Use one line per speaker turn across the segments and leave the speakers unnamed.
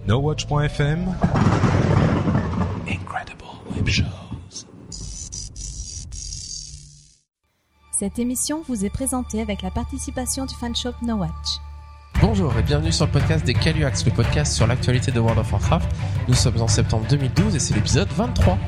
NoWatch.fm. Incredible Web Shows.
Cette émission vous est présentée avec la participation du fanshop NoWatch.
Bonjour et bienvenue sur le podcast des Caluax, le podcast sur l'actualité de World of Warcraft. Nous sommes en septembre 2012 et c'est l'épisode 23.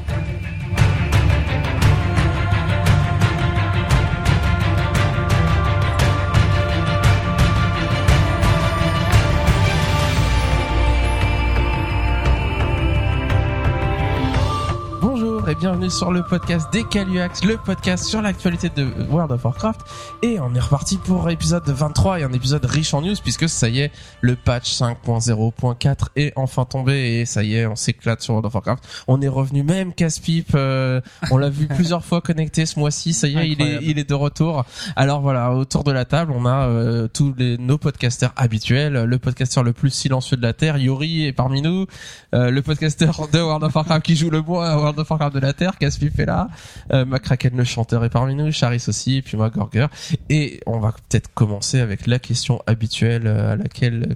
Et bienvenue sur le podcast des Caluax, le podcast sur l'actualité de World of Warcraft. Et on est reparti pour l'épisode 23 et un épisode riche en news puisque ça y est, le patch 5.0.4 est enfin tombé et ça y est, on s'éclate sur World of Warcraft. On est revenu, même Casse-Pipe, on l'a vu plusieurs fois connecté ce mois-ci, ça y est, il est de retour. Alors voilà, autour de la table, on a tous nos podcasteurs habituels, le podcasteur le plus silencieux de la Terre, Yori est parmi nous, le podcasteur de World of Warcraft qui joue le bois à World of Warcraft de la Terre, Casse-Pipe est là, McCracken le chanteur est parmi nous, Charis aussi, et puis moi Gorger. Et on va peut-être commencer avec la question habituelle à laquelle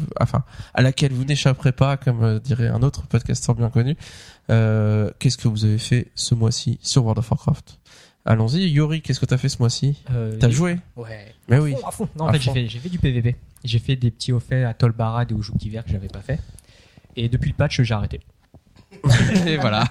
vous n'échapperez pas, comme dirait un autre podcasteur bien connu. Qu'est-ce que vous avez fait ce mois-ci sur World of Warcraft? Allons-y, Yori, qu'est-ce que t'as fait ce mois-ci? T'as joué?
Ouais.
Mais oui.
À fond. Non, en fait, j'ai fait du PVP. J'ai fait des petits hauts faits à Tolbarad et aux Joues d'hiver que j'avais pas fait. Et depuis le patch, j'ai arrêté.
Et voilà.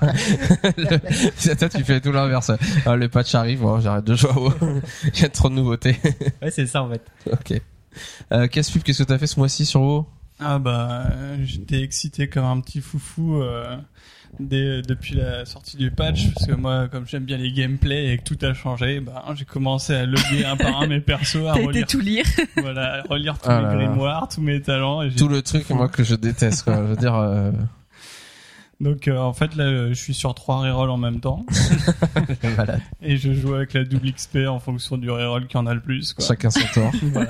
Toi, tu fais tout l'inverse. Le patch arrive, bon, j'arrête de jouer à WoW. Il y a trop de nouveautés.
Ouais, c'est ça en fait.
Ok. Qu'est-ce que t'as fait ce mois-ci sur WoW?
Ah bah, j'étais excité comme un petit foufou depuis la sortie du patch, parce que moi, comme j'aime bien les gameplays et que tout a changé, j'ai commencé à loguer un par un mes persos, à relire
tout lire.
Voilà, à relire tous mes grimoires, tous mes talents. Et
tout le truc, moi, que je déteste, quoi. Je veux dire.
Donc en fait là je suis sur 3 rerolls en même temps.
Malade.
Et je joue avec la double XP en fonction du reroll qui en a le plus, quoi.
Chacun son tour.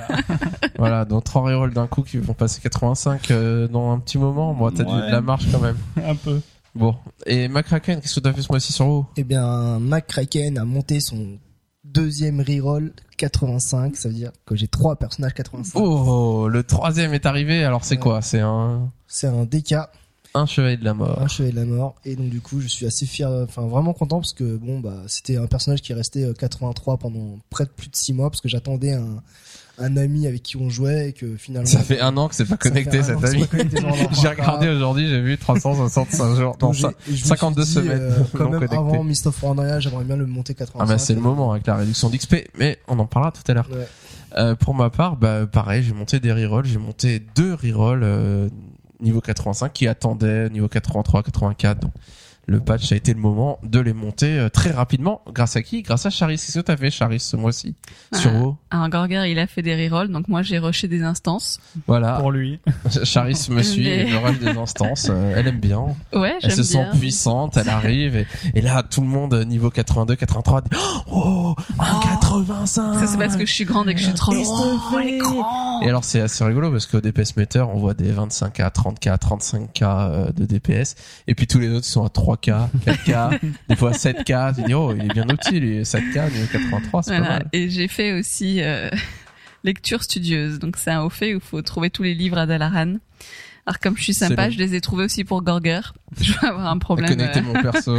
Voilà, donc 3 rerolls d'un coup qui vont passer 85 dans un petit moment. Bon, t'as de la marge quand même.
Un peu.
Bon, et McCracken, qu'est-ce que t'as fait ce mois-ci sur WoW?
Eh bien, McCracken a monté son deuxième reroll 85, ça veut dire que j'ai 3 personnages 85.
Oh, le 3e est arrivé, alors c'est quoi? C'est un
DK.
Un chevalier de la mort.
Un chevalier de la mort. Et donc du coup, je suis assez fier, vraiment content parce que c'était un personnage qui est resté 83 pendant près de plus de 6 mois parce que j'attendais un ami avec qui on jouait et que finalement.
Ça fait un an que c'est pas connecté cet ami. J'ai regardé aujourd'hui, j'ai vu 365 jours. Donc 52 semaines.
Quand même
connecté.
avant Mist of Pandaria, j'aimerais bien le monter 85.
Ah bah c'est le moment avec la réduction d'XP, mais on en parlera tout à l'heure. Ouais. Pour ma part, pareil, j'ai monté des rerolls, j'ai monté 2 rerolls niveau 85 qui attendaient niveau 83, 84. Donc le patch a été le moment de les monter très rapidement. Grâce à qui? Grâce à Charis. Qu'est-ce que t'as fait, Charis, ce mois-ci sur WoW?
Alors Gorger, il a fait des rerolls, donc moi j'ai rushé des instances.
Voilà.
Pour lui.
Charis me suit, je rush des instances. Elle aime bien.
Ouais,
elle se sent puissante, elle arrive et là tout le monde niveau 82, 83 dit oh, un 85.
Ça c'est parce que je suis grande et que je suis trop loin à l'écran.
Et alors c'est assez rigolo parce qu'au DPS meter on voit des 25K, 30K, 35K de DPS et puis tous les autres ils sont à 3K, 4K, des fois 7K. Tu dis oh, il est bien opti lui, 7K, niveau 83, c'est pas mal.
Et j'ai fait aussi lecture studieuse. Donc c'est un haut fait où il faut trouver tous les livres à Dalaran. Alors comme je suis sympa, je les ai trouvés aussi pour Gorger. Je vais avoir un problème.
Connecter mon perso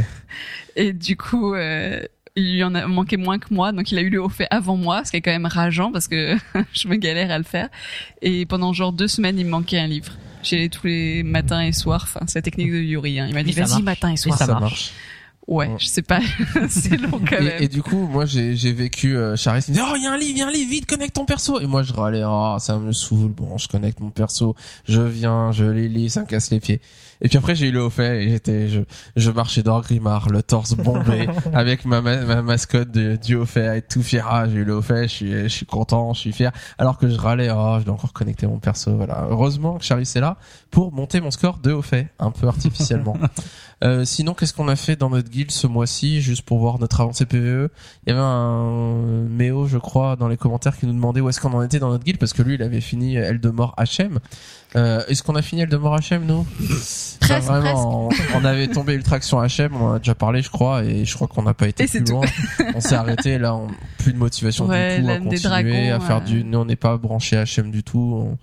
et du coup il y en a manqué moins que moi, donc il a eu le haut fait avant moi, ce qui est quand même rageant parce que je me galère à le faire. Et pendant genre 2 semaines, il me manquait un livre. J'y allais tous les matins et soirs. Enfin, c'est la technique de Yuri. Hein. Il m'a dit vas-y matin et soir.
Et ça marche.
Ouais, je sais pas, c'est long quand même.
Et du coup, moi j'ai vécu Charis me dit oh, il y a un livre, vite connecte ton perso. Et moi je râlais ça me saoule. Bon, je connecte mon perso, je viens, je les lis, ça me casse les pieds. Et puis après j'ai eu le haut fait et je marchais dans Grimard, le torse bombé avec ma mascotte du haut fait à être tout fier. Ah, j'ai eu le haut fait, je suis content, je suis fier. Alors que je râlais, je dois encore connecter mon perso, voilà. Heureusement que Charis est là pour monter mon score de haut fait, un peu artificiellement. Sinon, qu'est-ce qu'on a fait dans notre guild ce mois-ci, juste pour voir notre avancée PvE? Il y avait un Méo, je crois, dans les commentaires qui nous demandait où est-ce qu'on en était dans notre guild, parce que lui, il avait fini Eldemort HM. Est-ce qu'on a fini Eldemort HM, nous?
Presque.
On avait tombé Ultraction HM, on en a déjà parlé, je crois, et je crois qu'on n'a pas été plus loin. On s'est arrêté, là, plus de motivation du tout à continuer, à faire nous, on n'est pas branché HM du tout.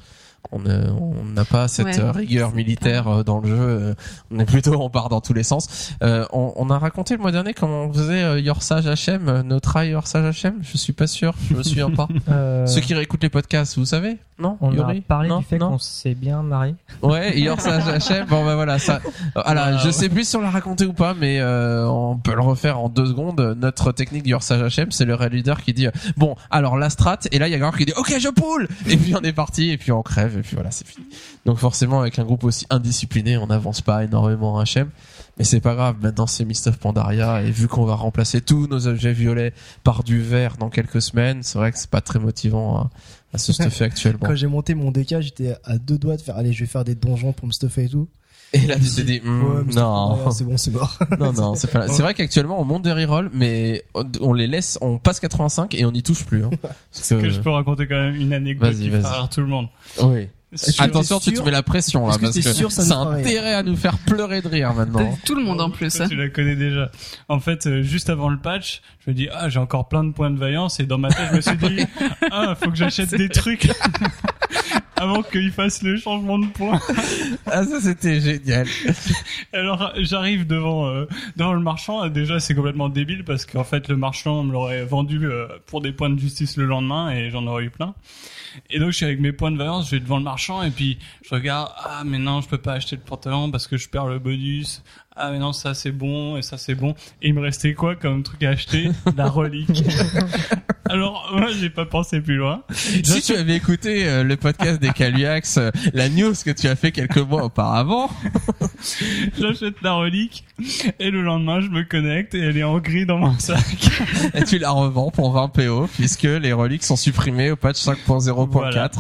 On n'a pas cette rigueur militaire dans le jeu. On est plutôt, on part dans tous les sens. On a raconté le mois dernier comment on faisait Your Sage HM, No Try Your Sage HM. Je suis pas sûr, je me souviens pas. Ceux qui réécoutent les podcasts, vous savez? Non?
On
Yuri?
a parlé
non
du fait qu'on s'est bien marré.
Ouais, Your Sage HM. Bon bah voilà, ça. Voilà, je sais plus si on l'a raconté ou pas, mais on peut le refaire en 2 secondes. Notre technique Your Sage HM, c'est le raid leader qui dit bon, alors la strat, et là il y a quelqu'un qui dit OK, je pull, et puis on est parti, et puis on crève, et puis voilà, c'est fini. Donc forcément, avec un groupe aussi indiscipliné, on n'avance pas énormément en HM, mais c'est pas grave. Maintenant, c'est Mist of Pandaria, et vu qu'on va remplacer tous nos objets violets par du vert dans quelques semaines, c'est vrai que c'est pas très motivant à se stuffer actuellement.
Quand j'ai monté mon DK, j'étais à 2 doigts de faire allez, je vais faire des donjons pour me stuffer et tout.
Et là, tu t'es dit, non.
C'est bon, c'est mort.
Non, c'est pas, c'est vrai qu'actuellement, on monte des rerolls, mais on les laisse, on passe 85 et on n'y touche plus, hein.
Parce que je peux raconter quand même une anecdote qui fera rire tout le monde.
Oui. Attention, tu te mets la pression, là, parce que c'est intérêt à nous faire pleurer de rire, maintenant.
Tout le monde, en plus,
Tu la connais déjà. En fait, juste avant le patch, je me dis, j'ai encore plein de points de vaillance, et dans ma tête, je me suis dit, faut que j'achète des trucs. Avant qu'il fasse le changement de points.
Ah, ça c'était génial.
Alors j'arrive devant le marchand. Déjà c'est complètement débile parce qu'en fait le marchand me l'aurait vendu pour des points de justice le lendemain et j'en aurais eu plein. Et donc je suis avec mes points de vaillance, je vais devant le marchand et puis je regarde, mais non je peux pas acheter le pantalon parce que je perds le bonus. Mais non, ça c'est bon et ça c'est bon. Et il me restait quoi comme truc à acheter? La relique. Alors moi j'ai pas pensé plus loin.
Si tu avais écouté le podcast des Caluax, la news que tu as fait quelques mois auparavant,
j'achète la relique et le lendemain je me connecte et elle est en gris dans mon sac.
Et tu la revends pour 20 PO puisque les reliques sont supprimées au patch 5.0.4.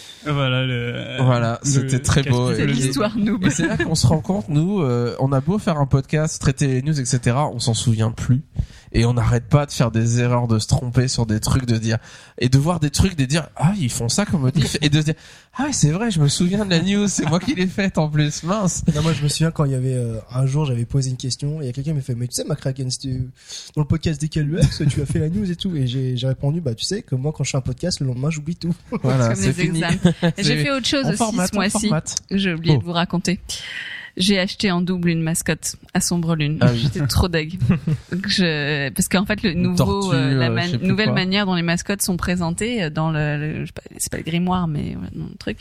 Voilà, c'était très beau.
C'est l'histoire noob.
Et c'est là qu'on se rend compte, nous, on a beau faire un podcast, traiter les news, etc., on s'en souvient plus. Et on n'arrête pas de faire des erreurs, de se tromper sur des trucs, de dire, et de voir des trucs, de dire, ils font ça comme modif, et de se dire, ouais, c'est vrai, je me souviens de la news, c'est moi qui l'ai faite en plus, mince.
Non, moi, je me souviens quand il y avait, un jour, j'avais posé une question, et il y a quelqu'un qui m'a fait, mais tu sais, McCracken, dans le podcast des Caluax, tu as fait la news et tout, et j'ai répondu, tu sais, que moi, quand je fais un podcast, le lendemain, j'oublie tout.
Voilà, c'est fini.
J'ai fait autre chose aussi ce mois-ci. J'ai oublié de vous raconter. J'ai acheté en double une mascotte à Sombre Lune. J'étais trop deg. Parce qu'en fait, le nouveau, nouvelle manière dont les mascottes sont présentées dans c'est pas le grimoire, mais dans le truc.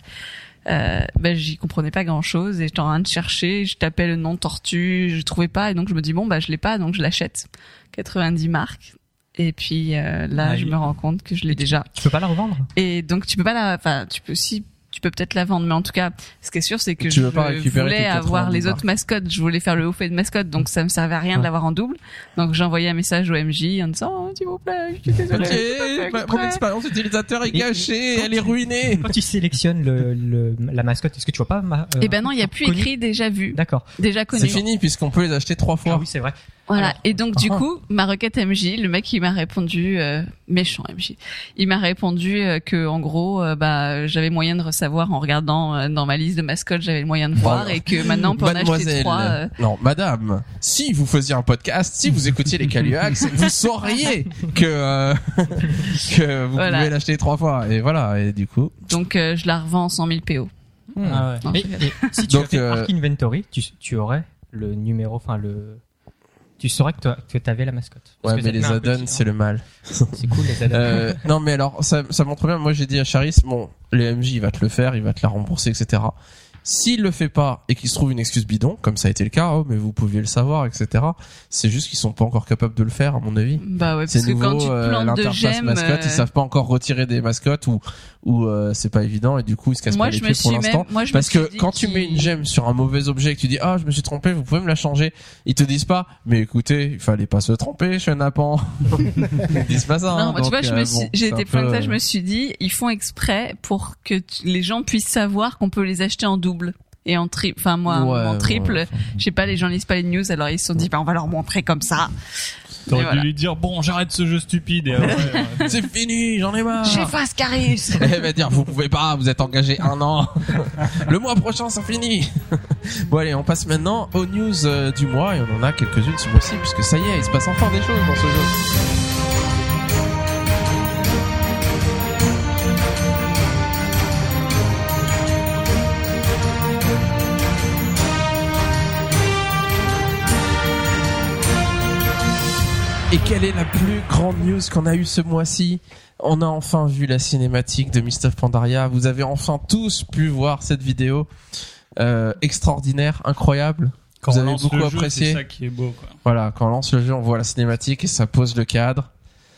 J'y comprenais pas grand chose et j'étais en train de chercher, je tapais le nom tortue, je trouvais pas et donc je me dis je l'ai pas donc je l'achète. 90 marques. Et puis je me rends compte que je l'ai déjà.
Tu peux pas la revendre?
Et donc tu peux pas tu peux peut-être la vendre, mais en tout cas, ce qui est sûr, c'est que
je
voulais avoir les autres mascottes, je voulais faire le haut fait de mascotte, donc ça me servait à rien de l'avoir en double. Donc j'ai envoyé un message au MJ en disant, s'il vous plaît, je suis désolé.
Mon expérience utilisateur est gâchée, elle est ruinée.
Quand tu sélectionnes la mascotte, est-ce que tu vois pas
non, il y a plus écrit déjà vu.
D'accord.
Déjà connu.
C'est fini puisqu'on peut les acheter 3 fois.
Ah oui, c'est vrai.
Voilà. Alors, et donc, du coup, ma requête MJ, le mec, il m'a répondu, méchant MJ. Il m'a répondu que, en gros, j'avais moyen de savoir en regardant dans ma liste de mascottes, j'avais le moyen de voir et que maintenant, pour en acheter 3,
Non, madame, si vous faisiez un podcast, si vous écoutiez les Caluax, vous sauriez que vous pouvez l'acheter 3 fois. Et voilà. Et du coup.
Donc, je la revends en 100 000 PO.
Ah ouais. Et si tu fais Arc Inventory, tu aurais le numéro, tu saurais que t'avais la mascotte.
Ouais, mais les add-ons, c'est le mal.
C'est cool, les add-ons.
Non, mais alors, ça montre bien. Moi, j'ai dit à Charis, les MJ, il va te le faire, il va te la rembourser, etc. S'il le fait pas et qu'il se trouve une excuse bidon, comme ça a été le cas, mais vous pouviez le savoir, etc. C'est juste qu'ils sont pas encore capables de le faire, à mon avis.
Bah ouais, parce
c'est
que
nouveau,
quand tu te plantes de gemmes,
mascotte, ils savent pas encore retirer des mascottes ou c'est pas évident et du coup ils se cassent pas les pieds pour l'instant. Parce que quand tu mets une gemme sur un mauvais objet et que tu dis je me suis trompé, vous pouvez me la changer, ils te disent pas mais écoutez, il fallait pas se tromper, chenapan. Ils disent pas ça.
Non,
donc,
tu vois, j'ai été plein de ça, je me suis dit ils font exprès pour que les gens puissent savoir qu'on peut les acheter en double. Et en triple, en triple, je sais pas, les gens lisent pas les news, alors ils se sont dit, on va leur montrer comme ça.
T'aurais dû lui dire, j'arrête ce jeu stupide. Et
c'est fini, j'en ai marre.
J'efface Caris.
Elle va dire, vous pouvez pas, vous êtes engagé 1 an. Le mois prochain, c'est fini. Bon, allez, on passe maintenant aux news du mois, et on en a quelques-unes ce mois-ci, puisque ça y est, il se passe enfin des choses dans ce jeu. Et quelle est la plus grande news qu'on a eue ce mois-ci? On a enfin vu la cinématique de Mist of Pandaria. Vous avez enfin tous pu voir cette vidéo extraordinaire, incroyable.
Quand
vous
on
avez
lance
beaucoup
le jeu,
apprécié.
c'est ça qui est beau, quoi.
Voilà, quand on lance le jeu, on voit la cinématique et ça pose le cadre.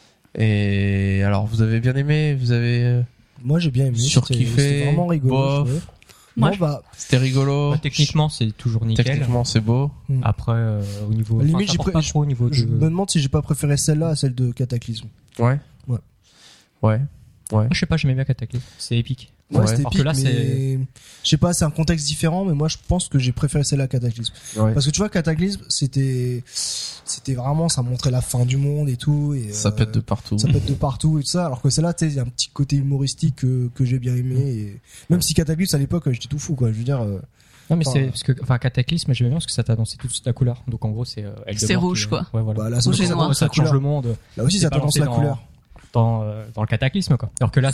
Et alors, vous avez bien aimé? Vous avez
Moi, j'ai bien aimé.
surkiffé?
C'était vraiment rigolo.
Bof.
je trouvais.
Moi,
Non, bah,
C'était rigolo?
Techniquement, c'est toujours nickel.
Techniquement, c'est beau.
Après, au niveau,
Limite,
ça
j'ai
porte
pré-
pas trop au niveau
je
de.
me demande si j'ai pas préféré celle-là à celle de Cataclysme.
Ouais.
Ouais.
Ouais.
Moi, je sais pas, j'aimais bien Cataclysme. C'est épique.
Ouais,
Ouais.
c'était
Alors que
épique,
là,
mais je sais pas, c'est un contexte différent, mais moi je pense que j'ai préféré celle-là à Cataclysme.
Ouais.
Parce que tu vois, Cataclysme, c'était vraiment, ça montrait la fin du monde et tout, et
Ça pète de partout.
ça pète de partout et tout ça, alors que celle-là, tu sais, il y a un petit côté humoristique que j'ai bien aimé, et même si Cataclysme à l'époque, j'étais tout fou, quoi. Je veux dire,
Non, mais
Enfin,
c'est parce que, enfin, Cataclysme, j'aimais bien parce que ça t'annonçait tout de suite la couleur. Donc en gros, c'est
C'est rouge, quoi.
Ouais, voilà.
bah là, ça,
Rouge et
ça-
noir.
ça
Ça change
couleur.
le monde
Là aussi,
C'est
ça t'annonce
balancé
la
dans-
couleur.
dans le Cataclysme, quoi. Alors que là,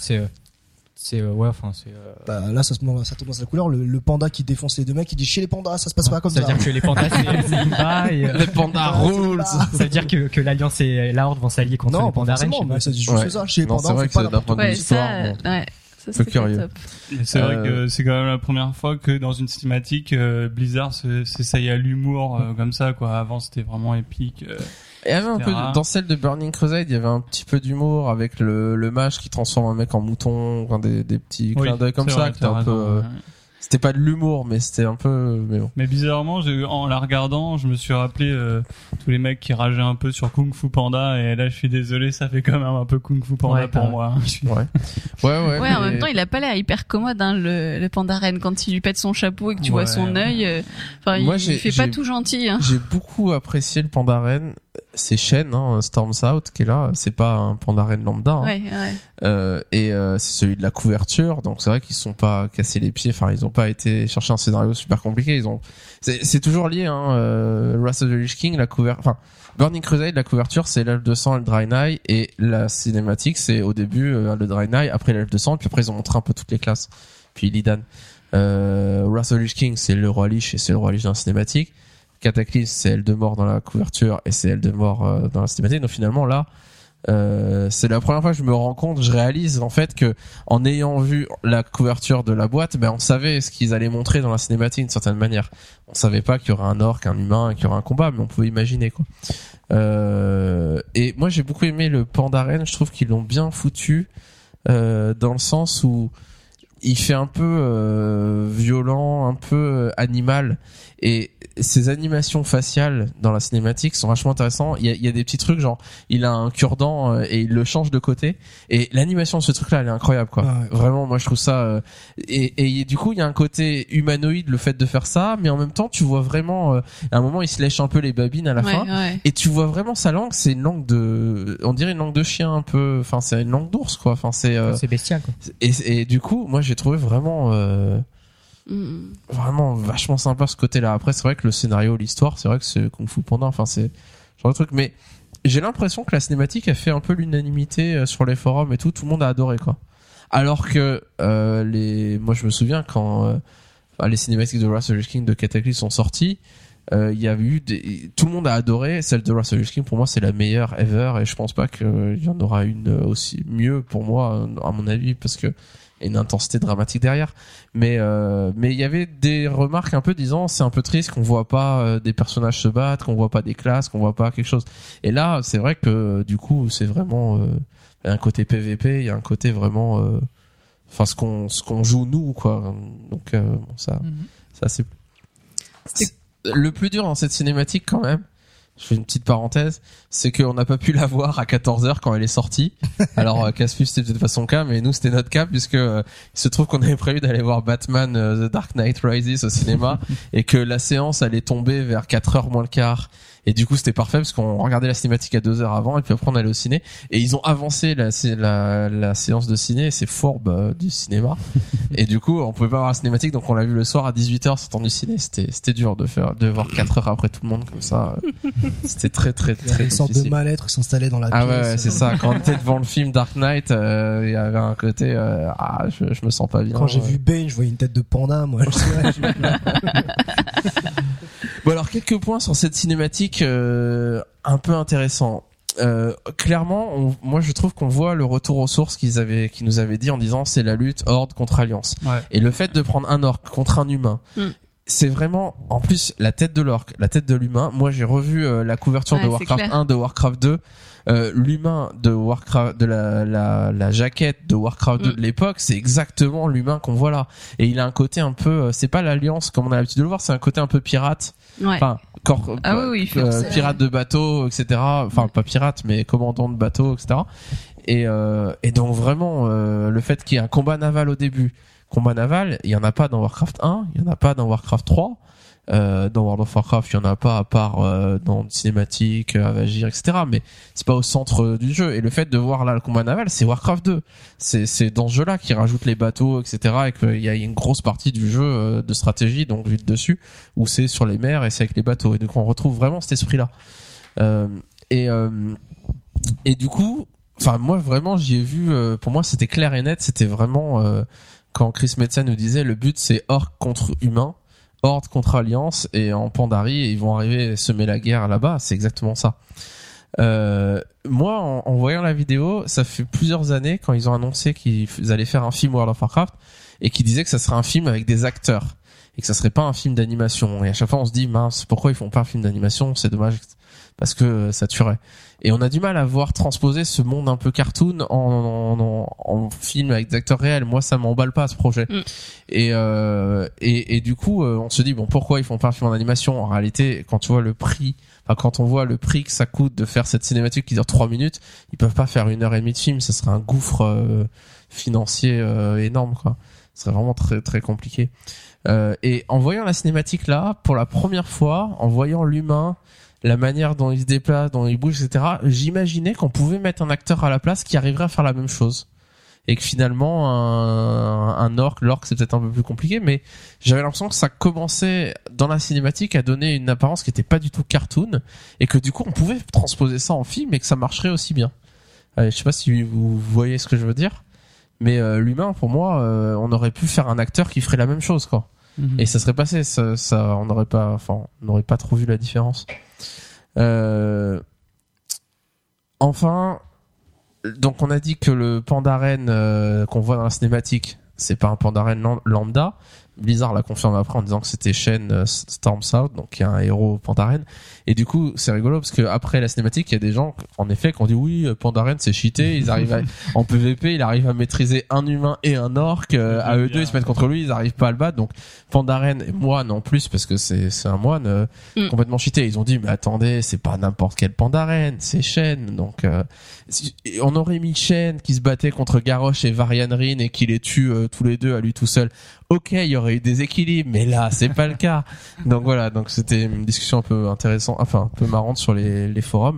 ouais, enfin, c'est.
Bah là, ça t'annonce la couleur. Le panda qui défonce les deux mecs, il dit chez les pandas, ça se passe pas comme
ça
ça.
veut dire que les pandas, c'est Impa et.
Les pandas rules.
Ah,
Ça veut dire que l'Alliance et la Horde vont s'allier contre
non,
les
pas
pandas
forcément,
reines.
mais ça dit juste
Ouais.
ça. Chez les
Non,
pandas,
c'est
on
vrai
fait
que
pas
c'est d'un
n'importe
point de
quoi.
vue
Ouais,
l'histoire,
ça,
bon.
ouais. Ça,
Peu
c'était
curieux.
top.
Et c'est vrai que c'est quand même la première fois que dans une cinématique, Blizzard s'essaye à l'humour comme ça, quoi. Avant, c'était vraiment épique.
Il y avait un peu
etc.
dans celle de Burning Crusade, il y avait un petit peu d'humour avec le mage qui transforme un mec en mouton, enfin des petits clins d'œil comme
c'est
ça,
vrai,
qui étaient
t'as
un peu
raison, ouais.
c'était pas de l'humour, mais c'était un peu mais bon.
Mais bizarrement, en la regardant, je me suis rappelé tous les mecs qui rageaient un peu sur Kung Fu Panda, et là, je suis désolé, ça fait quand même un peu Kung Fu Panda
Ouais,
pour
ouais.
moi. Je suis-
Ouais. Ouais,
Ouais, en
mais-
même temps, il a pas l'air hyper commode, hein, le panda reine, quand il lui pète son chapeau et que tu vois
Ouais.
son œil. Enfin,
Moi,
il
j'ai-
fait pas
j'ai-
tout gentil, hein.
J'ai beaucoup apprécié le Pandaren. C'est Shen, hein, Storms Out, qui est là. C'est pas un Pandaren lambda. Hein.
Ouais, ouais.
C'est celui de la couverture. Donc c'est vrai qu'ils se sont pas cassés les pieds. Enfin, ils ont pas été chercher un scénario super compliqué. C'est toujours lié. Wrath of the Lich King, la couverture. Enfin, Burning Crusade, la couverture, c'est l'Elfe de sang et le Draenei, et la cinématique, c'est au début le Draenei, après l'Elfe de sang, puis après ils ont montré un peu toutes les classes. Puis Illidan. Wrath of the Lich King, c'est le roi Lich, et c'est le roi Lich dans la cinématique. Cataclysme, c'est Eldemort dans la couverture et c'est Eldemort dans la cinématique. Donc finalement là, c'est la première fois que je me rends compte, je réalise en fait que en ayant vu la couverture de la boîte, ben on savait ce qu'ils allaient montrer dans la cinématique d'une certaine manière. On savait pas qu'il y aurait un orc, un humain, qu'il y aurait un combat, mais on pouvait imaginer quoi. Et moi j'ai beaucoup aimé le Pandaren. Je trouve qu'ils l'ont bien foutu dans le sens où il fait un peu violent, un peu animal, et ses animations faciales dans la cinématique sont vachement intéressantes. Il y a des petits trucs genre il a un cure-dent et il le change de côté, et l'animation de ce truc là elle est incroyable quoi.
Ah ouais.
Vraiment, moi je trouve ça et du coup il y a un côté humanoïde le fait de faire ça, mais en même temps tu vois vraiment à un moment il se lèche un peu les babines à la fin.
Ouais, ouais.
Et tu vois vraiment sa langue, c'est une langue on dirait une langue de chien un peu, enfin c'est une langue d'ours quoi, enfin c'est
C'est bestial, quoi.
et du coup moi j'ai trouvé vraiment
Mm.
vraiment vachement sympa ce côté-là. Après c'est vrai que le scénario, l'histoire, c'est vrai que c'est Kung Fu Panda, enfin c'est genre de truc, mais j'ai l'impression que la cinématique a fait un peu l'unanimité sur les forums et tout le monde a adoré quoi. Alors que moi je me souviens quand les cinématiques de Wrath of the Lich King de Cataclysm sont sorties, il y a eu tout le monde a adoré celle de Wrath of the Lich King. Pour moi c'est la meilleure ever, et je pense pas qu'il y en aura une aussi mieux pour moi à mon avis, parce que y a une intensité dramatique derrière, mais il y avait des remarques un peu disant c'est un peu triste qu'on voit pas des personnages se battre, qu'on voit pas des classes, qu'on voit pas quelque chose. Et là c'est vrai que du coup c'est vraiment il y a un côté PVP, il y a un côté vraiment enfin ce qu'on joue nous quoi. Donc bon, ça c'est le plus dur dans cette cinématique quand même. Je fais une petite parenthèse, c'est qu'on n'a pas pu la voir à 14h quand elle est sortie. Alors Caspus c'était peut-être pas son cas, mais nous c'était notre cas, puisque il se trouve qu'on avait prévu d'aller voir Batman The Dark Knight Rises au cinéma et que la séance allait tomber vers 4h moins le quart. Et du coup c'était parfait parce qu'on regardait la cinématique à 2 heures avant, et puis après on allait au ciné, et ils ont avancé la séance de ciné. C'est fourbe du cinéma. Et du coup on pouvait pas voir la cinématique, donc on l'a vu le soir à 18h sortant du ciné. C'était dur de voir 4 heures après tout le monde comme ça. C'était très
Il y avait une sorte de
difficile.
mal-être qui s'installait dans la pièce.
Ah ouais, c'est ça. Quand on était devant le film Dark Knight, il y avait un côté je me sens pas bien.
Quand j'ai vu Bane, je voyais une tête de panda, moi.
Bon alors quelques points sur cette cinématique un peu intéressant. clairement, moi je trouve qu'on voit le retour aux sources qu'ils nous avaient dit en disant c'est la lutte Horde contre Alliance.
Ouais.
Et le fait de prendre un orc contre un humain, c'est vraiment, en plus, la tête de l'orc, la tête de l'humain. Moi j'ai revu la couverture de Warcraft 1, de Warcraft 2. L'humain de Warcraft, de la jaquette de Warcraft 2 de l'époque, c'est exactement l'humain qu'on voit là. Et il a un côté un peu, c'est pas l'Alliance comme on a l'habitude de le voir, c'est un côté un peu pirate.
Ouais.
Enfin, pirate de bateau, etc. Enfin, pas pirate, mais commandant de bateau, etc. Et donc vraiment, le fait qu'il y ait un combat naval au début. Combat naval, il y en a pas dans Warcraft 1, il y en a pas dans Warcraft 3. Dans World of Warcraft, il y en a pas à part dans le cinématique, Avagir, etc. Mais c'est pas au centre du jeu. Et le fait de voir là le combat naval, c'est Warcraft 2. C'est dans ce jeu-là qu'ils rajoutent les bateaux, etc. Et qu'il y a une grosse partie du jeu de stratégie, donc vite dessus, où c'est sur les mers et c'est avec les bateaux. Et donc on retrouve vraiment cet esprit-là. Et du coup, enfin moi vraiment j'y ai vu. Pour moi c'était clair et net. C'était vraiment quand Chris Metzen nous disait le but c'est orc contre humain. Horde contre Alliance, et en Pandarie ils vont arriver à semer la guerre là-bas, c'est exactement ça. Moi en voyant la vidéo, ça fait plusieurs années quand ils ont annoncé qu'ils allaient faire un film World of Warcraft et qu'ils disaient que ça serait un film avec des acteurs et que ça serait pas un film d'animation, et à chaque fois on se dit mince, pourquoi ils font pas un film d'animation, c'est dommage parce que ça tuerait. Et on a du mal à voir transposer ce monde un peu cartoon en film avec des acteurs réels. Moi, ça m'emballe pas ce projet. Et du coup, on se dit bon, pourquoi ils font pas un film en animation? En réalité, quand tu vois le prix, quand on voit le prix que ça coûte de faire cette cinématique qui dure 3 minutes, ils peuvent pas faire 1h30 de film. Ça serait un gouffre financier énorme, quoi. Ce serait vraiment très très compliqué. Et en voyant la cinématique là, pour la première fois, en voyant l'humain, la manière dont il se déplace, dont il bouge, etc., j'imaginais qu'on pouvait mettre un acteur à la place qui arriverait à faire la même chose. Et que finalement, l'orc c'est peut-être un peu plus compliqué, mais j'avais l'impression que ça commençait dans la cinématique à donner une apparence qui était pas du tout cartoon, et que du coup on pouvait transposer ça en film et que ça marcherait aussi bien. Je sais pas si vous voyez ce que je veux dire, mais l'humain, pour moi, on aurait pu faire un acteur qui ferait la même chose, quoi. Et ça serait passé, ça, on n'aurait pas trop vu la différence. Enfin, donc on a dit que le Pandaren qu'on voit dans la cinématique, c'est pas un Pandaren lambda. Blizzard l'a confirmé après en disant que c'était Shen Stormsouth, donc qui est un héros Pandaren. Et du coup, c'est rigolo parce que après la cinématique, il y a des gens, en effet, qui ont dit oui, Pandaren c'est cheaté, ils arrivent en PVP, il arrive à maîtriser un humain et un orc, à eux deux ils se mettent contre lui, ils arrivent pas à le battre. Donc Pandaren et moine en plus, parce que c'est un moine complètement cheaté. Ils ont dit mais attendez, c'est pas n'importe quel Pandaren, c'est Shen. Donc on aurait mis Shen qui se battait contre Garrosh et Varian-Wrynn et qui les tue tous les deux à lui tout seul. Ok, il y aurait eu des équilibres, mais là, c'est pas le cas. Donc voilà, donc c'était une discussion un peu intéressante, enfin un peu marrante sur les forums.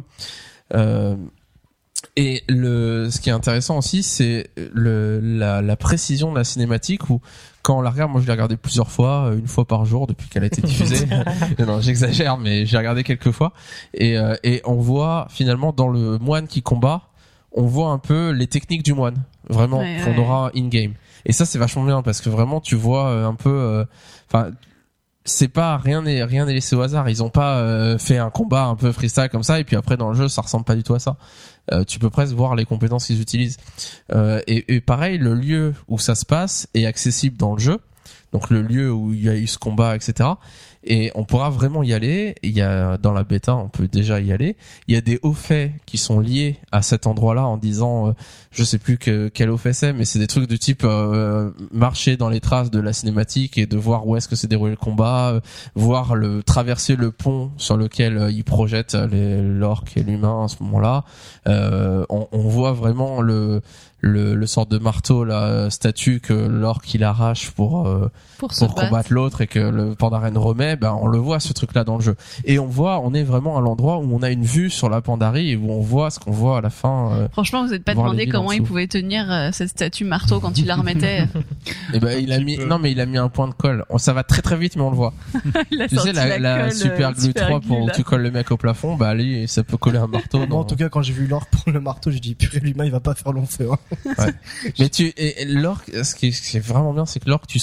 Et ce qui est intéressant aussi, c'est la précision de la cinématique où quand on la regarde, moi je l'ai regardé plusieurs fois, une fois par jour depuis qu'elle a été diffusée. Non, j'exagère, mais j'ai regardé quelques fois. Et on voit finalement dans le moine qui combat, on voit un peu les techniques du moine, vraiment, qu'on aura in-game. Et ça c'est vachement bien parce que vraiment tu vois un peu, enfin c'est pas rien n'est laissé au hasard. Ils ont pas fait un combat un peu freestyle comme ça et puis après dans le jeu ça ressemble pas du tout à ça. Tu peux presque voir les compétences qu'ils utilisent. Et pareil, le lieu où ça se passe est accessible dans le jeu. Donc le lieu où il y a eu ce combat, etc. Et on pourra vraiment y aller. Il y a dans la bêta, on peut déjà y aller. Il y a des hauts faits qui sont liés à cet endroit-là en disant, je sais plus quel haut fait c'est, mais c'est des trucs du type marcher dans les traces de la cinématique et de voir où est-ce que s'est déroulé le combat, voir traverser le pont sur lequel ils projettent l'orc et l'humain à ce moment-là. On voit vraiment le sort de marteau, la statue que l'orc il arrache pour combattre l'autre et que le Pandaren remet, ben on le voit ce truc là dans le jeu. Et on est vraiment à l'endroit où on a une vue sur la Pandarie et où on voit ce qu'on voit à la fin.
Franchement, vous n'êtes pas demandé comment il pouvait tenir cette statue marteau quand il la remettait.
Et ben il a mis un point de colle. Ça va très très vite mais on le voit. Tu sais la super glue 3 pour où tu colles le mec au plafond, bah lui ça peut coller un marteau.
Moi en tout cas quand j'ai vu l'orc pour le marteau, j'ai dit purée l'humain il va pas faire long feu. Hein.
Ouais. Mais l'orc, ce qui est vraiment bien, c'est que l'orc, tu sens la force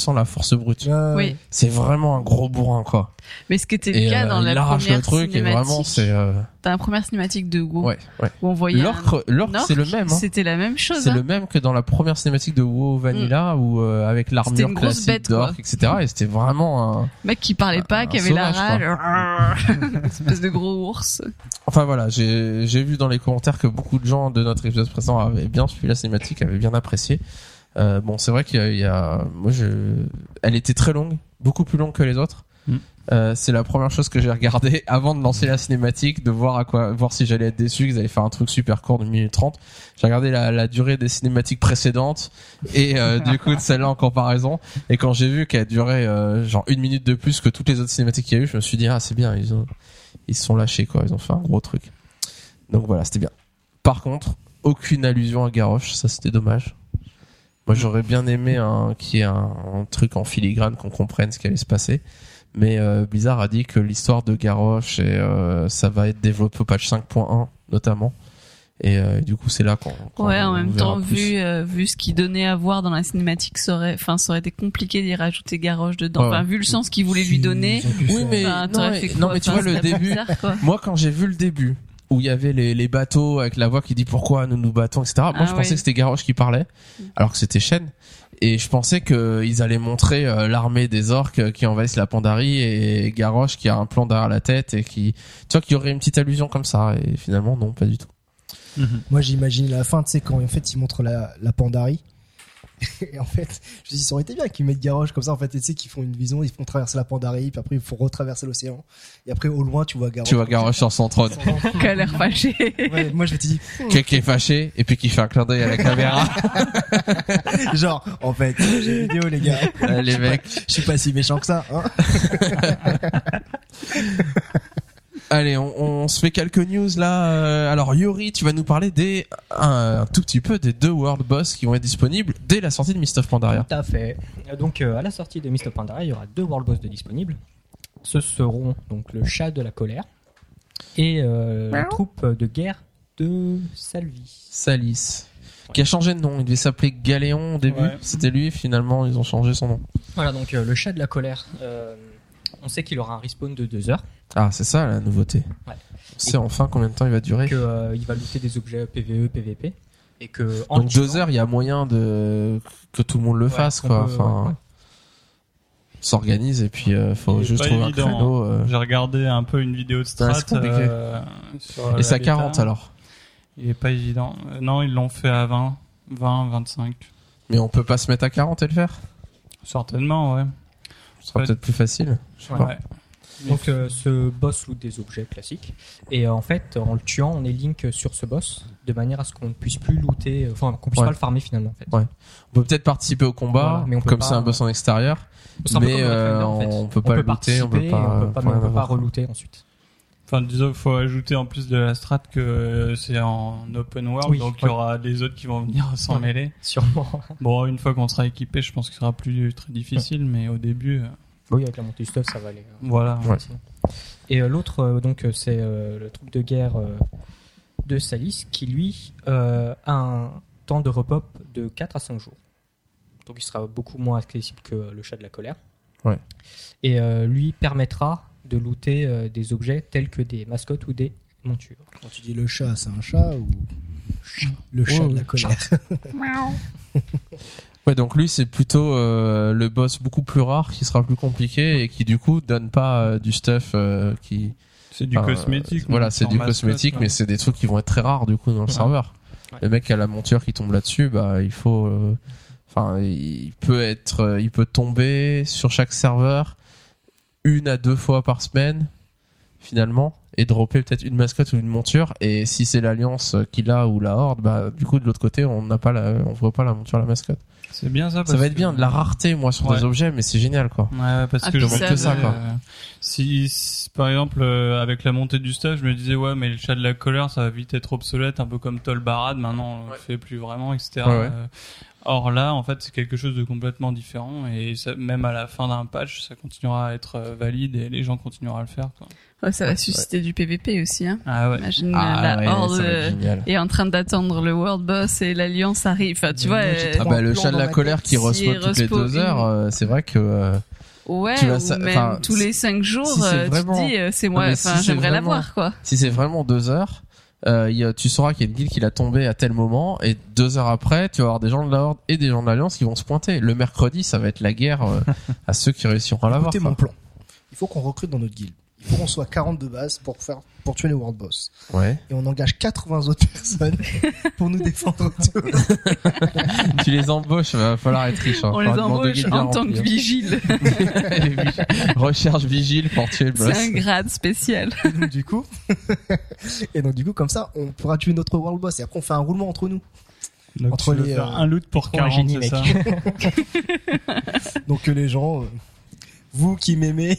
force brute.
Oui.
C'est vraiment un gros bourrin, quoi.
Mais ce qui était le cas dans
il
la
arrache
première
le truc
cinématique.
et vraiment c'est
Dans la première cinématique de WoW.
ouais.
Où on voyait
L'orque c'est le même, hein.
C'était la même chose.
C'est
hein.
le même que dans la première cinématique de WoW Vanilla où avec
C'était
l'armure
une grosse
classique
bête, quoi.
d'orque, etc. Et c'était vraiment un
Mec qui parlait pas,
un
qui avait la
sauvage,
rage. Une espèce de gros ours.
Enfin voilà, j'ai vu dans les commentaires que beaucoup de gens de notre épisode précédent avaient bien suivi la cinématique, avaient bien apprécié. Bon, c'est vrai qu'il y a elle était très longue, beaucoup plus longue que les autres. C'est la première chose que j'ai regardé avant de lancer la cinématique, de voir si j'allais être déçu, qu'ils allaient faire un truc super court de 1 minute 30. J'ai regardé la durée des cinématiques précédentes et du coup de celle-là en comparaison. Et quand j'ai vu qu'elle durait genre 1 minute de plus que toutes les autres cinématiques qu'il y a eu, je me suis dit ah c'est bien, ils se sont lâchés quoi, ils ont fait un gros truc. Donc voilà, c'était bien. Par contre, aucune allusion à Garrosh, ça c'était dommage. Moi j'aurais bien aimé qu'il y ait un truc en filigrane, qu'on comprenne ce qui allait se passer. Mais Blizzard a dit que l'histoire de Garrosh ça va être développé au patch 5.1 notamment. Et du coup c'est là qu'on
ouais, en même temps,
plus.
vu ce qu'il donnait à voir dans la cinématique, ça aurait été compliqué d'y rajouter Garrosh dedans.
Ouais.
Enfin, vu le sens qu'il voulait lui donner.
Oui, mais non, mais tu vois le début.
Bizarre, quoi.
Moi, quand j'ai vu le début où il y avait les bateaux avec la voix qui dit pourquoi nous nous battons, etc. Moi, je pensais que c'était Garrosh qui parlait, alors que c'était Shen. Et je pensais qu'ils allaient montrer l'armée des orques qui envahissent la Pandarie et Garrosh qui a un plan derrière la tête et qui, tu vois, qu'il y aurait une petite allusion comme ça. Et finalement, non, pas du tout.
Moi, j'imagine la fin, tu sais, quand en fait ils montrent la Pandarie. Et en fait, je me dis, ça aurait été bien qu'ils mettent Garrosh comme ça, en fait, tu sais, qu'ils font une vision, ils font traverser la Pandarie, puis après ils font retraverser l'océan. Et après, au loin, tu vois Garrosh.
Tu vois Garrosh sur son trône.
Qui a l'air fâché.
Ouais, moi, je m'étais dit,
Qui est fâché, et puis qui fait un clin d'œil à la caméra.
genre, en fait, j'ai une vidéo, les gars.
Les mecs.
Je suis pas si méchant que ça, hein.
Allez, on se fait quelques news là. Alors Yori, tu vas nous parler un tout petit peu des 2 World Boss qui vont être disponibles dès la sortie de Mist of Pandaria.
Tout à fait. Donc à la sortie de Mist of Pandaria, il y aura 2 World Boss de disponibles. Ce seront donc le chat de la colère et la troupe de guerre de
Salis. Qui a changé de nom, il devait s'appeler Galéon au début, c'était lui, finalement ils ont changé son nom.
Voilà, donc le chat de la colère, on sait qu'il aura un respawn de 2 heures.
Ah, c'est ça la nouveauté.
Ouais.
On sait enfin combien de temps il va durer.
Que il va looter des objets PVE, PVP. Et que
donc 2 heures, il y a moyen que tout le monde le fasse, quoi. S'organise et puis faut juste trouver un créneau.
J'ai regardé un peu une vidéo de strat
et c'est à 40 alors.
Il est pas évident. Non, ils l'ont fait à 20, 25.
Mais on peut pas se mettre à 40 et le faire?
Certainement, ouais.
Ce sera peut-être plus facile. Je sais pas.
Donc ce boss loot des objets classiques et en fait en le tuant on est link sur ce boss de manière à ce qu'on ne puisse plus looter, enfin qu'on puisse pas le farmer finalement en fait. Ouais.
On peut peut-être participer au combat, mais comme c'est un boss en extérieur, mais on peut pas le looter, on peut
pas relooter ensuite.
Enfin, disons qu'il faut ajouter en plus de la strat que c'est en open world, donc il y aura des autres qui vont venir s'en mêler.
Sûrement.
Bon, une fois qu'on sera équipé, je pense que ce sera plus très difficile, mais au début.
Oui, avec la montée du stuff, ça va aller.
Voilà.
Ouais.
Et l'autre, donc, c'est le troupe de guerre de Salis qui, lui, a un temps de repop de 4 à 5 jours. Donc, il sera beaucoup moins accessible que le chat de la colère.
Ouais.
Et lui permettra de looter des objets tels que des mascottes ou des montures.
Quand tu dis le chat, c'est un chat ou le chat de la colère?
Ouais, donc lui c'est plutôt le boss beaucoup plus rare qui sera plus compliqué et qui du coup donne pas du stuff qui
c'est du cosmétique.
Voilà, c'est du cosmétique, mais c'est des trucs qui vont être très rares du coup dans le serveur. Ouais. Le mec qui a la monture qui tombe là-dessus, bah il faut il peut tomber sur chaque serveur 1 à 2 fois par semaine finalement et dropper peut-être une mascotte ou une monture, et si c'est l'alliance qu'il a ou la horde, bah du coup de l'autre côté on voit pas la monture, la mascotte.
C'est bien ça.
Ça va être bien de la rareté, moi, sur des objets, mais c'est génial, quoi.
Ouais, parce que je
demande que ça, quoi.
Si par exemple, avec la montée du stuff, je me disais, ouais, mais le chat de la colère, ça va vite être obsolète, un peu comme Tolbarad, maintenant, on le fait plus vraiment, etc. Or là, en fait, c'est quelque chose de complètement différent et ça, même à la fin d'un patch, ça continuera à être valide et les gens continueront à le faire, quoi.
Ouais, ça va susciter du PVP aussi, hein.
Ah ouais.
Imagine
Ah
la
ouais,
horde
ça va être génial.
est en train d'attendre le World Boss et l'Alliance arrive. Enfin, tu vois.
Ah bah le chat de la colère qui
S'il
respawn toutes les 2
respawn
heures, c'est vrai que
Ouais,
tu vas
ou même tous les 5 jours,
si c'est vraiment-
tu te dis, c'est moi,
mais
enfin,
si c'est
j'aimerais
vraiment-
l'avoir, quoi.
si c'est vraiment 2 heures, tu sauras qu'il y a une guilde qui l'a tombé à tel moment et 2 heures après, tu vas avoir des gens de la Horde et des gens de l'Alliance qui vont se pointer. Le mercredi, ça va être la guerre à ceux qui réussiront à l'avoir.
Écoutez
quoi.
mon plan. Il faut qu'on recrute dans notre guilde. Il faut qu'on soit 40 de base pour tuer les World Boss.
Ouais.
Et on engage 80 autres personnes pour nous défendre autour.
Tu les embauches, va falloir être riche. Hein.
On les
Faudra demander
embauche
guilde bien
en tant que
remplie, hein.
vigile.
Recherche vigile pour tuer le boss.
C'est un grade spécial.
Et donc du coup, comme ça, on pourra tuer notre World Boss. Et après, on fait un roulement entre nous.
Donc
Entre
tu veux
les,
faire un loot pour
un
40,
génie,
c'est ça?
Donc que les gens, vous qui m'aimez,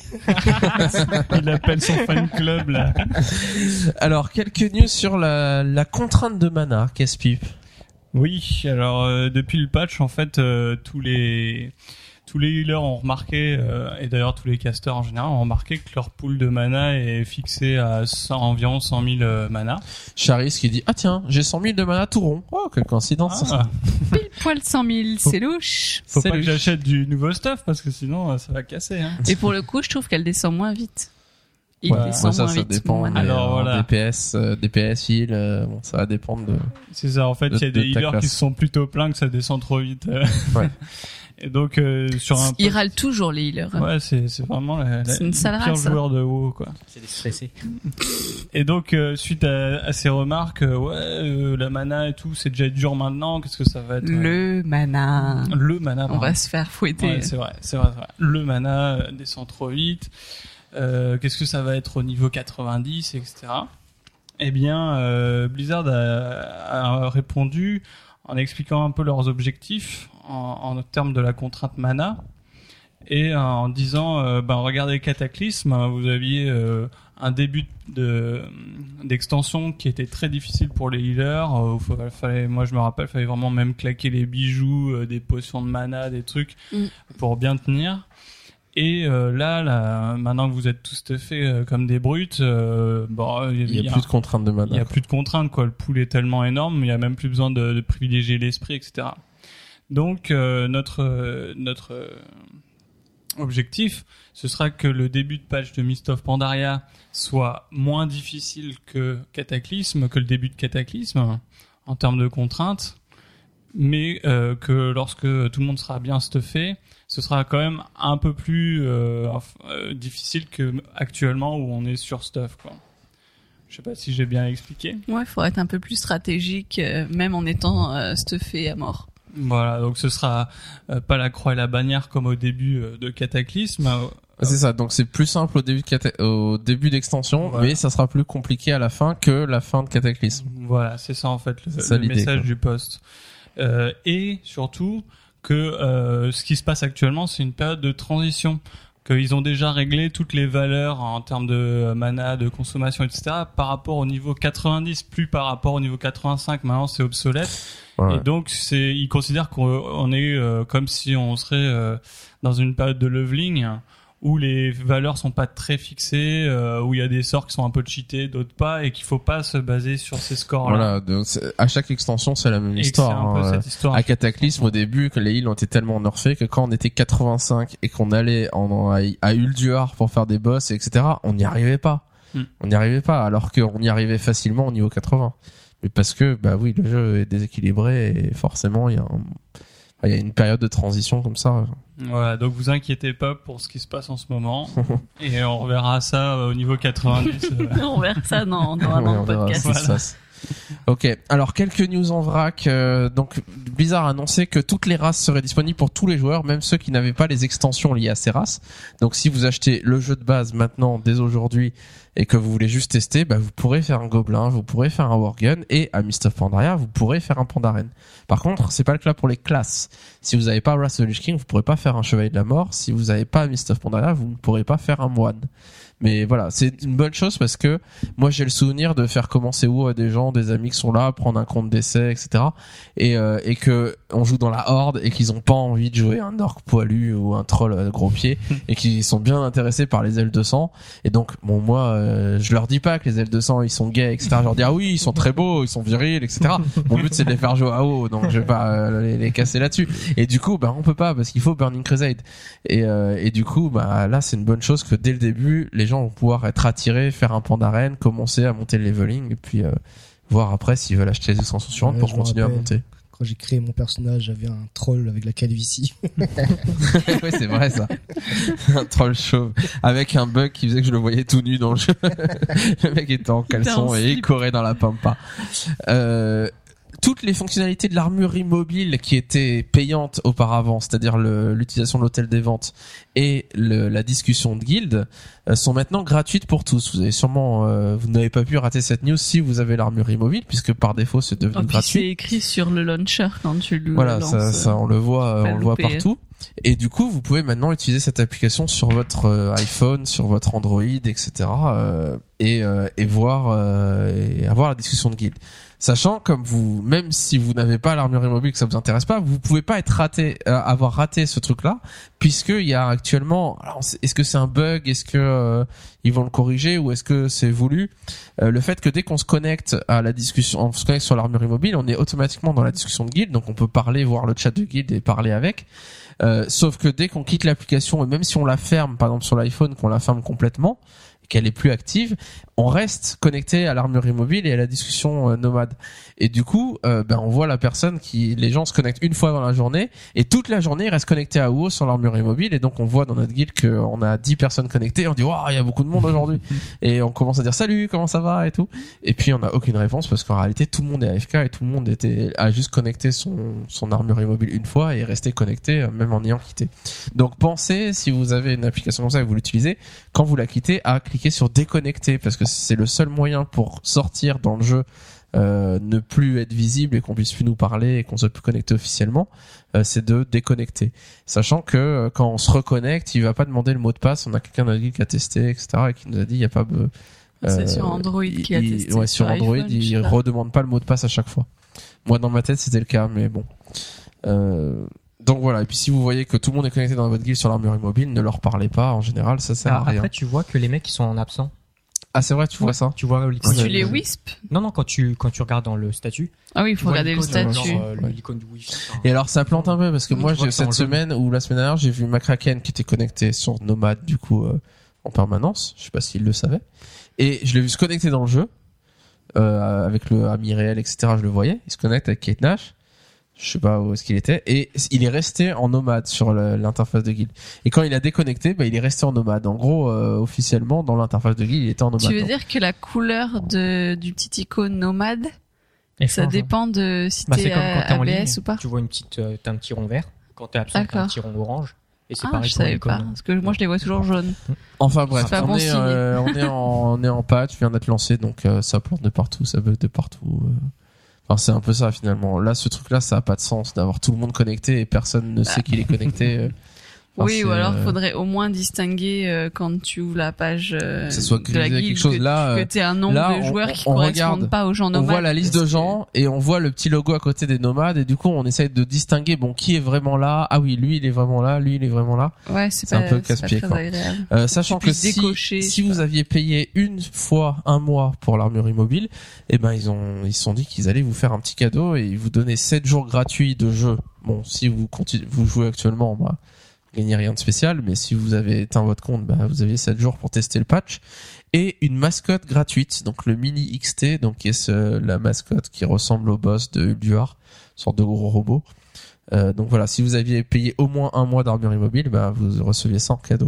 Il appelle son fan club, là.
Alors, quelques news sur la contrainte de mana, Casse-Pipe.
Oui, alors depuis le patch, en fait, tous les healers ont remarqué, et d'ailleurs tous les casters en général ont remarqué que leur pool de mana est fixé à environ 100 000 mana.
Charis qui dit, ah tiens, j'ai 100 000 de mana tout rond. Oh, quelle coïncidence.
Ah,
Pile poil 100 000, c'est louche.
faut
C'est
pas que
louche.
j'achète du nouveau stuff parce que sinon ça va casser. Hein.
Et pour le coup, je trouve qu'elle descend moins vite. Il
Ouais.
descend
ça
moins vite.
dépend.
mon
Mais
mana.
Alors, voilà.
DPS, heal, bon, ça va dépendre de...
C'est ça, en fait, il y a
de
des
ta
healers
classe.
qui se sont plutôt plaints que ça descend trop vite.
Ouais.
Et donc sur un
Ils râlent toujours, les healers. hein.
ouais, c'est vraiment
C'est une sale
le pire
race, hein.
joueur de WoW, quoi.
C'est des stressés.
Et donc suite à ces remarques, la mana et tout, c'est déjà dur maintenant. Qu'est-ce que ça va être
Le mana.
le mana.
On
pardon.
va se faire fouetter.
Ouais, c'est vrai. Le mana descend trop vite. Qu'est-ce que ça va être au niveau 90, etc. Eh bien, Blizzard a répondu en expliquant un peu leurs objectifs en termes de la contrainte mana et en disant, regardez Cataclysme, hein, vous aviez un début d'extension qui était très difficile pour les healers. Moi je me rappelle, fallait vraiment même claquer les bijoux, des potions de mana, des trucs pour bien tenir. Et là, maintenant que vous êtes tous stuffés comme des brutes,
Il y a plus de contraintes de mana.
il y a plus de contraintes, quoi. Le pool est tellement énorme, il y a même plus besoin de privilégier l'esprit, etc. Donc notre objectif, ce sera que le début de patch de Mist of Pandaria soit moins difficile que Cataclysme, que le début de Cataclysme en termes de contraintes, mais que lorsque tout le monde sera bien stuffé, ce sera quand même un peu plus difficile que actuellement où on est sur stuff, quoi. Je sais pas si j'ai bien expliqué.
Ouais, il faudrait être un peu plus stratégique, même en étant stuffé à mort.
Voilà, donc ce sera pas la croix et la bannière comme au début de Cataclysme.
C'est ça, donc c'est plus simple au début d'extension,
Voilà.
mais ça sera plus compliqué à la fin que la fin de Cataclysme.
Voilà, c'est ça en fait
C'est ça
le
l'idée,
message
quoi.
du post. Et surtout que ce qui se passe actuellement, c'est une période de transition. Qu'ils ont déjà réglé toutes les valeurs en termes de mana, de consommation, etc. par rapport au niveau 90, plus par rapport au niveau 85. Maintenant, c'est obsolète.
Ouais.
Et donc, ils considèrent qu'on est comme si on serait dans une période de leveling où les valeurs sont pas très fixées, où il y a des sorts qui sont un peu cheatés, d'autres pas, et qu'il faut pas se baser sur ces scores-là.
Voilà, donc à chaque extension, c'est la même
Et que
histoire.
c'est un peu
hein.
cette histoire.
À Cataclysme, au début, que les heals ont été tellement nerfés que quand on était 85 et qu'on allait à Ulduar pour faire des boss, etc., on n'y arrivait pas. On n'y arrivait pas, alors qu'on y arrivait facilement au niveau 80. Mais parce que, bah oui, le jeu est déséquilibré et forcément, il y a une période de transition comme ça.
Voilà, donc vous inquiétez pas pour ce qui se passe en ce moment. Et on reverra ça au niveau 90.
On verra ça dans un
Ouais,
an
on
de
verra
podcast.
ce qui se passe. Ok, alors quelques news en vrac. Donc Blizzard a annoncé que toutes les races seraient disponibles pour tous les joueurs, même ceux qui n'avaient pas les extensions liées à ces races. Donc si vous achetez le jeu de base maintenant, dès aujourd'hui, et que vous voulez juste tester, bah, vous pourrez faire un gobelin, vous pourrez faire un wargun, et à Mist of Pandaria, vous pourrez faire un pandaren. Par contre, c'est pas le cas pour les classes. Si vous n'avez pas Wrath of the Lich King, vous pourrez pas faire un chevalier de la mort. Si vous n'avez pas Mist of Pandaria, vous ne pourrez pas faire un moine. Mais voilà, c'est une bonne chose parce que moi j'ai le souvenir de faire commencer WoW à des gens des amis qui sont là, prendre un compte d'essai, etc. Et que on joue dans la horde et qu'ils ont pas envie de jouer un orc poilu ou un troll gros pied et qu'ils sont bien intéressés par les L200. Et donc, bon, moi, je leur dis pas que les L200 ils sont gays, etc. Je leur dis ah oui, ils sont très beaux, ils sont virils, etc. Mon but c'est de les faire jouer à WoW, donc je vais pas les casser là-dessus. Et du coup, on peut pas parce qu'il faut Burning Crusade. Et du coup, là c'est une bonne chose que dès le début, les gens vont pouvoir être attirés, faire un Pandaren, commencer à monter le leveling et puis voir après s'ils veulent acheter les extensions suivantes pour continuer à monter.
Quand j'ai créé mon personnage, j'avais un troll avec la calvitie.
Ouais, c'est vrai ça. Un troll chauve avec un bug qui faisait que je le voyais tout nu dans le jeu. Le mec était en caleçon et il courait dans la pampa. Toutes les fonctionnalités de l'armurerie mobile qui étaient payantes auparavant, c'est-à-dire l'utilisation de l'hôtel des ventes et la discussion de guilde, sont maintenant gratuites pour tous. Vous avez sûrement, vous n'avez pas pu rater cette news si vous avez l'armurerie mobile, puisque par défaut c'est devenu gratuit.
C'est écrit sur le launcher quand tu le
voilà,
lances.
ça on le voit partout. Et du coup, vous pouvez maintenant utiliser cette application sur votre iPhone, sur votre Android, etc. Et avoir la discussion de guilde. Sachant, comme même si vous n'avez pas l'armurerie mobile, que ça vous intéresse pas, vous pouvez pas avoir raté ce truc-là, puisqu'il y a actuellement, alors, est-ce que c'est un bug, est-ce que ils vont le corriger, ou est-ce que c'est voulu, le fait que dès qu'on se connecte à la discussion, on se connecte sur l'armurerie mobile, on est automatiquement dans la discussion de guilde, donc on peut parler, voir le chat de guilde et parler avec. Sauf que dès qu'on quitte l'application, et même si on la ferme, par exemple sur l'iPhone, qu'on la ferme complètement, qu'elle est plus active, on reste connecté à l'armurerie mobile et à la discussion nomade. Et du coup, on voit la personne les gens se connectent une fois dans la journée et toute la journée ils restent connectés à WoW sur l'armurerie mobile, et donc on voit dans notre guilde qu'on a 10 personnes connectées et on dit waouh, il y a beaucoup de monde aujourd'hui. Et on commence à dire salut, comment ça va et tout. Et puis on n'a aucune réponse parce qu'en réalité tout le monde est AFK et tout le monde a juste connecté son armurerie mobile une fois et est resté connecté même en ayant quitté. Donc pensez, si vous avez une application comme ça et que vous l'utilisez, quand vous la quittez, à cliquer sur déconnecter, parce que c'est le seul moyen pour sortir dans le jeu, ne plus être visible et qu'on puisse plus nous parler et qu'on soit plus connecté officiellement, c'est de déconnecter. Sachant que quand on se reconnecte, il va pas demander le mot de passe. On a quelqu'un dans la guilde qui a testé, etc. et qui nous a dit il y a pas
c'est sur Android qui a testé.
Ouais, sur Android,
iPhone,
il redemande pas le mot de passe à chaque fois. Moi dans ma tête c'était le cas, mais bon. Donc voilà, et puis si vous voyez que tout le monde est connecté dans votre guilde sur l'armurerie mobile, ne leur parlez pas, en général ça sert à rien.
Après tu vois que les mecs ils sont en absent.
Ah c'est vrai, tu vois ça.
Tu vois
Si tu les wisp.
Non, quand tu regardes dans le statut.
Ah oui, il faut regarder le statut.
L'icône du Wi-Fi.
Et alors ça plante un peu parce que
Oui,
moi
tu vois
j'ai
que
cette
dans le
semaine ou la semaine dernière, j'ai vu McCracken qui était connecté sur Nomad du coup en permanence, je sais pas s'il le savait. Et je l'ai vu se connecter dans le jeu avec le ami réel, etc. Je le voyais, il se connecte avec Kate Nash. Je sais pas où est-ce qu'il était, et il est resté en nomade sur l'interface de guild. Et quand il a déconnecté, il est resté en nomade. En gros, officiellement, dans l'interface de guild, il était en nomade.
Tu veux dire que la couleur du petit icône nomade, ça dépend de si t'es ABS ou pas?
Tu vois t'as un petit rond vert. Quand t'es absent, t'as un petit rond orange. Et c'est pareil
je savais pas, parce que moi je les vois toujours jaunes.
Enfin bref,
on
est en patch, vient d'être lancé, donc ça plante de partout, ça bug de partout. Enfin, c'est un peu ça finalement. Là, ce truc-là, ça a pas de sens d'avoir tout le monde connecté et personne ne sait qu'il est connecté. Enfin,
oui, ou alors faudrait au moins distinguer quand tu ouvres la page
que ça soit
de la guilde
quelque chose là.
Que t'aies un nombre de joueurs qui correspondent pas aux gens nomades.
On voit la liste de gens et on voit le petit logo à côté des nomades et du coup on essaye de distinguer qui est vraiment là. Ah oui, lui il est vraiment là, lui il est vraiment là.
Ouais, c'est un
peu casse-pied quoi. Sachant que si vous aviez payé une fois un mois pour l'armurerie mobile, ils se sont dit qu'ils allaient vous faire un petit cadeau et ils vous donnaient 7 jours gratuits de jeu. Bon, si vous jouez actuellement, gagnez rien de spécial, mais si vous avez éteint votre compte, vous aviez 7 jours pour tester le patch et une mascotte gratuite, donc le mini XT, donc qui est la mascotte qui ressemble au boss de Ulduar, sorte de gros robot. Donc voilà, si vous aviez payé au moins un mois d'armurerie mobile, vous receviez ça en cadeau.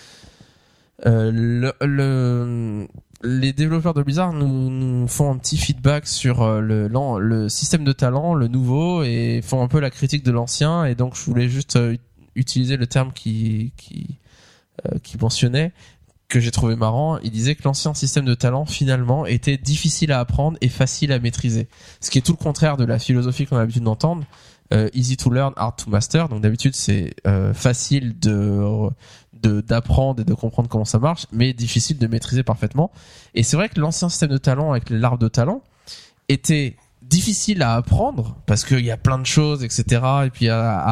Les développeurs de Blizzard nous font un petit feedback sur le système de talent, le nouveau, et font un peu la critique de l'ancien, et donc je voulais juste utiliser le terme qui mentionnait, que j'ai trouvé marrant. Il disait que l'ancien système de talent finalement était difficile à apprendre et facile à maîtriser, ce qui est tout le contraire de la philosophie qu'on a l'habitude d'entendre. Easy to learn, hard to master. Donc d'habitude c'est facile d'apprendre et de comprendre comment ça marche, mais difficile de maîtriser parfaitement. Et c'est vrai que l'ancien système de talent avec l'arbre de talent était difficile à apprendre parce qu'il y a plein de choses, etc. Et puis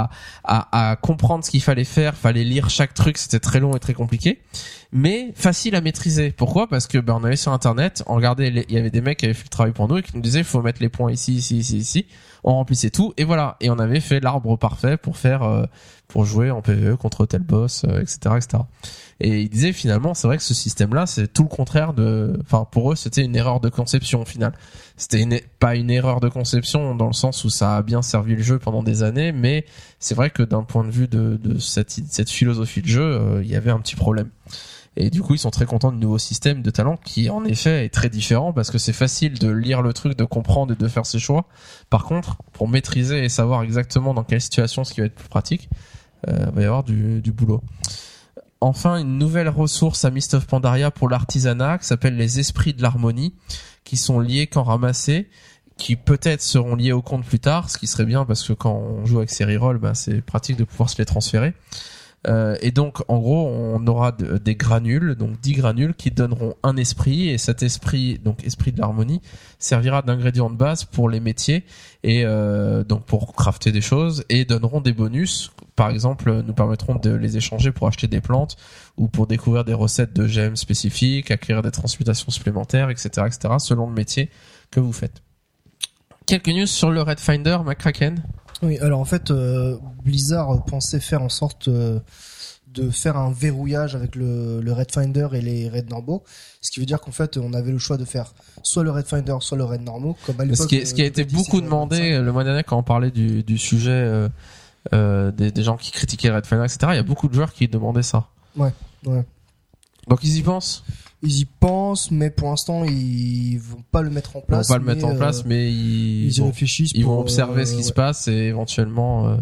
à comprendre ce qu'il fallait faire, fallait lire chaque truc, c'était très long et très compliqué, mais facile à maîtriser. Pourquoi ? Parce que on allait sur internet, on regardait, il y avait des mecs qui avaient fait le travail pour nous et qui nous disaient il faut mettre les points ici, ici, ici, ici. On remplissait tout et voilà. Et on avait fait l'arbre parfait pour faire pour jouer en PvE contre tel boss, etc., etc. Et il disait finalement, c'est vrai que ce système-là, c'est tout le contraire enfin pour eux, c'était une erreur de conception au final. C'était pas une erreur de conception dans le sens où ça a bien servi le jeu pendant des années, mais c'est vrai que d'un point de vue de cette philosophie de jeu, il y avait un petit problème. Et du coup, ils sont très contents du nouveau système de talent qui, en effet, est très différent parce que c'est facile de lire le truc, de comprendre et de faire ses choix. Par contre, pour maîtriser et savoir exactement dans quelle situation ce qui va être plus pratique, va y avoir du boulot. Enfin, une nouvelle ressource à Mist of Pandaria pour l'artisanat qui s'appelle les esprits de l'harmonie, qui sont liés quand ramassés, qui peut-être seront liés au compte plus tard, ce qui serait bien parce que quand on joue avec ces rerolls, c'est pratique de pouvoir se les transférer. Et donc, en gros, on aura des granules, donc 10 granules qui donneront un esprit, et cet esprit, donc esprit de l'harmonie, servira d'ingrédient de base pour les métiers et donc pour crafter des choses, et donneront des bonus. Par exemple, nous permettront de les échanger pour acheter des plantes ou pour découvrir des recettes de gemmes spécifiques, acquérir des transmutations supplémentaires, etc., etc., selon le métier que vous faites. Quelques news sur le Red Finder, McCracken.
Oui, alors en fait, Blizzard pensait faire en sorte de faire un verrouillage avec le Red Finder et les Raids normaux, ce qui veut dire qu'en fait, on avait le choix de faire soit le Red Finder, soit le Raid normaux, comme à l'époque.
Ce qui a été beaucoup demandé le mois dernier quand on parlait du sujet des gens qui critiquaient le Red Finder, etc. Il y a beaucoup de joueurs qui demandaient ça.
Ouais.
Donc ils y pensent.
Ils y pensent, mais pour l'instant, ils vont pas le mettre en place.
Ils vont pas le mettre en place, mais
ils y réfléchissent.
Ils vont observer ce qui se passe et éventuellement.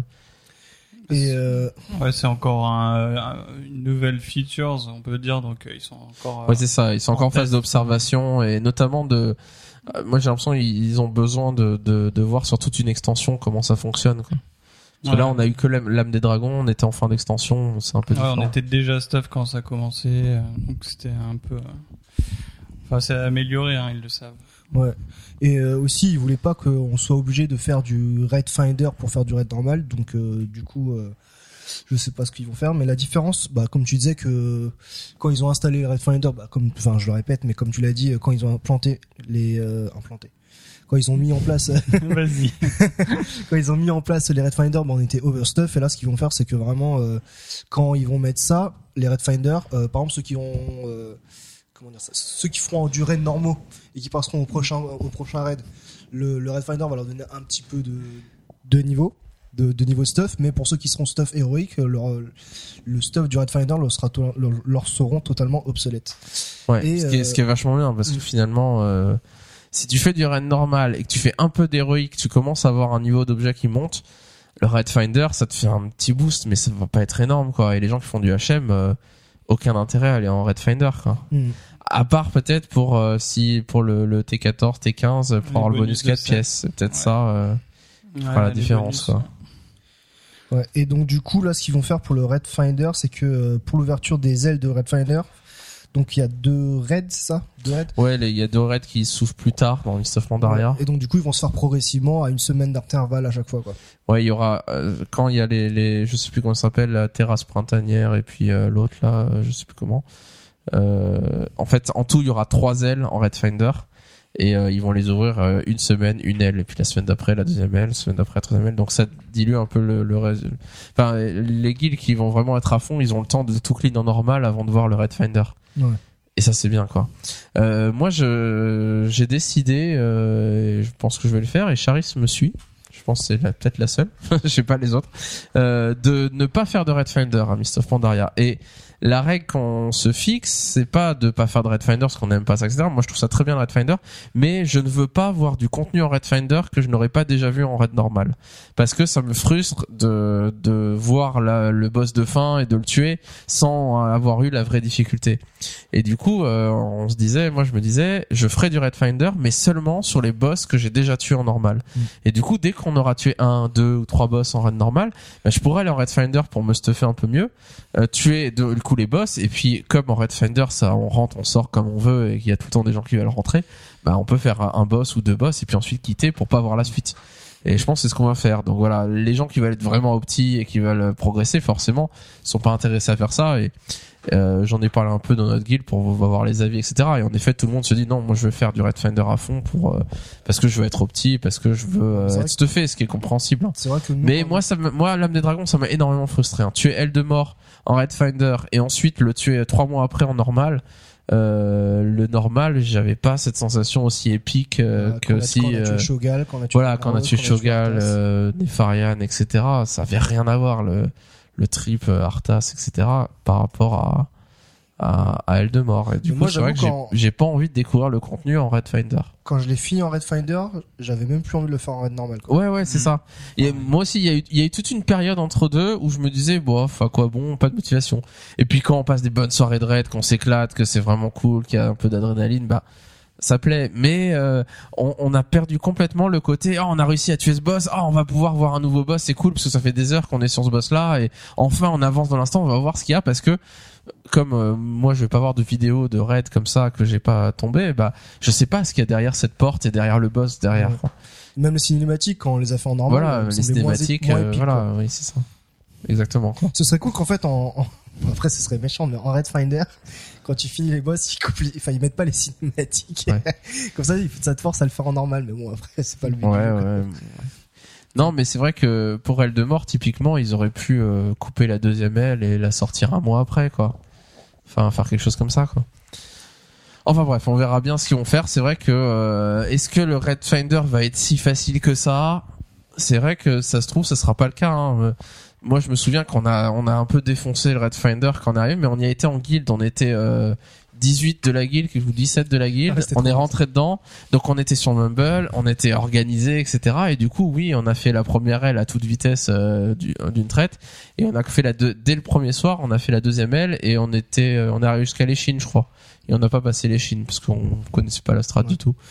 Ouais, c'est encore une nouvelle features, on peut dire, donc ils sont encore.
Ouais, c'est ça. Ils sont encore en phase d'observation et notamment moi, j'ai l'impression qu'ils ont besoin de voir sur toute une extension comment ça fonctionne, quoi. Parce que là, on a eu que l'âme des dragons, on était en fin d'extension, c'est un peu différent.
On était déjà stuff quand ça a commencé, donc c'était un peu. Enfin, c'est amélioré, hein, ils le savent.
Ouais. Et aussi, ils voulaient pas qu'on soit obligé de faire du Raid Finder pour faire du Raid normal, donc du coup, je sais pas ce qu'ils vont faire, mais la différence, comme tu disais que quand ils ont installé le Raid Finder, je le répète, mais comme tu l'as dit, quand ils ont quand ils ont mis en place
Vas-y.
Quand ils ont mis en place les Red Finder, on était overstuff, et là ce qu'ils vont faire c'est que vraiment quand ils vont mettre ça, les Red Finder, par exemple ceux qui ont ceux qui feront du raid normaux et qui passeront au prochain raid, le Red Finder va leur donner un petit peu de niveau de niveau stuff, mais pour ceux qui seront stuff héroïque, le stuff du Red Finder leur seront totalement obsolètes.
Ouais,
et
ce qui est vachement bien parce que finalement si tu fais du raid normal et que tu fais un peu d'héroïque, tu commences à avoir un niveau d'objet qui monte, le Raid Finder, ça te fait un petit boost, mais ça va pas être énorme, quoi. Et les gens qui font du HM, aucun intérêt à aller en Raid Finder, quoi. À part peut-être pour le T14, T15, pour avoir le bonus 4 pièces. C'est peut-être ça, fera la différence, quoi.
Ouais. Et donc, du coup, là, ce qu'ils vont faire pour le Raid Finder, c'est que pour l'ouverture des ailes de Raid Finder, donc il y a 2 raids, c'est ça? 2 raids?
Ouais, il y a 2 raids qui s'ouvrent plus tard dans Mist of Pandaria.
Ouais. Et donc du coup ils vont se faire progressivement à une semaine d'intervalle à chaque fois, quoi.
Ouais, il y aura quand il y a les je sais plus comment ça s'appelle, la terrasse printanière et puis l'autre là, je sais plus comment. En fait, en tout il y aura 3 ailes en Raid Finder et ils vont les ouvrir une semaine, une aile, et puis la semaine d'après la deuxième aile, la semaine d'après la troisième aile. Donc ça dilue un peu le reste. Enfin, les guilds qui vont vraiment être à fond, ils ont le temps de tout clean en normal avant de voir le Raid Finder.
Ouais.
Et ça c'est bien, quoi. Moi j'ai décidé, je pense que je vais le faire et Charis me suit. Je pense que c'est peut-être la seule, je sais pas les autres, de ne pas faire de Raid Finder à Mist of Pandaria. Et la règle qu'on se fixe, c'est pas de pas faire de Raid Finder parce qu'on n'aime pas ça, etc. Moi je trouve ça très bien le Raid Finder, mais je ne veux pas voir du contenu en Raid Finder que je n'aurais pas déjà vu en Raid normal. Parce que ça me frustre de voir le boss de fin et de le tuer sans avoir eu la vraie difficulté. Et du coup, moi je me disais, je ferai du Raid Finder, mais seulement sur les boss que j'ai déjà tués en normal. Et du coup, dès qu'on aura tué 1, 2 ou 3 boss en Raid normal, je pourrais aller en Raid Finder pour me stuffer un peu mieux, tuer, coup les boss, et puis comme en Red Finder ça on rentre on sort comme on veut et qu'il y a tout le temps des gens qui veulent rentrer, bah on peut faire un boss ou deux boss et puis ensuite quitter pour pas voir la suite. Et je pense que c'est ce qu'on va faire. Donc voilà, les gens qui veulent être vraiment opti et qui veulent progresser forcément sont pas intéressés à faire ça. Et j'en ai parlé un peu dans notre guild pour voir les avis, etc. Et en effet, tout le monde se dit non, moi je veux faire du Red Finder à fond parce que je veux être opti, parce que je veux être stuffé, ce qui est compréhensible.
C'est vrai que nous,
Mais moi, l'âme des dragons, ça m'a énormément frustré. Hein. Tuer Eldemort en Red Finder et ensuite le tuer 3 mois après en normal. Le normal, j'avais pas cette sensation aussi épique que si.
Quand on a tué Shogal, quand on a tué
Shogal, Nefarian, etc. Ça avait rien à voir le trip Arthas, etc. par rapport à Eldemort. Et du coup, c'est vrai que j'ai pas envie de découvrir le contenu en Red Finder.
Quand je l'ai fini en Red Finder, j'avais même plus envie de le faire en Red normal, quoi.
Ouais, c'est ça. Et moi aussi, il y a eu toute une période entre deux où je me disais, bof, à quoi bon, pas de motivation. Et puis quand on passe des bonnes soirées de raid, qu'on s'éclate, que c'est vraiment cool, qu'il y a un peu d'adrénaline, bah, ça plaît. Mais, on a perdu complètement le côté, on a réussi à tuer ce boss, on va pouvoir voir un nouveau boss, c'est cool, parce que ça fait des heures qu'on est sur ce boss-là, et enfin, on avance dans l'instant, on va voir ce qu'il y a, parce que, comme moi je vais pas voir de vidéos de raid comme ça que j'ai pas tombé, bah je sais pas ce qu'il y a derrière cette porte et derrière le boss derrière. Quoi.
Même les cinématiques quand on les a fait en normal,
voilà, les cinématiques, moins épiques, voilà, oui c'est ça. Exactement. Quoi.
Ce serait cool qu'en fait après ce serait méchant, mais en Red Finder, quand tu finis les boss, ils mettent pas les cinématiques. Ouais. Comme ça te force à le faire en normal, mais bon après c'est pas le but.
Ouais. Non, mais c'est vrai que pour Eldemort, typiquement, ils auraient pu couper la deuxième aile et la sortir un mois après, quoi. Enfin, faire quelque chose comme ça, quoi. Enfin bref, on verra bien ce qu'ils vont faire. C'est vrai que est-ce que le Red Finder va être si facile que ça ? C'est vrai que ça se trouve, ça sera pas le cas. Hein. Moi, je me souviens qu'on a un peu défoncé le Red Finder quand on est arrivé, mais on y a été en guild. On était 18 de la guild, ou 17 de la guild, on est rentré dedans, donc on était sur Mumble, on était organisé, etc. Et du coup, oui, on a fait la première aile à toute vitesse d'une traite, et on a fait dès le premier soir, on a fait la deuxième aile, et on arrivé jusqu'à l'échine, je crois. Et on n'a pas passé l'échine, parce qu'on connaissait pas la strat du tout.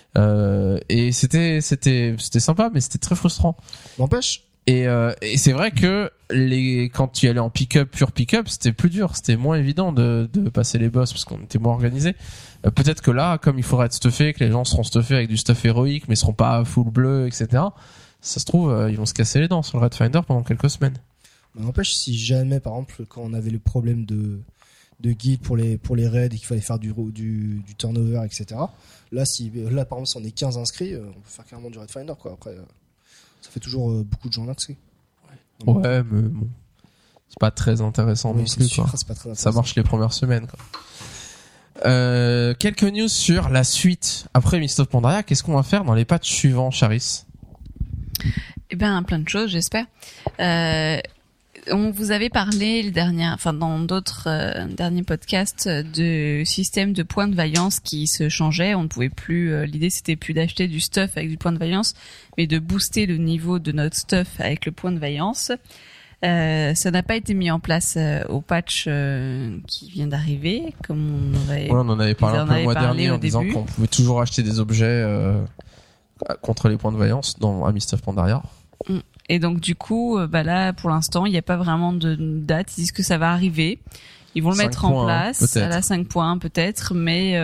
Et c'était sympa, mais c'était très frustrant.
N'empêche.
Et c'est vrai que quand tu y allais en pure pick-up, c'était plus dur, c'était moins évident de passer les boss parce qu'on était moins organisé. Peut-être que là, comme il faudra être stuffé, que les gens seront stuffés avec du stuff héroïque, mais seront pas full bleu, etc. Ça se trouve, ils vont se casser les dents sur le Red Finder pendant quelques semaines.
N'empêche, si jamais, par exemple, quand on avait le problème de guide pour les raids et qu'il fallait faire du turnover, etc. Là, par exemple, si on est 15 inscrits, on peut faire carrément du Red Finder, quoi. Après, ça fait toujours beaucoup de gens inscrits.
Ouais, mais bon, c'est pas très intéressant non plus,
sûr,
quoi.
C'est pas très intéressant.
Ça marche les premières semaines, quoi. Quelques news sur la suite. Après Mist of Pandaria, qu'est-ce qu'on va faire dans les patchs suivants, Charis?
Eh ben, plein de choses, j'espère. On vous avait parlé dans d'autres derniers podcasts de système de points de vaillance qui se changeait. On ne pouvait plus. L'idée c'était plus d'acheter du stuff avec du point de vaillance, mais de booster le niveau de notre stuff avec le point de vaillance. Ça n'a pas été mis en place au patch qui vient d'arriver, comme on en avait parlé
un peu le mois dernier en disant qu'on pouvait toujours acheter des objets contre les points de vaillance dans Mist of Pandaria.
Et donc du coup, là pour l'instant, il n'y a pas vraiment de date. Ils disent que ça va arriver. Ils vont le mettre en place à la 5 points peut-être, mais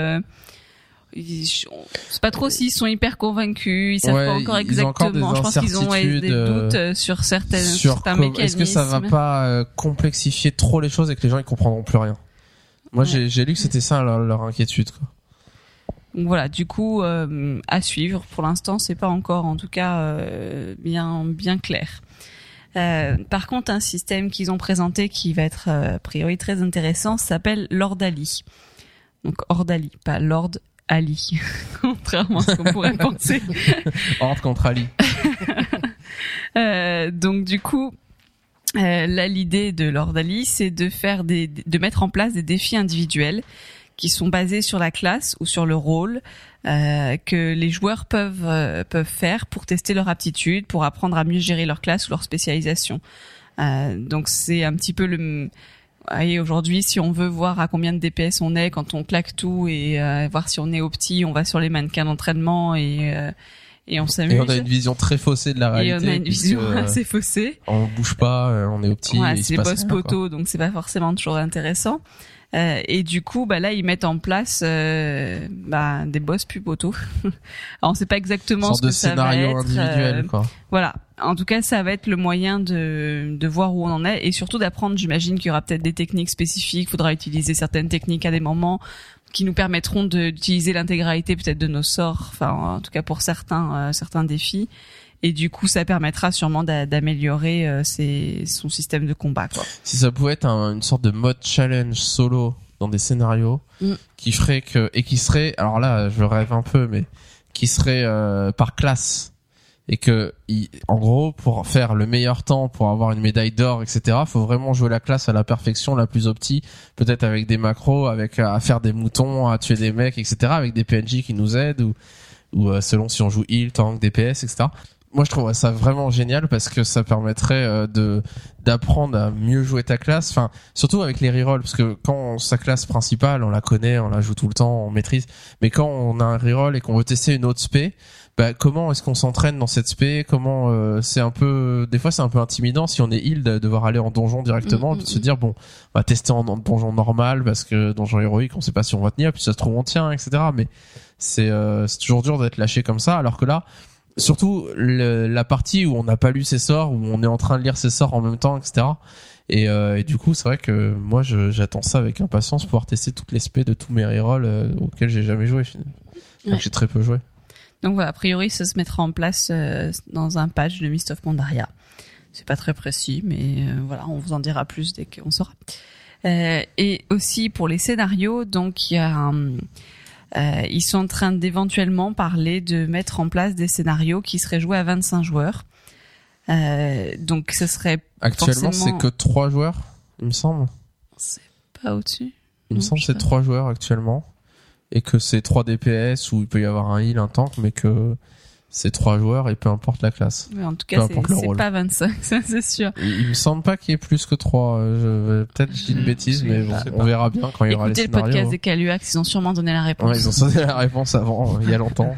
c'est pas trop s'ils sont hyper convaincus. Ils savent pas encore exactement. Je pense qu'ils ont des doutes sur certains mécanismes.
Est-ce que ça va pas complexifier trop les choses et que les gens ils comprendront plus rien? Moi, j'ai lu que c'était ça leur inquiétude, quoi.
Donc voilà, du coup, à suivre. Pour l'instant, c'est pas encore, en tout cas, bien clair. Par contre, un système qu'ils ont présenté qui va être a priori très intéressant s'appelle Lord Ali. Donc Ordali, pas Lord Ali, contrairement à ce qu'on pourrait penser.
Horde contre Ali.
Donc du coup, là l'idée de Lord Ali, c'est de mettre en place des défis individuels qui sont basés sur la classe ou sur le rôle que les joueurs peuvent faire pour tester leur aptitude, pour apprendre à mieux gérer leur classe ou leur spécialisation. Donc c'est un petit peu aujourd'hui, si on veut voir à combien de DPS on est quand on claque tout et voir si on est opti, on va sur les mannequins d'entraînement et et on s'amuse.
Et on a une vision très faussée de la
Et
réalité.
on a une vision
puisque,
assez faussée.
on bouge pas, on est au petit.
Ouais,
il
c'est
se passe
boss
rien, quoi.
poteau, donc c'est pas forcément toujours intéressant. Et du coup, là, ils mettent en place des boss plus poteaux. Alors, on sait pas exactement ce que ça va
scénario
être.
individuel, quoi.
Voilà. En tout cas, ça va être le moyen de voir où on en est et surtout d'apprendre. J'imagine qu'il y aura peut-être des techniques spécifiques. Il faudra utiliser certaines techniques à des moments qui nous permettront d'utiliser l'intégralité peut-être de nos sorts. Enfin, en tout cas pour certains défis. Et du coup, ça permettra sûrement d'améliorer son système de combat, quoi.
Si ça pouvait être une sorte de mode challenge solo dans des scénarios qui ferait qui serait, alors là, je rêve un peu, mais qui serait par classe et que en gros, pour faire le meilleur temps, pour avoir une médaille d'or, etc., faut vraiment jouer la classe à la perfection, la plus opti, peut-être avec des macros, avec à faire des moutons, à tuer des mecs, etc., avec des PNJ qui nous aident ou selon si on joue heal, tank, DPS, etc. Moi, je trouverais ça vraiment génial parce que ça permettrait d'apprendre à mieux jouer ta classe. Enfin, surtout avec les rerolls, parce que quand sa classe principale, on la connaît, on la joue tout le temps, on maîtrise. Mais quand on a un reroll et qu'on veut tester une autre spé, comment est-ce qu'on s'entraîne dans cette spé? Comment des fois c'est un peu intimidant si on est heal de devoir aller en donjon directement, et de se dire bon, on va tester en donjon normal parce que donjon héroïque, on sait pas si on va tenir, puis ça se trouve on tient, etc. Mais c'est toujours dur d'être lâché comme ça, alors que là. Surtout la partie où on n'a pas lu ses sorts, où on est en train de lire ses sorts en même temps, etc. Et du coup, c'est vrai que moi, j'attends ça avec impatience, pouvoir tester toutes les spés de tous mes rerolls auxquels j'ai jamais joué. Donc j'ai très peu joué.
Donc voilà, a priori, ça se mettra en place dans un patch de Mist of Pandaria. C'est pas très précis, mais voilà, on vous en dira plus dès qu'on saura. Et aussi pour les scénarios, donc il y a ils sont en train d'éventuellement parler de mettre en place des scénarios qui seraient joués à 25 joueurs. Donc ce serait
actuellement
forcément...
c'est que 3 joueurs, il me semble.
C'est pas au-dessus.
Il me semble que c'est 3 joueurs actuellement et que c'est 3 DPS où il peut y avoir un heal, un tank, mais que c'est 3 joueurs et peu importe la classe.
Mais en tout cas, c'est pas 25, ça c'est sûr.
Il me semble pas qu'il y ait plus que 3. Peut-être je dis une bêtise, mais bon, on verra bien quand il y aura les
Écoutez
scénarios.
le podcast des Caluax, ils ont sûrement donné la réponse.
Ouais, ils ont donné la réponse avant, il y a longtemps.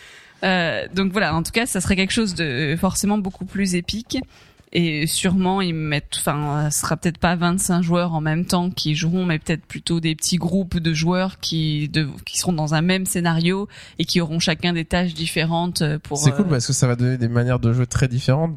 Donc voilà, en tout cas, ça serait quelque chose de forcément beaucoup plus épique. Et sûrement, ce sera peut-être pas 25 joueurs en même temps qui joueront, mais peut-être plutôt des petits groupes de joueurs qui seront dans un même scénario et qui auront chacun des tâches différentes pour...
C'est cool parce que ça va donner des manières de jouer très différentes.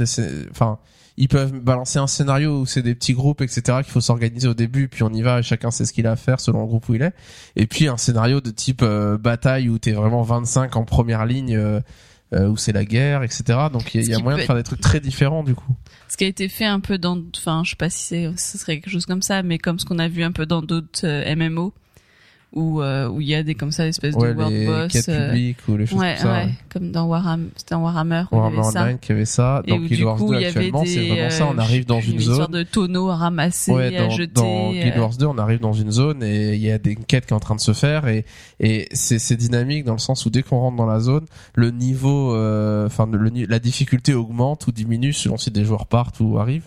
Ils peuvent balancer un scénario où c'est des petits groupes, etc., qu'il faut s'organiser au début, puis on y va et chacun sait ce qu'il a à faire selon le groupe où il est. Et puis un scénario de type bataille où t'es vraiment 25 en première ligne, où c'est la guerre, etc. Donc il y a moyen de faire des trucs très différents du coup.
Ce qui a été fait un peu je sais pas si ce serait quelque chose comme ça, mais comme ce qu'on a vu un peu dans d'autres MMO, où il y a des comme ça, espèces de world boss.
Les quêtes publiques ou les choses comme ça.
Ouais, comme dans Warhammer, c'était en Warhammer
Online qui avait ça. Dans Guild Wars 2 actuellement, c'est vraiment ça. On arrive dans une zone.
Une sorte de tonneau à ramasser, à jeter.
Dans Guild Wars 2, on arrive dans une zone et il y a des quêtes qui sont en train de se faire et c'est dynamique dans le sens où dès qu'on rentre dans la zone, le niveau, la difficulté augmente ou diminue selon si des joueurs partent ou arrivent.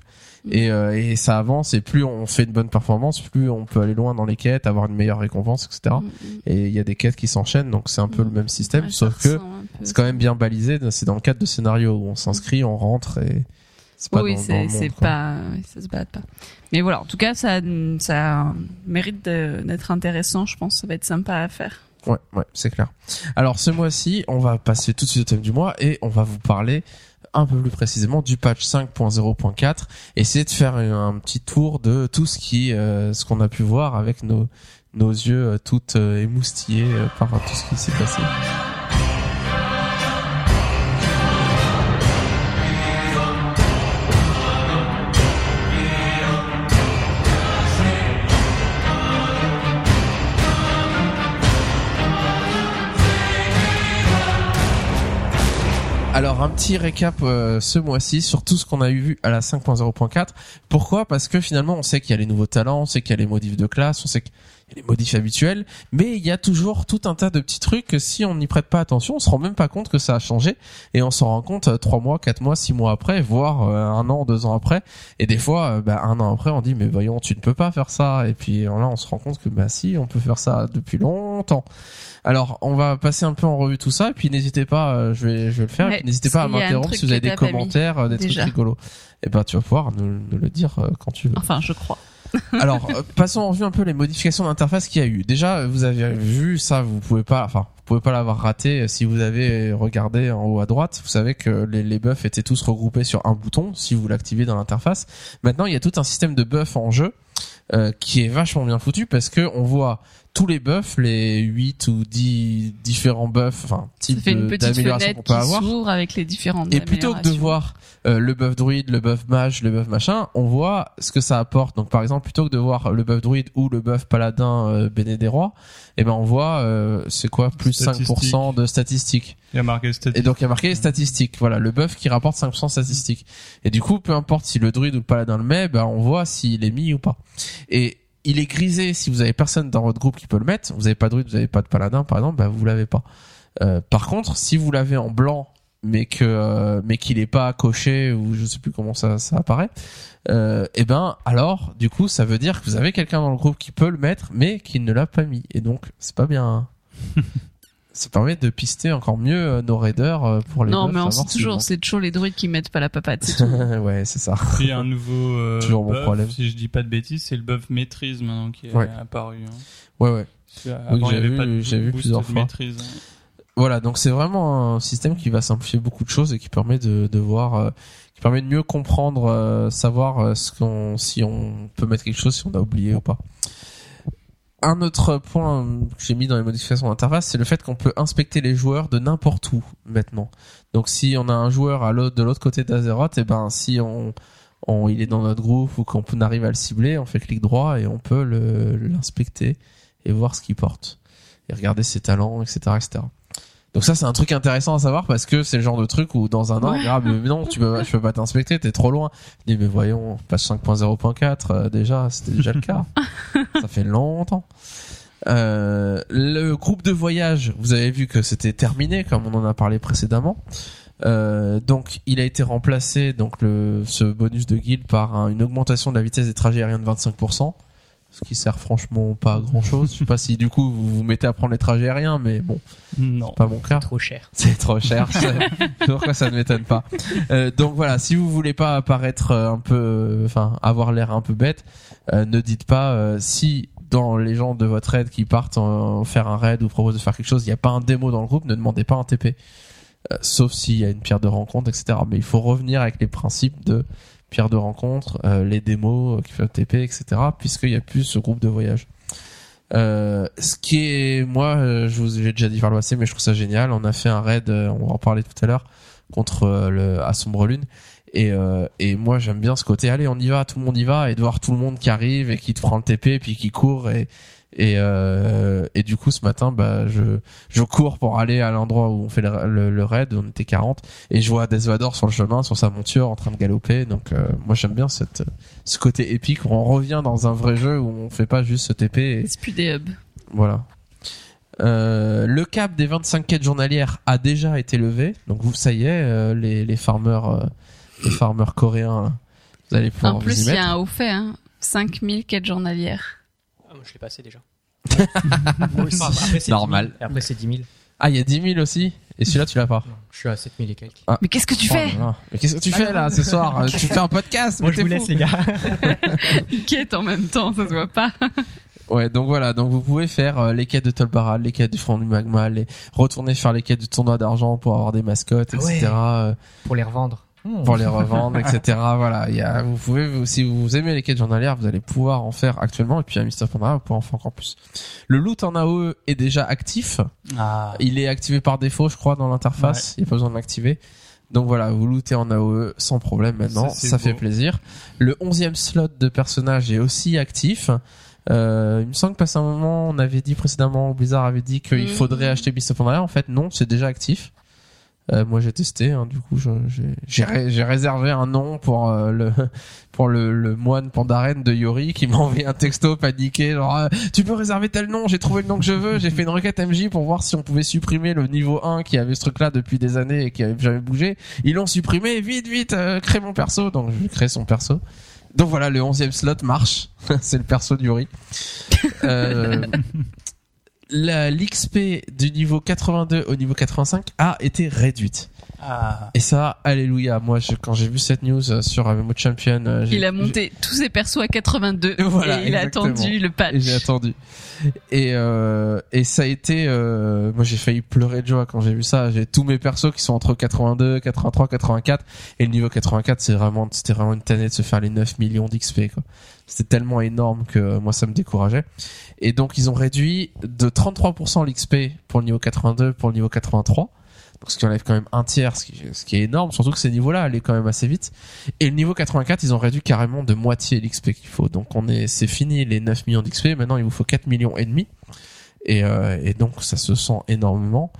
Et ça avance et plus on fait une bonne performance, plus on peut aller loin dans les quêtes, avoir une meilleure récompense, etc. Et il y a des quêtes qui s'enchaînent, donc c'est un peu le même système, sauf que c'est quand même bien balisé. C'est dans le cadre de scénario où on s'inscrit, on rentre et c'est pas
ça se balade pas. Mais voilà, en tout cas, ça mérite d'être intéressant. Je pense que ça va être sympa à faire.
Ouais, c'est clair. Alors ce mois-ci, on va passer tout de suite au thème du mois et on va vous parler un peu plus précisément du patch 5.0.4, essayer de faire un petit tour de tout ce qu'on a pu voir avec nos yeux tout émoustillés par tout ce qui s'est passé. Alors un petit récap ce mois-ci sur tout ce qu'on a vu à la 5.0.4. Pourquoi ? Parce que finalement on sait qu'il y a les nouveaux talents, on sait qu'il y a les modifs de classe, on sait qu'il les modifs habituels, mais il y a toujours tout un tas de petits trucs que si on n'y prête pas attention, on se rend même pas compte que ça a changé, et on s'en rend compte 3 mois, 4 mois, 6 mois après, voire 1 an, 2 ans après, et des fois 1 an après on dit mais voyons, tu ne peux pas faire ça, et puis là on se rend compte que si, on peut faire ça depuis longtemps. Alors, on va passer un peu en revue tout ça, et puis n'hésitez pas, je vais le faire,
Ouais,
n'hésitez pas à
s'il y a un
m'interrompre
truc
si vous avez
que
des
t'as pas mis,
commentaires, des trucs
déjà.
rigolos. Et tu vas pouvoir nous le dire quand tu veux.
Enfin, je crois.
Alors, passons en revue un peu les modifications d'interface qu'il y a eu. Déjà, vous avez vu ça, vous pouvez pas l'avoir raté si vous avez regardé en haut à droite. Vous savez que les buffs étaient tous regroupés sur un bouton si vous l'activez dans l'interface. Maintenant, il y a tout un système de buffs en jeu qui est vachement bien foutu parce que on voit tous les buffs, les 8 ou 10 différents buffs, types
Ça fait une petite
d'amélioration qu'on
fenêtre
peut
qui
avoir.
s'ouvre avec les différentes
Et plutôt que de
améliorations.
voir le buff druide, le buff mage, le buff machin, on voit ce que ça apporte. Donc par exemple, plutôt que de voir le buff druide ou le buff paladin Béné des Rois, on voit c'est quoi, plus
Statistique.
5% de statistiques.
Il y a marqué
Et
statistique.
donc il y a marqué statistiques. Voilà, le buff qui rapporte 5% de statistiques. Et du coup, peu importe si le druide ou le paladin le met, on voit s'il est mis ou pas. Et il est grisé si vous avez personne dans votre groupe qui peut le mettre. Vous avez pas de druide, vous avez pas de paladin par exemple, vous l'avez pas. Par contre, si vous l'avez en blanc mais qu'il est pas coché ou je sais plus comment ça apparaît, alors du coup ça veut dire que vous avez quelqu'un dans le groupe qui peut le mettre mais qui ne l'a pas mis, et donc c'est pas bien. Ça permet de pister encore mieux nos raiders pour les
Non,
buffs,
mais on
savoir
sait
s'ils
toujours,
manquent.
c'est toujours les druides qui mettent pas la papade, c'est tout.
Ouais, c'est ça.
Puis un nouveau
Toujours mon
buff,
problème.
si je dis pas de bêtises, c'est le buff maîtrise maintenant qui est
Ouais.
apparu.
Ouais.
Parce que avant, il y
j'ai
avait pas de
vu
boost
plusieurs
de
fois.
maîtrise.
Voilà, donc c'est vraiment un système qui va simplifier beaucoup de choses et qui permet de voir, qui permet de mieux comprendre, savoir si on peut mettre quelque chose, si on a oublié ou pas. Un autre point que j'ai mis dans les modifications d'interface, c'est le fait qu'on peut inspecter les joueurs de n'importe où maintenant. Donc si on a un joueur de l'autre côté d'Azeroth, si il est dans notre groupe ou qu'on arrive à le cibler, on fait clic droit et on peut l'inspecter et voir ce qu'il porte et regarder ses talents, etc., etc. Donc ça c'est un truc intéressant à savoir parce que c'est le genre de truc où dans un an on dira mais non je peux pas t'inspecter, t'es trop loin. Je dis mais voyons, page 5.0.4 déjà c'était déjà le cas. Ça fait longtemps. Le groupe de voyage, vous avez vu que c'était terminé comme on en a parlé précédemment. Donc il a été remplacé ce bonus de guild par une augmentation de la vitesse des trajets aériens de 25%. Ce qui sert franchement pas à grand chose. Je sais pas si du coup vous vous mettez à prendre les trajets aériens, mais bon,
Non.
c'est pas mon cas.
Trop cher.
C'est trop cher. Pourquoi ça ne m'étonne pas. Donc voilà, si vous voulez pas apparaître avoir l'air un peu bête, ne dites pas si dans les gens de votre raid qui partent faire un raid ou proposent de faire quelque chose, il n'y a pas un démo dans le groupe, ne demandez pas un TP. Sauf s'il y a une pierre de rencontre, etc. Mais il faut revenir avec les principes de pierre de rencontre, les démos qui font TP, etc. Puisqu'il y a plus ce groupe de voyage. Ce qui est, moi, je vous ai déjà dit par le passé, mais je trouve ça génial. On a fait un raid, on va en parler tout à l'heure, contre à Sombre-Lune. Et moi, j'aime bien ce côté, allez, on y va, tout le monde y va, et de voir tout le monde qui arrive et qui te prend le TP, puis qui court et du coup ce matin je cours pour aller à l'endroit où on fait le raid, on était 40 et je vois Desvador sur le chemin sur sa monture en train de galoper, donc moi j'aime bien ce côté épique où on revient dans un vrai jeu où on fait pas juste ce TP et
C'est plus des hubs.
voilà. Le cap des 25 quêtes journalières a déjà été levé, donc ça y est, les farmers coréens, vous allez pouvoir
En
vous
plus,
y
il y
mettre.
a un haut fait, 5000 quêtes journalières.
Ah, moi, je l'ai passé déjà.
Moi aussi.
Enfin, après, c'est
Normal.
10 000. Et après, c'est 10 000.
Ah, il y a 10 000 aussi, et celui-là tu l'as pas.
Non, je suis à 7 000 et quelques.
Mais qu'est-ce que tu
Oh
fais
là là. Mais qu'est-ce que tu fais là ce soir? Tu fais un podcast?
Moi,
mais
je vous
t'es
laisse,
fou.
les gars.
Quête en même temps, ça se voit pas.
Ouais, donc voilà, donc vous pouvez faire les quêtes de Tolbarad, les quêtes du front du magma, retourner faire les quêtes du tournoi d'argent pour avoir des mascottes,
Ah ouais.
etc.
Pour les revendre.
Pour les revendre, etc. Voilà, vous pouvez, si vous aimez les quêtes journalières, vous allez pouvoir en faire actuellement, et puis à Mister Pandora, vous pouvez en faire encore plus. Le loot en AOE est déjà actif.
Ah.
Il est activé par défaut, je crois, dans l'interface. Il n'y a pas besoin de l'activer. Donc voilà, vous lootez en AOE sans problème maintenant.
Ça, c'est
Ça
beau.
fait plaisir. Le 11e slot de personnage est aussi actif. Il me semble que passé un moment, on avait dit précédemment, Blizzard avait dit qu'il faudrait acheter Beast of Pandaria. En fait, non, c'est déjà actif. Moi j'ai testé, hein, du coup j'ai réservé un nom pour le moine Pandaren de Yori qui m'a envoyé un texto paniqué genre tu peux réserver tel nom, j'ai trouvé le nom que je veux, j'ai fait une requête MJ pour voir si on pouvait supprimer le niveau 1 qui avait ce truc là depuis des années et qui avait jamais bougé. Ils l'ont supprimé, vite crée mon perso. Donc je crée son perso. Donc voilà, le 11e slot marche. C'est le perso de Yuri. L'XP du niveau 82 au niveau 85 a été réduite.
Ah.
Et ça, alléluia. Moi, quand j'ai vu cette new sur MMO Champion,
il a monté tous ses persos à 82
voilà,
et il
exactement.
a attendu le patch.
Et j'ai attendu. Et ça a été, moi j'ai failli pleurer de joie quand j'ai vu ça. J'ai tous mes persos qui sont entre 82, 83, 84 et le niveau 84, c'était vraiment une tannée de se faire les 9 millions d'XP, quoi. C'était tellement énorme que moi ça me décourageait. Et donc ils ont réduit de 33% l'XP pour le niveau 82 pour le niveau 83. Donc ce qui enlève quand même un tiers, ce qui est énorme, surtout que ces niveaux-là allaient quand même assez vite. Et le niveau 84, ils ont réduit carrément de moitié l'XP qu'il faut. Donc c'est fini les 9 millions d'XP, maintenant il vous faut 4 millions et demi. Et donc ça se sent énormément.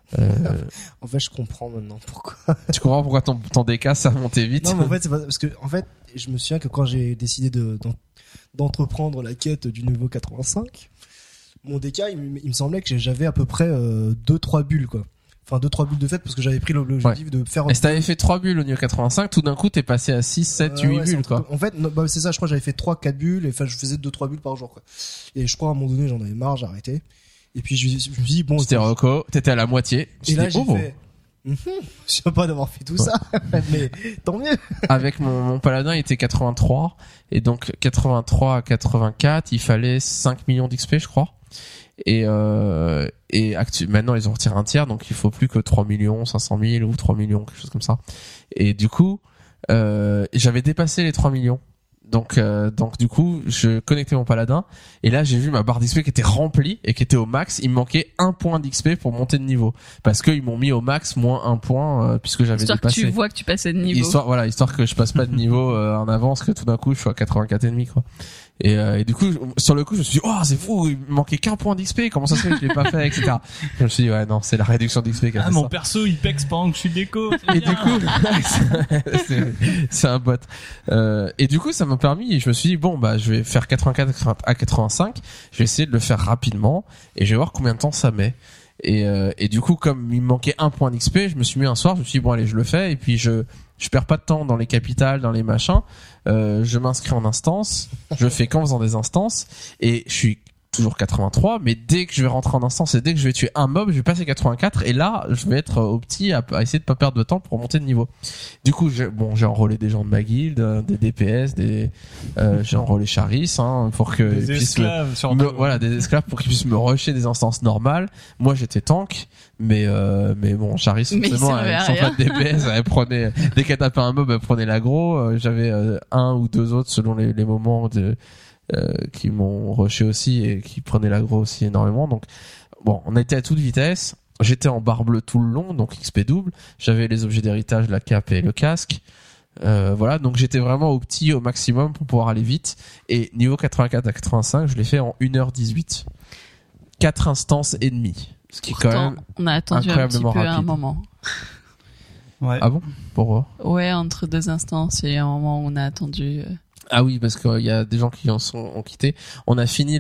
En fait, je comprends maintenant pourquoi.
Tu comprends pourquoi ton DK ça a monté vite?
Non, mais en fait, c'est parce que, en fait, je me souviens que quand j'ai décidé d'entreprendre la quête du niveau 85, mon DK, il me semblait que j'avais à peu près 2-3 bulles, quoi. Enfin, 2-3 bulles de fait, parce que j'avais pris l'objectif de faire...
Et si t'avais fait 3 bulles au niveau 85, tout d'un coup, t'es passé à 6, 7, 8 bulles, quoi.
En fait, c'est ça, je crois que j'avais fait 3-4 bulles, et enfin, je faisais 2-3 bulles par jour, quoi. Et je crois, à un moment donné, j'en avais marre, j'ai arrêté. Et puis, je me suis dit, bon...
C'était reco, t'étais à la moitié.
Et là, j'ai fait... je sais pas d'avoir fait tout ça, mais tant mieux.
Avec mon paladin, il était 83, et donc 83 à 84, il fallait 5 millions d'XP, je crois. Et maintenant ils ont retiré un tiers, donc il faut plus que 3 millions 500 000 ou 3 millions, quelque chose comme ça. Et du coup, j'avais dépassé les 3 millions. Donc du coup, je connectais mon paladin et là j'ai vu ma barre d'XP qui était remplie et qui était au max. Il me manquait 1 point d'XP pour monter de niveau parce qu'ils m'ont mis au max moins 1 point puisque j'avais
histoire
dépassé.
Que tu vois que tu passais de niveau.
Histoire que je passe pas de niveau en avance, que tout d'un coup je suis à 84 et demi, quoi. Et du coup, sur le coup, je me suis dit, oh, c'est fou, il me manquait qu'un point d'XP, comment ça se fait que je l'ai pas fait, etc. Je me suis dit, ouais, non, c'est la réduction d'XP qui a fait
mon
ça.
perso, il pexe pendant que je suis déco.
Et du coup, c'est un bot. Et du coup, ça m'a permis, je me suis dit, bon, bah, je vais faire 84 à 85, je vais essayer de le faire rapidement, et je vais voir combien de temps ça met. Et du coup, comme il me manquait 1 point d'XP, je me suis mis un soir, je me suis dit, bon, allez, je le fais, et puis je perds pas de temps dans les capitales, dans les machins, je m'inscris en instance, je fais qu'en faisant des instances, et je suis toujours 83, mais dès que je vais rentrer en instance et dès que je vais tuer un mob, je vais passer 84, et là, je vais être au petit à essayer de pas perdre de temps pour monter de niveau. Du coup, j'ai enrôlé des gens de ma guilde, des DPS, j'ai enrôlé Charis, pour que
des esclaves,
voilà, des esclaves pour qu'ils puissent me rusher des instances normales. Moi, j'étais tank, mais bon, Charis, forcément, elle sont pas de DPS, elle prenait, dès qu'elle tapait un mob, elle prenait l'aggro. J'avais un ou deux autres selon les moments qui m'ont rushé aussi et qui prenaient l'aggro aussi énormément. Donc bon, on a été à toute vitesse. J'étais en barre bleue tout le long, donc XP double. J'avais les objets d'héritage, la cape et le casque. Voilà, donc j'étais vraiment au maximum pour pouvoir aller vite. Et niveau 84 à 85, je l'ai fait en 1h18. 4 instances et demie. Ce qui est quand même
on a attendu un petit peu
rapide.
à un moment.
Ouais.
Ah bon? Pourquoi?
Ouais, entre 2 instances, il y a un moment où on a attendu.
Ah oui, parce qu'il y a des gens qui ont quitté. On a fini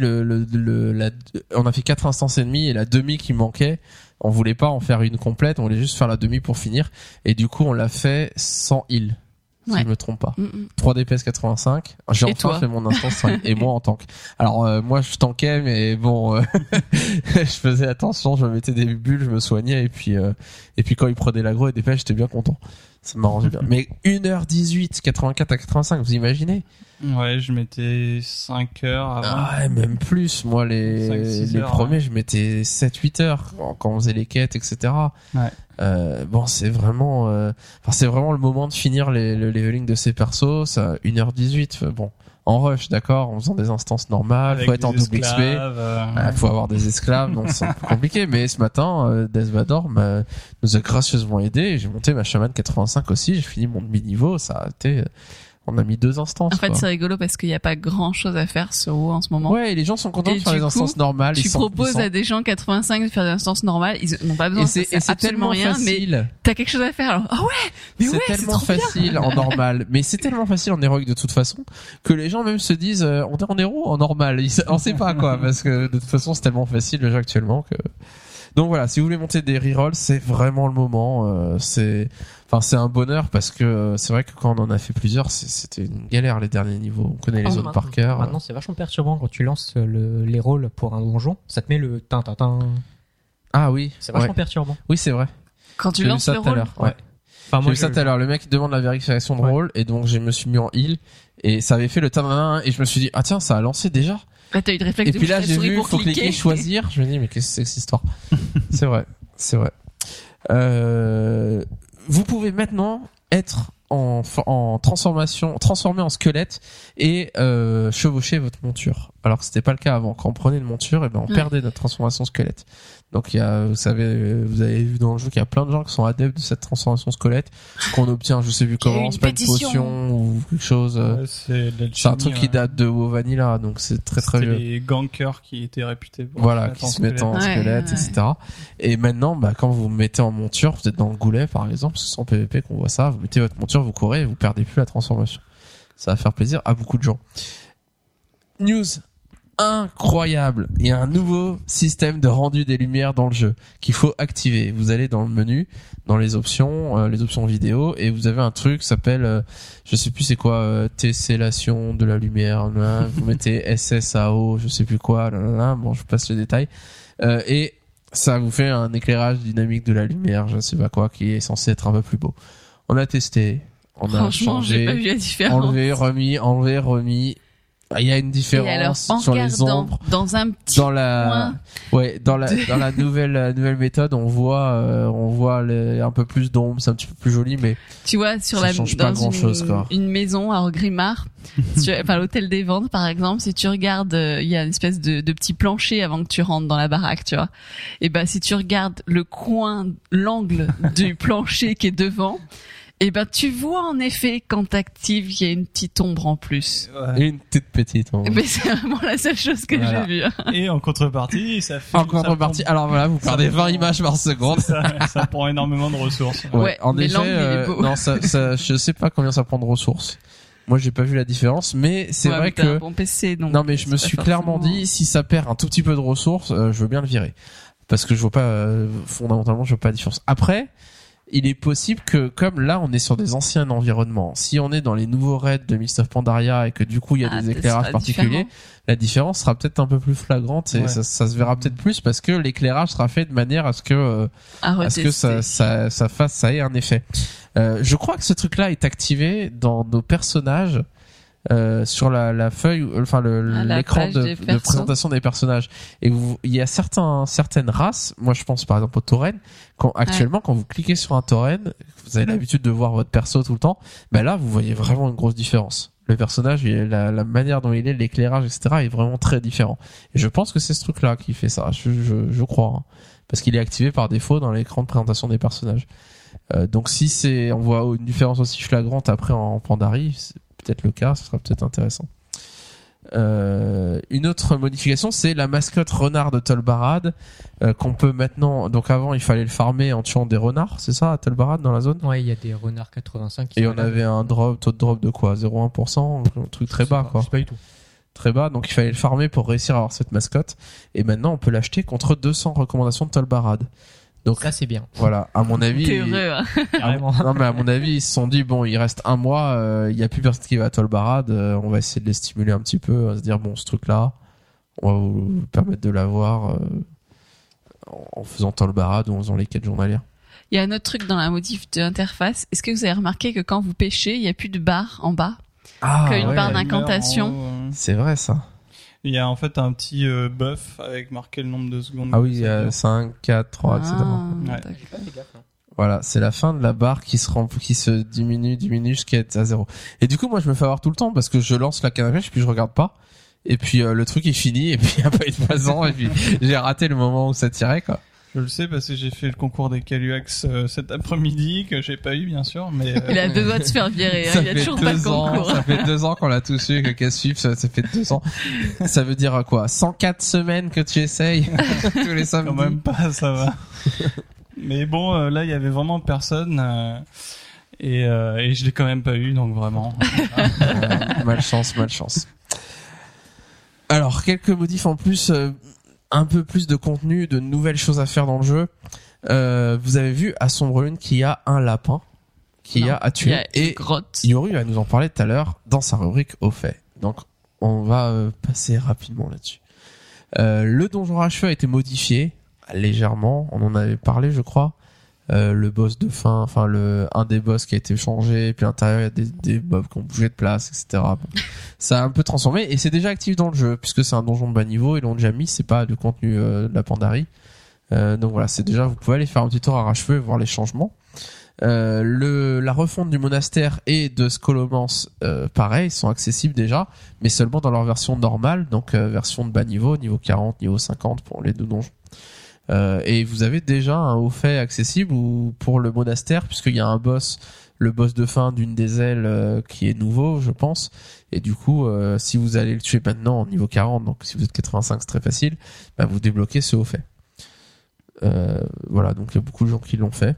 on a fait 4 instances et demie et la demi qui manquait, on voulait pas en faire une complète, on voulait juste faire la demi pour finir. Et du coup, on l'a fait sans heal. Si je me trompe pas. 3 DPS 85. J'ai enfin fait mon instance 5. Et moi en tank. Alors, moi je tankais, mais bon, je faisais attention, je me mettais des bulles, je me soignais, et puis quand il prenait l'aggro et DPS, j'étais bien content. Ça m'arrangeait bien. Mais 1h18, 84 à 85, vous imaginez?
Ouais, je mettais 5 heures avant.
Ah ouais, même plus. Moi, les premiers, je mettais 7-8 heures quand on faisait les quêtes, etc.
Ouais.
Bon, c'est vraiment le moment de finir le leveling de ces persos. Ça, 1h18. Bon, en rush, d'accord, en faisant des instances normales, faut être en double XP, faut avoir des esclaves, donc c'est un peu compliqué. Mais ce matin, Desvador nous a gracieusement aidé. J'ai monté ma chamane 85 aussi. J'ai fini mon demi-niveau. Ça a été On a mis 2 instances.
En fait,
quoi.
c'est rigolo parce qu'il n'y a pas grand chose à faire sur WoW en ce moment.
Ouais, et les gens sont contents
Et
de faire
du
les
coup,
instances normales.
Tu
ils sont
proposes
puissants.
à des gens 85 de faire des instances normales, ils n'ont pas besoin
Et
de
c'est
faire absolument
tellement
rien, mais
facile.
t'as quelque chose à faire. Alors, ah ouais, mais
C'est
ouais, c'est
tellement
trop bien.
facile en normal, mais c'est tellement facile en héroïque de toute façon que les gens même se disent on est en héros ou en normal. On sait pas quoi parce que de toute façon c'est tellement facile déjà actuellement que. Donc voilà, si vous voulez monter des rerolls, c'est vraiment le moment. C'est un bonheur parce que c'est vrai que quand on en a fait plusieurs, c'était une galère les derniers niveaux. On connaît les zones par cœur.
Maintenant, c'est vachement perturbant quand tu lances les rôles pour un donjon. Ça te met le tin.
Ah oui,
C'est vachement
ouais.
perturbant.
Oui c'est vrai.
Quand tu
J'ai vu
lances
ça
le
tout à
rôle.
l'heure. Ouais.
Enfin,
J'ai vu ça tout à l'heure. Le mec demande la vérification de
Ouais.
rôle et donc je me suis mis en heal et ça avait fait le tin et je me suis dit ah tiens ça a lancé déjà.
Là, t'as eu le réflexe
Et
de
puis là
bouger la
j'ai
souris
vu
pour
faut cliquer choisir. Je me dis mais qu'est-ce que c'est que cette histoire. C'est vrai. Vous pouvez maintenant être en transformé en squelette et chevaucher votre monture. Alors que c'était pas le cas avant. Quand on prenait une monture, et ben on
Ouais.
perdait notre transformation squelette. Donc il y a, vous avez vu dans le jeu qu'il y a plein de gens qui sont adeptes de cette transformation squelette qu'on obtient, je sais plus
Il y a
comment,
une
c'est pas une
pétition.
potion ou quelque chose.
Ouais, c'est de
C'est un
l'alchimie,
truc qui
ouais.
date de WoW Vanilla, donc c'est très très
C'était
vieux.
les gankers qui étaient réputés pour
Voilà,
se
qui
mettre
se mettent en
Ouais,
squelette,
ouais.
etc. Et maintenant, bah, quand vous vous mettez en monture, vous êtes dans le goulet, par exemple, c'est en PvP qu'on voit ça, vous mettez votre monture, vous courez et vous perdez plus la transformation. Ça va faire plaisir à beaucoup de gens. News incroyable. Il y a un nouveau système de rendu des lumières dans le jeu qu'il faut activer. Vous allez dans le menu, dans les options vidéo, et vous avez un truc qui s'appelle, je sais plus c'est quoi, tessellation de la lumière. Là, vous mettez SSAO, je sais plus quoi. Là, bon, je vous passe les détails. Et ça vous fait un éclairage dynamique de la lumière, je ne sais pas quoi, qui est censé être un peu plus beau. On a testé, on a
Franchement, j'ai pas
changé,
vu la différence.
enlevé, remis. Il y a une
Et alors,
différence
en
sur les
regardant
ombres.
dans un petit
Dans la, ouais, dans la nouvelle méthode, on voit un peu plus d'ombre, c'est un petit peu plus joli, mais
tu vois, sur
ça
la,
change pas
dans
grand-chose, quoi.
une maison à Orgrimmar, enfin, l'hôtel des ventes, par exemple, si tu regardes, il y a une espèce de petit plancher avant que tu rentres dans la baraque, tu vois. Et ben, si tu regardes le coin, l'angle du plancher qui est devant, et ben, tu vois, en effet, quand t'actives, il y a une petite ombre en plus.
Ouais.
une toute petite ombre.
Mais c'est vraiment la seule chose que
Voilà.
j'ai vue.
Et en contrepartie, ça fait.
En contrepartie, alors voilà, vous perdez 20 images par seconde.
Ça prend énormément de ressources.
Ouais,
en
mais
effet,
l'angle, il est beau.
non, ça, je sais pas combien ça prend de ressources. Moi, j'ai pas vu la différence, mais c'est
Ouais,
vrai
mais t'as un
que
bon PC, donc
non, mais je
c'est
me
pas
suis clairement
forcément-
dit, si ça perd un tout petit peu de ressources, je veux bien le virer. Parce que je vois pas, fondamentalement, je vois pas la différence. Après, il est possible que, comme là, on est sur des anciens environnements, si on est dans les nouveaux raids de Mist of Pandaria et que du coup, il y a
Ah,
des
peut-être
éclairages
sera
particuliers,
différent.
la différence sera peut-être un peu plus flagrante et
Ouais.
ça se verra peut-être plus parce que l'éclairage sera fait de manière à ce que,
À
ça ait un effet. Je crois que ce truc-là est activé dans nos personnages sur la feuille, enfin
la
l'écran
page
de
des persos.
présentation des personnages. Et il y a certaines races. Moi, je pense par exemple au tauren. Actuellement, quand vous cliquez sur un tauren, vous avez l'habitude de voir votre perso tout le temps. Ben là, vous voyez vraiment une grosse différence. Le personnage, la manière dont il est, l'éclairage, etc., est vraiment très différent. Et je pense que c'est ce truc-là qui fait ça. Je crois, hein. Parce qu'il est activé par défaut dans l'écran de présentation des personnages. Donc si on voit une différence aussi flagrante après en Pandarie, c'est peut-être le cas, ce sera peut-être intéressant. Une autre modification, c'est la mascotte renard de Tolbarad qu'on peut maintenant. Donc avant, il fallait le farmer en tuant des renards, c'est ça, à Tolbarad dans la zone.
Ouais, il y a des renards 85 qui
Et
sont
on
là.
avait un taux de drop de quoi, 0,1%, un truc très bas, quoi.
Je sais pas du tout.
Très bas, donc il fallait le farmer pour réussir à avoir cette mascotte. Et maintenant, on peut l'acheter contre 200 recommandations de Tolbarad. Donc
Ça, c'est bien.
voilà, à mon avis.
T'es heureux, hein.
Carrément.
Non, mais à mon avis, ils se sont dit, bon, il reste un mois, il y a plus personne qui va à Tolbarad, on va essayer de les stimuler un petit peu, à se dire, bon, ce truc-là, on va vous permettre de l'avoir en faisant Tolbarad ou en faisant les quêtes journalières.
Il y a un autre truc dans la modif de l'interface. Est-ce que vous avez remarqué que quand vous pêchez, il n'y a plus de barre en bas?
Ah,
Qu'il y a une barre
Il meurt
d'incantation.
en haut,
c'est vrai, ça.
Il y a en fait un petit buff avec marqué le nombre de secondes.
Ah oui, il
que
y
ça
a
dure.
5, 4, 3, etc.
Ah,
Ouais.
d'accord.
Voilà, c'est la fin de la barre qui se diminue jusqu'à être à 0. Et du coup, moi, je me fais avoir tout le temps parce que je lance la canne à pêche puis je regarde pas. Et puis le truc est fini et puis il n'y a pas eu de poisson et puis j'ai raté le moment où ça tirait, quoi.
Je le sais parce que j'ai fait le concours des Caluax cet après-midi, que j'ai pas eu bien sûr, mais
Il a 2 doigts de se faire virer, hein. Il a toujours pas de concours.
Ça fait 2 ans qu'on l'a tous eu, que qu'à suivre, ça fait 2 ans. Ça veut dire quoi? 104 semaines que tu essayes tous les samedis.
quand même pas, ça va. Mais bon, là il y avait vraiment personne et je l'ai quand même pas eu, donc vraiment.
Malchance. Alors, quelques modifs en plus, un peu plus de contenu, de nouvelles choses à faire dans le jeu. Vous avez vu à Sombrelune qu'il y a un lapin qui a à tuer.
Il y a une
Et
grotte.
Yoru va nous en parler tout à l'heure dans sa rubrique au fait. Donc, on va passer rapidement là-dessus. Le donjon Rachefeu a été modifié légèrement. On en avait parlé, je crois. Le boss de fin, enfin un des boss qui a été changé, puis à l'intérieur il y a des mobs qui ont bougé de place, etc. Bon. Ça a un peu transformé et c'est déjà actif dans le jeu puisque c'est un donjon de bas niveau, ils l'ont déjà mis, c'est pas du contenu de la Pandarie. Donc voilà, c'est déjà, vous pouvez aller faire un petit tour à Rachefeu et voir les changements. La refonte du monastère et de Scholomance, pareil, sont accessibles déjà, mais seulement dans leur version normale, donc version de bas niveau 40, niveau 50 pour les 2 donjons. Et vous avez déjà un haut fait accessible ou pour le monastère puisqu'il y a un boss, le boss de fin d'une des ailes qui est nouveau, je pense. Et du coup, si vous allez le tuer maintenant en niveau 40, donc si vous êtes 85, c'est très facile, bah vous débloquez ce haut fait. Voilà, donc il y a beaucoup de gens qui l'ont fait.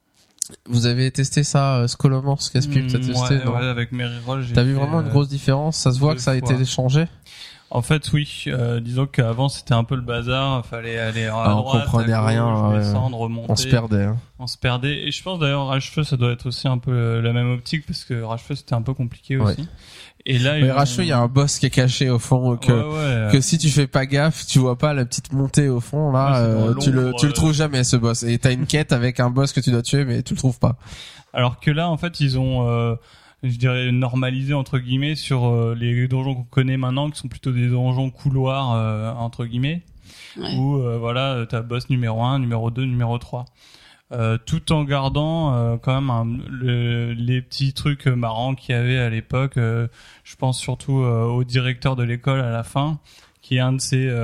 Vous avez testé ça, Scholomance, Caspipe, t'as testé?
Ouais, avec mes rerolls.
T'as vu vraiment une grosse différence? Ça se voit que ça a été changé?
En fait, oui. Disons qu'avant c'était un peu le bazar. Fallait aller à droite,
on comprenait
à gauche,
rien,
descendre, remonter.
On se perdait. Hein.
On se perdait. Et je pense d'ailleurs Rachefeu, ça doit être aussi un peu la même optique parce que Rachefeu c'était un peu compliqué aussi. Et là,
Rachefeu, il y a un boss qui est caché au fond que si tu fais pas gaffe, tu vois pas la petite montée au fond là, tu le trouves jamais ce boss. Et t'as une quête avec un boss que tu dois tuer, mais tu le trouves pas.
Alors que là, en fait, ils ont je dirais normalisé entre guillemets sur les donjons qu'on connaît maintenant, qui sont plutôt des donjons couloirs entre guillemets, où voilà, t'as boss numéro 1, numéro 2, numéro 3. Tout en gardant quand même les petits trucs marrants qu'il y avait à l'époque. Je pense surtout au directeur de l'école à la fin, qui est une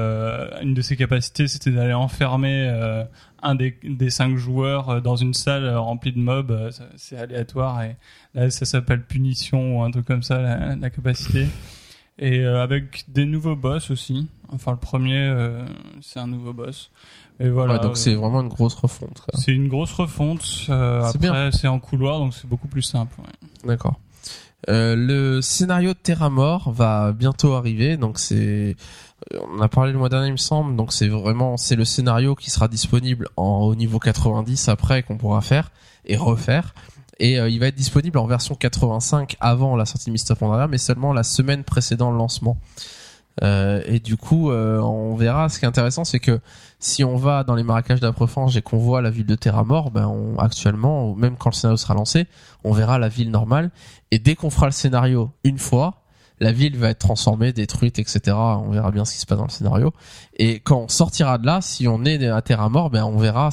de ses capacités, c'était d'aller enfermer un des 5 joueurs dans une salle remplie de mobs. C'est aléatoire et là ça s'appelle punition ou un truc comme ça, la capacité. Et avec des nouveaux boss aussi. Enfin le premier c'est un nouveau boss. Et voilà.
Donc c'est vraiment une grosse refonte. Quoi.
C'est une grosse refonte. Après c'est en couloir donc c'est beaucoup plus simple. Ouais.
D'accord. Le scénario de Terra Mort va bientôt arriver, donc on a parlé le mois dernier il me semble, donc c'est le scénario qui sera disponible au niveau 90 après qu'on pourra faire et refaire. Et il va être disponible en version 85 avant la sortie de Mist of Pandaria, mais seulement la semaine précédant le lancement. Et du coup, on verra. Ce qui est intéressant, c'est que si on va dans les marécages d'Aprefange et qu'on voit la ville de Terra Mort, actuellement, même quand le scénario sera lancé, on verra la ville normale. Et dès qu'on fera le scénario une fois, la ville va être transformée, détruite, etc. On verra bien ce qui se passe dans le scénario. Et quand on sortira de là, si on est à Terra Mort, on verra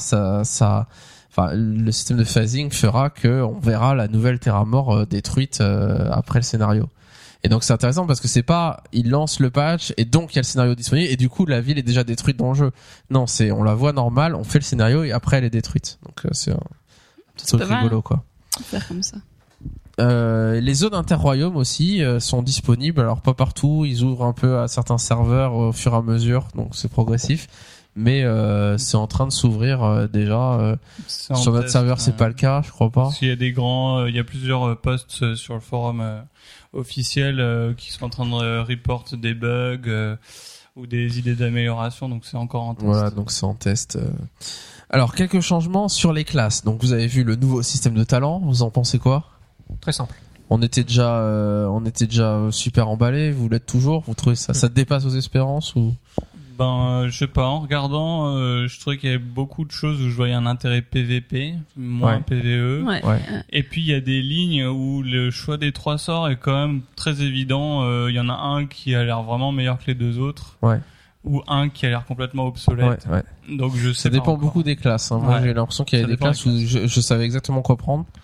le système de phasing fera que on verra la nouvelle Terra Mort détruite après le scénario. Et donc c'est intéressant parce que c'est pas il lance le patch et donc il y a le scénario disponible et du coup la ville est déjà détruite dans le jeu. Non, on la voit normale, on fait le scénario et après elle est détruite. Donc c'est un petit truc rigolo quoi.
Faire comme ça.
Les zones interroyaumes aussi sont disponibles. Alors pas partout, ils ouvrent un peu à certains serveurs au fur et à mesure, donc c'est progressif. Mais c'est en train de s'ouvrir déjà. Sur notre serveur, c'est pas le cas, je crois pas.
Parce qu'il y a il y a plusieurs posts sur le forum officiel qui sont en train de report des bugs ou des idées d'amélioration, donc c'est encore en test.
Voilà, donc c'est en test. Alors quelques changements sur les classes. Donc vous avez vu le nouveau système de talent. Vous en pensez quoi?
Très simple.
On était déjà super emballé. Vous l'êtes toujours? Vous trouvez ça dépasse vos espérances ou?
Je sais pas, en regardant, je trouvais qu'il y avait beaucoup de choses où je voyais un intérêt PVP, moins PVE.
Ouais.
Et puis il y a des lignes où le choix des 3 sorts est quand même très évident. Il y en a un qui a l'air vraiment meilleur que les 2 autres.
Ouais.
Ou un qui a l'air complètement obsolète.
Ouais.
Donc je sais
ça
pas
dépend
encore.
beaucoup des classes. Hein. Moi j'ai l'impression qu'il y a des classes où je savais exactement quoi prendre.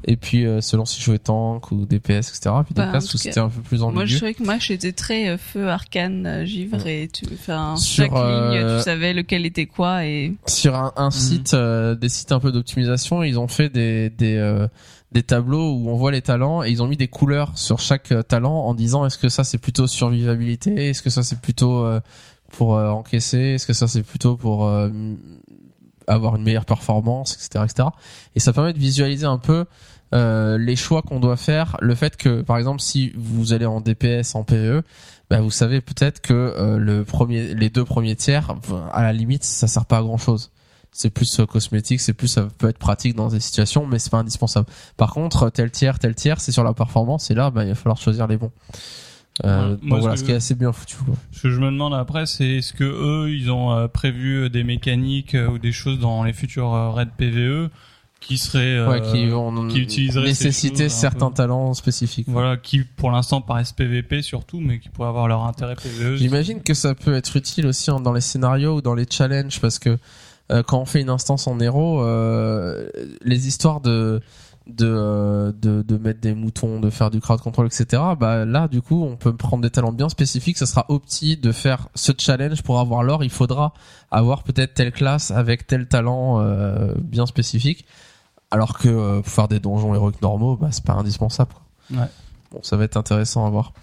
Et puis selon si je jouais tank ou DPS, etc. Puis des
Bah, en
classes
tout
où
cas,
c'était un peu plus
Moi,
ambigu.
je savais que Mash était très feu, arcane, givre et enfin,
Sur,
chaque ligne, tu savais lequel était quoi et
Sur un site, des sites un peu d'optimisation, ils ont fait des tableaux où on voit les talents et ils ont mis des couleurs sur chaque talent en disant est-ce que ça c'est plutôt survivabilité, est-ce que ça c'est plutôt pour encaisser, est-ce que ça c'est plutôt pour avoir une meilleure performance, etc., etc. Et ça permet de visualiser un peu les choix qu'on doit faire, le fait que par exemple si vous allez en DPS en PvE, bah vous savez peut-être que les 2 premiers tiers, à la limite ça sert pas à grand chose. C'est plus cosmétique, ça peut être pratique dans des situations, mais c'est pas indispensable. Par contre, tel tiers, c'est sur la performance, et là, bah, il va falloir choisir les bons.
Moi,
donc voilà, ce qui est assez bien foutu, quoi.
Ce que je me demande après, c'est est-ce que eux, ils ont prévu des mécaniques ou des choses dans les futurs raids PvE qui seraient
qui vont
qui utiliseraient
nécessiter
ces choses
certains
un peu.
talents spécifiques.
Voilà, qui pour l'instant paraissent PVP surtout, mais qui pourraient avoir leur intérêt PvE.
J'imagine que ça peut être utile aussi dans les scénarios ou dans les challenges, parce que quand on fait une instance en héros, les histoires de mettre des moutons, de faire du crowd control, etc. Bah là, du coup, on peut prendre des talents bien spécifiques. Ça sera opti de faire ce challenge pour avoir l'or. Il faudra avoir peut-être telle classe avec tel talent bien spécifique. Alors que pour faire des donjons héroïques normaux, bah c'est pas indispensable, quoi.
Ouais.
Bon, ça va être intéressant à voir.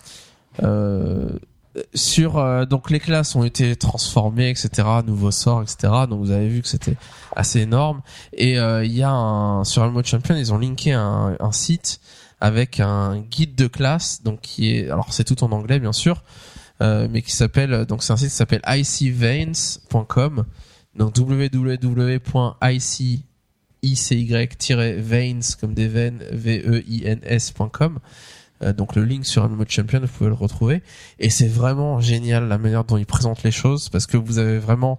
Donc les classes ont été transformées, etc. Nouveaux sorts, etc. Donc vous avez vu que c'était assez énorme. Et il y a sur Ultimate Champion, ils ont linké un site avec un guide de classe, donc alors c'est tout en anglais bien sûr, mais qui s'appelle, donc c'est un site qui s'appelle icveins.com. Donc www.icy-veins comme des veines veins.com. Donc le link sur Ultimate Champion, vous pouvez le retrouver, et c'est vraiment génial la manière dont ils présentent les choses, parce que vous avez vraiment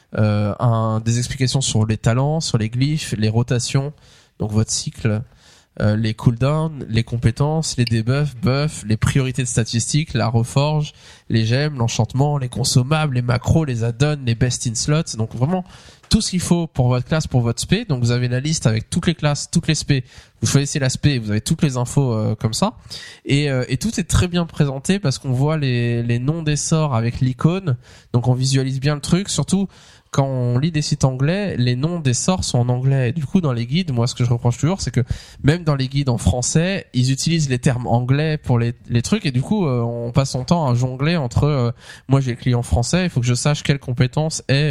des explications sur les talents, sur les glyphes, les rotations, donc votre cycle, les cooldowns, les compétences, les debuffs, buffs, les priorités de statistiques, la reforge, les gemmes, l'enchantement, les consommables, les macros, les add-ons, les best in slots, donc vraiment tout ce qu'il faut pour votre classe, pour votre spé. Donc vous avez la liste avec toutes les classes, toutes les spé. Vous choisissez la spé et vous avez toutes les infos comme ça. Et tout est très bien présenté parce qu'on voit les noms des sorts avec l'icône. Donc on visualise bien le truc. Surtout quand on lit des sites anglais, les noms des sorts sont en anglais. Et du coup, dans les guides, moi ce que je reproche toujours, c'est que même dans les guides en français, ils utilisent les termes anglais pour les trucs. Et du coup, on passe son temps à jongler entre moi j'ai le client français, il faut que je sache quelle compétence est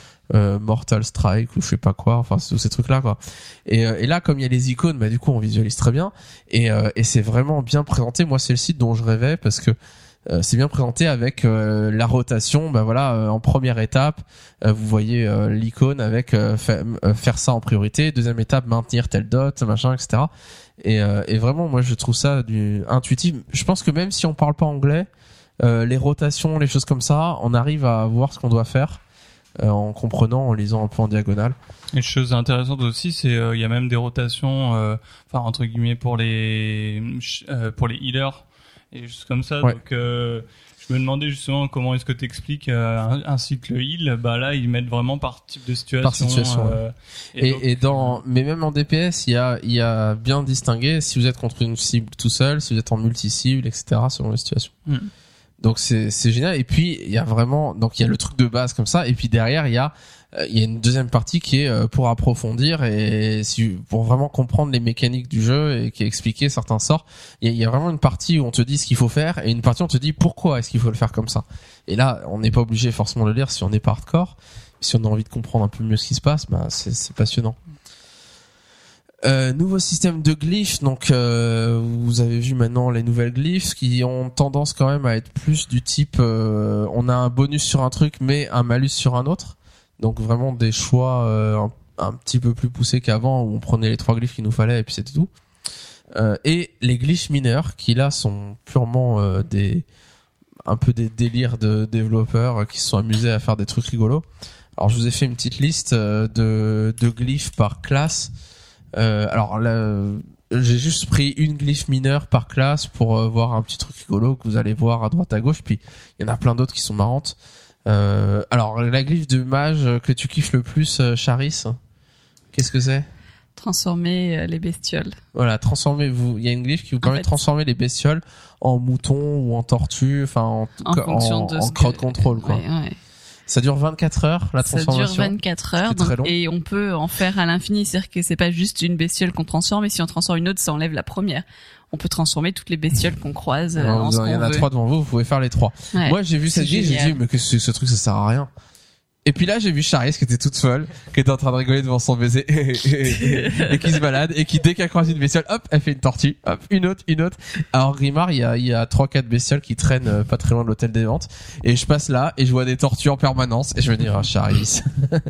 Mortal Strike ou je sais pas quoi, enfin tous ces trucs là quoi. Et là comme il y a les icônes, bah du coup on visualise très bien, et c'est vraiment bien présenté. Moi c'est le site dont je rêvais, parce que c'est bien présenté avec la rotation. Bah voilà, en première étape vous voyez l'icône avec faire ça en priorité, deuxième étape maintenir tel dot, machin, etc. Et vraiment moi je trouve ça intuitif. Je pense que même si on parle pas anglais, les rotations, les choses comme ça, on arrive à voir ce qu'on doit faire en comprenant, en lisant un peu en diagonale.
Une chose intéressante aussi, c'est il y a même des rotations, enfin entre guillemets pour les healers et juste comme ça.
Ouais.
Donc je me demandais justement comment est-ce que tu expliques un cycle heal. Bah là ils mettent vraiment par type de situation.
Par situation. Ouais. Mais même en DPS, il y a bien distingué si vous êtes contre une cible tout seul, si vous êtes en multi-cible, etc. selon les situations. Donc c'est génial. Et puis il y a vraiment, donc il y a le truc de base comme ça, et puis derrière il y a une deuxième partie qui est pour approfondir et pour vraiment comprendre les mécaniques du jeu, et qui expliquer certains sorts. Il y a vraiment une partie où on te dit ce qu'il faut faire, et une partie où on te dit pourquoi est-ce qu'il faut le faire comme ça. Et là on n'est pas obligé forcément de le lire si on n'est pas hardcore. Si on a envie de comprendre un peu mieux ce qui se passe, bah c'est passionnant. Nouveau système de glyphes, donc vous avez vu maintenant les nouvelles glyphes qui ont tendance quand même à être plus du type on a un bonus sur un truc mais un malus sur un autre, donc vraiment des choix un petit peu plus poussés qu'avant, où on prenait les 3 glyphes qu'il nous fallait et puis c'était tout. Et les glyphes mineurs qui là sont purement un peu des délires de développeurs qui se sont amusés à faire des trucs rigolos. Alors je vous ai fait une petite liste de glyphes par classe. Alors là, j'ai juste pris une glyphe mineure par classe pour voir un petit truc rigolo que vous allez voir à droite à gauche, puis il y en a plein d'autres qui sont marrantes. Alors la glyphe de mage que tu kiffes le plus, Charis, qu'est-ce que c'est?
Transformer les bestioles.
Voilà, il y a une glyphe qui vous permet de transformer les bestioles en moutons ou en tortues, enfin
En fonction de
en crowd control, quoi.
Ouais.
Ça dure 24 heures, la
Ça
transformation.
dure 24 heures,
très long.
et on peut en faire à l'infini. C'est-à-dire que c'est pas juste une bestiole qu'on transforme, et si on transforme une autre, ça enlève la première. On peut transformer toutes les bestioles qu'on croise en ce qu'on
Il y en a
veut.
3 devant vous, vous pouvez faire les 3.
Ouais.
Moi, j'ai vu
C'est
cette glyphe, j'ai
génial.
dit, mais que ce truc, ça sert à rien. Et puis là, j'ai vu Charisse qui était toute folle, qui était en train de rigoler devant son baiser et qui se balade et qui, dès qu'elle croise une bestiole, hop, elle fait une tortue, hop, une autre. Alors, Grimard, il y a 3-4 bestioles qui traînent pas très loin de l'hôtel des ventes et je passe là et je vois des tortues en permanence et je me dis, ah, Charisse.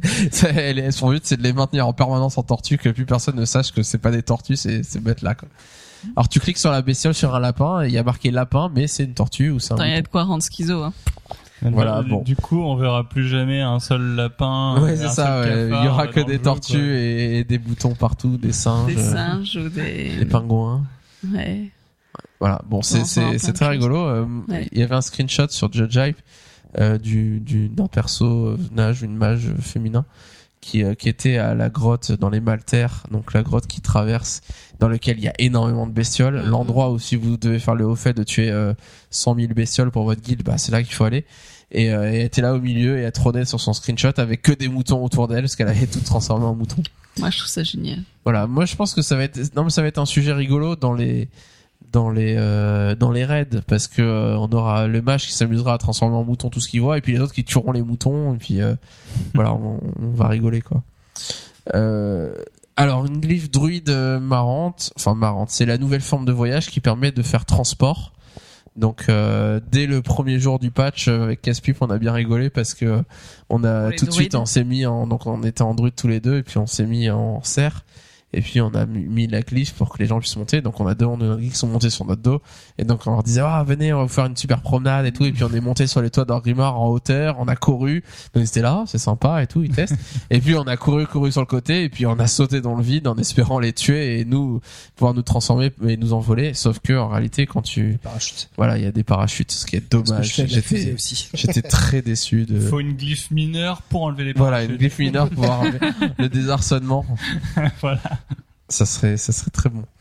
Son but, c'est de les maintenir en permanence en tortue, que plus personne ne sache que c'est pas des tortues, c'est bête là, quoi. Alors, tu cliques sur la bestiole sur un lapin et il y a marqué lapin, mais c'est une tortue ou c'est un
Attends, il y a
mouton.
de quoi rendre schizo, hein.
Voilà, bon.
Du coup, on verra plus jamais un seul lapin.
Ouais,
et
c'est
un
ça,
seul
ouais. Il
cafard
y aura que
dans le
des
jeu,
tortues
quoi.
et des boutons partout, des singes,
Des singes ou des...
des pingouins.
Ouais.
Voilà. Bon, c'est
On va voir plein
très
de choses.
rigolo.
Ouais.
Il y avait un screenshot sur Judge Hype d'un perso nage, une mage féminin qui était à la grotte dans les Maltaires, donc la grotte qui traverse, dans lequel il y a énormément de bestioles. L'endroit où si vous devez faire le haut fait de tuer 100 000 bestioles pour votre guilde, bah c'est là qu'il faut aller. Et elle était là au milieu et elle trônait sur son screenshot avec que des moutons autour d'elle parce qu'elle avait tout transformé en moutons.
Moi, je trouve ça génial.
Voilà, moi je pense que ça va être un sujet rigolo dans les raids parce que on aura le mage qui s'amusera à transformer en mouton tout ce qu'il voit et puis les autres qui tueront les moutons et puis voilà, on va rigoler, quoi. Alors une glyphe druide marrante, c'est la nouvelle forme de voyage qui permet de faire transport. Donc dès le premier jour du patch avec Caspip, on a bien rigolé parce que on a
Pour les
tout de suite
druides.
on s'est mis donc on était en druide tous les deux et puis on s'est mis en cerf. Et puis on a mis la glyphe pour que les gens puissent monter. Donc on a deux de qui sont montés sur notre dos. Et donc on leur disait venez, on va vous faire une super promenade et tout. Et puis on est monté sur les toits d'Orgrimmar en hauteur. On a couru. Donc ils étaient là, c'est sympa et tout, ils testent. Et puis on a couru sur le côté. Et puis on a sauté dans le vide en espérant les tuer et nous pouvoir nous transformer et nous envoler. Sauf que en réalité quand
Parachute.
voilà, il y a des parachutes, ce qui est
Parce que
dommage.
je fais de la fusée aussi.
J'étais très déçu de.
Faut une glyphe mineure pour enlever les
Voilà,
parachutes.
une glyphe mineure pour pouvoir enlever le désarçonnement.
Voilà.
Ça serait très bon.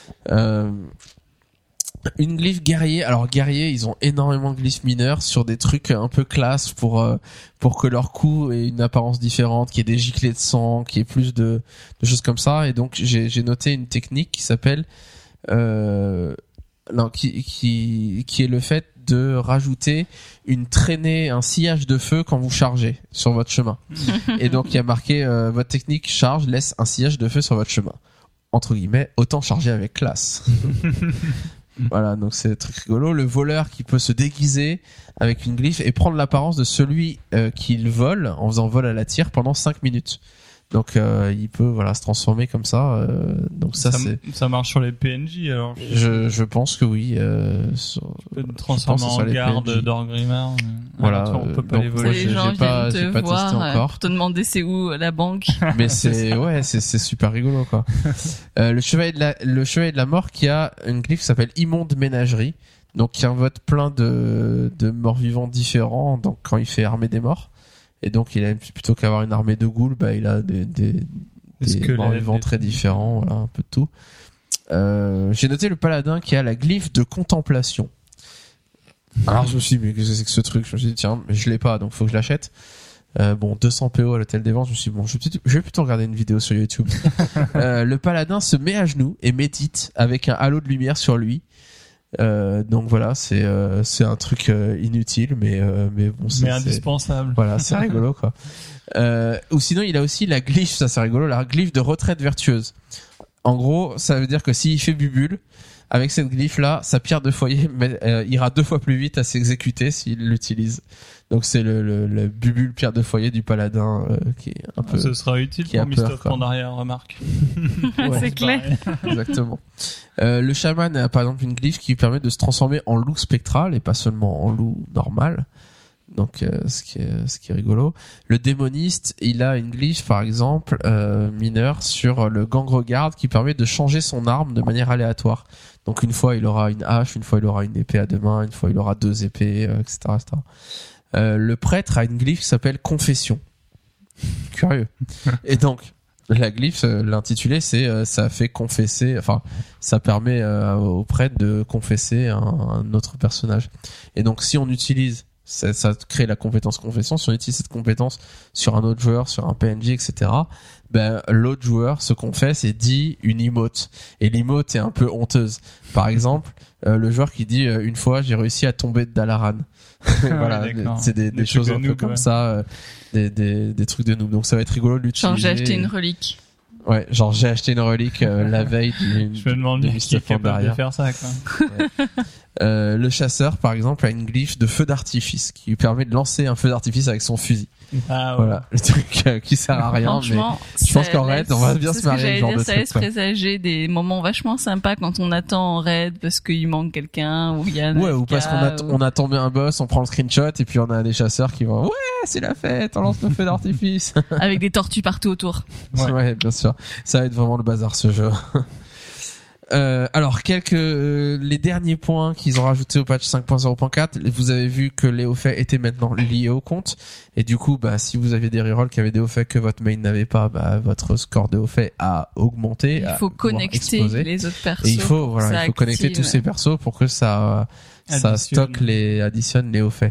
Une glyphe guerrier. Alors guerrier, ils ont énormément de glyphes mineurs sur des trucs un peu classe pour que leur coup ait une apparence différente, qu'il y ait des giclées de sang, qu'il y ait plus de choses comme ça. Et donc j'ai noté une technique qui s'appelle qui est le fait de rajouter une traînée, un sillage de feu quand vous chargez sur votre chemin. Et donc il y a marqué votre technique charge laisse un sillage de feu sur votre chemin. Entre guillemets, autant charger avec classe. Voilà, donc c'est très rigolo. Le voleur qui peut se déguiser avec une glyphe et prendre l'apparence de celui qui le vole en faisant vol à la tire pendant 5 minutes. Donc il peut se transformer comme ça. Donc ça c'est.
Ça marche sur les PNJ alors.
Je pense que oui.
Peut te transformer
je pense que
en
sur les
garde
PNJ.
d'Orgrimmar.
Voilà,
Après, on peut pas
donc
les
moi,
voler.
les
j'ai
gens
pas-
viennent
j'ai
te
pas testé
voir
encore.
pour te demander c'est où la banque.
Mais c'est super rigolo, quoi. Le chevalier de la mort qui a une glyphe qui s'appelle immonde ménagerie, donc qui invoque plein de morts vivants différents. Donc quand il fait armée des morts, et donc il a plutôt qu'avoir une armée de ghouls, il a des
squelettes,
morts vivants
des
très
trucs.
différents, voilà, un peu de tout. J'ai noté le paladin qui a la glyphe de contemplation. Alors je me suis dit, mais qu'est-ce que c'est que ce truc? Je me suis dit, tiens, mais je l'ai pas, donc faut que je l'achète. 200 PO à l'hôtel des ventes, je me suis dit, bon, je vais plutôt regarder une vidéo sur YouTube. Le paladin se met à genoux et médite avec un halo de lumière sur lui. Donc voilà, c'est un truc inutile, mais bon,
Mais indispensable.
voilà, c'est rigolo, quoi. Ou sinon, il a aussi la glyphe, ça c'est rigolo, la glyphe de retraite vertueuse. En gros, ça veut dire que s'il fait bubule, avec cette glyphe-là, sa pierre de foyer ira 2 fois plus vite à s'exécuter s'il l'utilise. Donc c'est le bubule pierre de foyer du paladin qui est un peu
Ce sera utile
qui a
pour
peur,
Mist of
quoi.
Pandaria, remarque.
Ouais,
c'est clair.
exactement. Le chaman a par exemple une glyphe qui permet de se transformer en loup spectral et pas seulement en loup normal. Donc ce qui est rigolo. Le démoniste, il a une glyphe par exemple mineure sur le gangregarde qui permet de changer son arme de manière aléatoire. Donc une fois il aura une hache, une fois il aura une épée à 2 mains, une fois il aura 2 épées, etc., etc. Le prêtre a une glyphe qui s'appelle confession. Curieux. Et donc La glyphe, l'intitulé, c'est ça fait confesser, enfin, ça permet au prêtre de confesser un autre personnage. Et donc, si on utilise, ça crée la compétence confession. Si on utilise cette compétence sur un autre joueur, sur un PNJ, etc., ben l'autre joueur se confesse et dit une emote. Et l'emote est un peu honteuse. Par exemple, le joueur qui dit une fois j'ai réussi à tomber de Dalaran. Voilà, c'est des choses un peu comme ça, des trucs de noob. Donc ça va être rigolo de l'utiliser.
Genre j'ai acheté une relique.
Ouais, genre j'ai acheté une relique la veille
je me demande qui est capable de faire ça, quoi.
Ouais. Le chasseur, par exemple, a une glyphe de feu d'artifice qui lui permet de lancer un feu d'artifice avec son fusil.
Ah ouais.
Voilà, le truc qui sert à rien, mais je pense qu'en raid, on va bien se marier avec ce genre de truc.
Ça laisse présager des moments vachement sympas quand on attend en raid parce qu'il manque quelqu'un ou il y a un
ou parce qu'on a tombé un boss, on prend le screenshot et puis on a des chasseurs qui vont c'est la fête, on lance le feu d'artifice
avec des tortues partout autour.
Ouais, bien sûr. Ça va être vraiment le bazar ce jeu. Alors les derniers points qu'ils ont rajoutés au patch 5.0.4, vous avez vu que les hauts faits étaient maintenant liés au compte et du coup si vous aviez des rerolls qui avaient des hauts faits que votre main n'avait pas, votre score de hauts faits a augmenté.
Il faut connecter les autres persos.
Et il faut connecter tous ces persos pour que ça stocke additionne les hauts faits.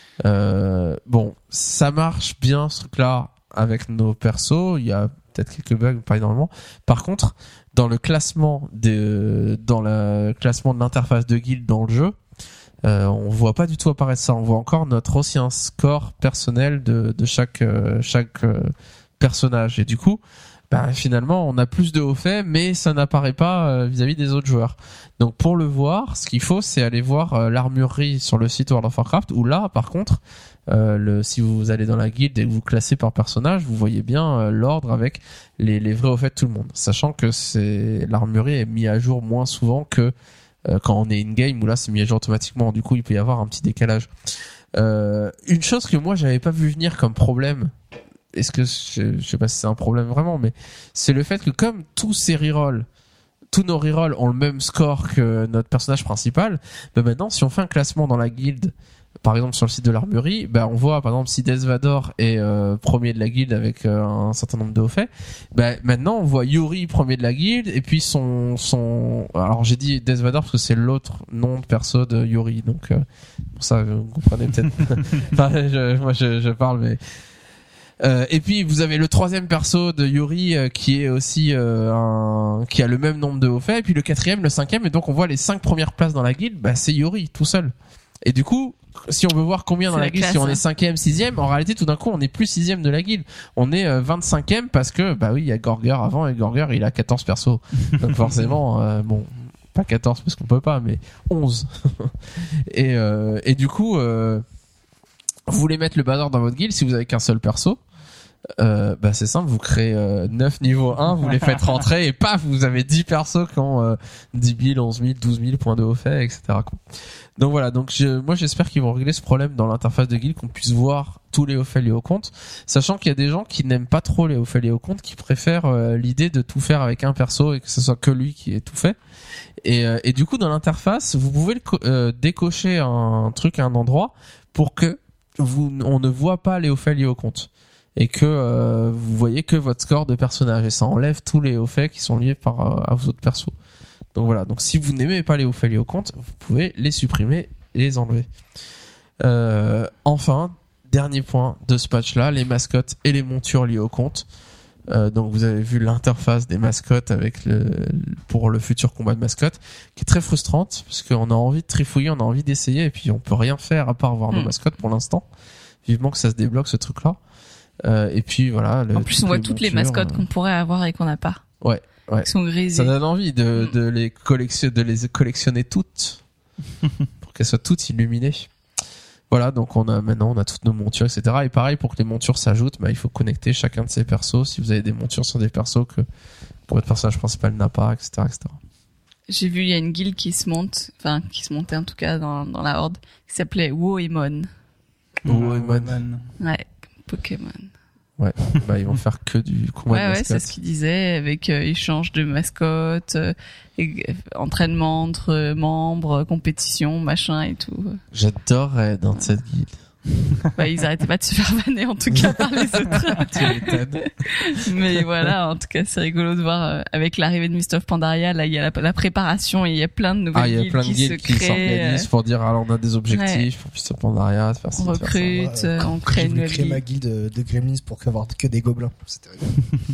Bon, ça marche bien ce truc-là avec nos persos. Il y a peut-être quelques bugs, pas énormément. Par contre, dans le classement de l'interface de guild dans le jeu, on voit pas du tout apparaître ça. On voit encore notre ancien score personnel de chaque personnage. Et du coup, finalement, on a plus de hauts faits, mais ça n'apparaît pas vis-à-vis des autres joueurs. Donc, pour le voir, ce qu'il faut, c'est aller voir l'armurerie sur le site World of Warcraft, où là, par contre, si vous allez dans la guilde et que vous classez par personnage, vous voyez bien l'ordre avec les vrais hauts faits de tout le monde. Sachant que l'armurerie est mise à jour moins souvent que quand on est in-game, où là, c'est mis à jour automatiquement. Du coup, il peut y avoir un petit décalage. Une chose que moi, j'avais pas vu venir comme problème, est-ce que je sais pas si c'est un problème vraiment, mais c'est le fait que comme tous nos rerolls ont le même score que notre personnage principal, maintenant si on fait un classement dans la guilde, par exemple sur le site de l'armurerie, on voit par exemple si Desvador est premier de la guilde avec un certain nombre de hauts faits, maintenant on voit Yuri premier de la guilde et puis alors j'ai dit Desvador parce que c'est l'autre nom de perso de Yuri, donc pour ça vous comprenez peut-être. Moi je parle, mais et puis vous avez le troisième perso de Yuri qui est aussi qui a le même nombre de hauts faits, et puis le quatrième, le cinquième, et donc on voit les 5 premières places dans la guilde, c'est Yuri tout seul. Et du coup, si on veut voir combien dans la guilde, si on est 5e, 6e, en réalité tout d'un coup on est plus 6e de la guilde, on est 25e parce que il y a Gorger avant, et Gorger il a 14 persos. Donc forcément pas 14 parce qu'on peut pas, mais 11. et du coup vous voulez mettre le bazar dans votre guilde, si vous avez qu'un seul perso, c'est simple, vous créez 9 niveau 1, vous les faites rentrer et paf, vous avez 10 persos qui ont 10 000, 11 000, 12 000 points de haut fait, etc. Donc voilà, moi j'espère qu'ils vont régler ce problème dans l'interface de guild, qu'on puisse voir tous les hauts faits liés au compte, sachant qu'il y a des gens qui n'aiment pas trop les hauts faits liés au compte, qui préfèrent l'idée de tout faire avec un perso et que ce soit que lui qui ait tout fait. Et du coup dans l'interface, vous pouvez décocher un truc à un endroit pour que on ne voit pas les hauts faits liés au compte, et que vous voyez que votre score de personnage, et ça enlève tous les hauts faits qui sont liés à vos autres persos. Donc voilà, donc si vous n'aimez pas les hauts faits liés au compte, vous pouvez les supprimer et les enlever. Enfin, dernier point de ce patch là, les mascottes et les montures liées au compte. Donc vous avez vu l'interface des mascottes pour le futur combat de mascottes, qui est très frustrante parce qu'on a envie de trifouiller, on a envie d'essayer, et puis on peut rien faire à part voir nos mascottes pour l'instant. Vivement que ça se débloque ce truc là. Et puis voilà.
En plus on voit toutes les mascottes qu'on pourrait avoir et qu'on n'a pas.
Ouais.
Qui sont grisées.
Ça donne envie de les collectionner toutes pour qu'elles soient toutes illuminées. Voilà, donc maintenant on a toutes nos montures, etc. Et pareil, pour que les montures s'ajoutent, il faut connecter chacun de ces persos. Si vous avez des montures sur des persos que votre personnage principal n'a pas, etc., etc.
J'ai vu, il y a une guilde qui se montait en tout cas dans la horde, qui s'appelait Woemon.
Woemon.
Ouais, Pokémon.
Ouais, ils vont faire que du combat de mascotte.
Ouais, c'est ce qu'il disait, avec échange de mascottes, entraînement entre membres, compétition, machin et tout.
J'adorerais dans cette guilde.
Bah, ils arrêtaient pas de se faire vanner, en tout cas, par les autres.
Tu m'étonnes.
Mais voilà, en tout cas, c'est rigolo de voir, avec l'arrivée de Mist of Pandaria, là, il y a la préparation et il y a plein de nouvelles
Ah, il y a
guildes
plein de
qui
guildes
se
qui
créent.
s'organisent pour dire, alors on a des objectifs pour Mist of Pandaria, faire ci,
On
faire ça.
recrute,
Ouais,
on
J'ai
crée une
voulu
nouvelle
créer ma
guilde.
guilde de Gremlins pour avoir que des gobelins. C'était rigolo.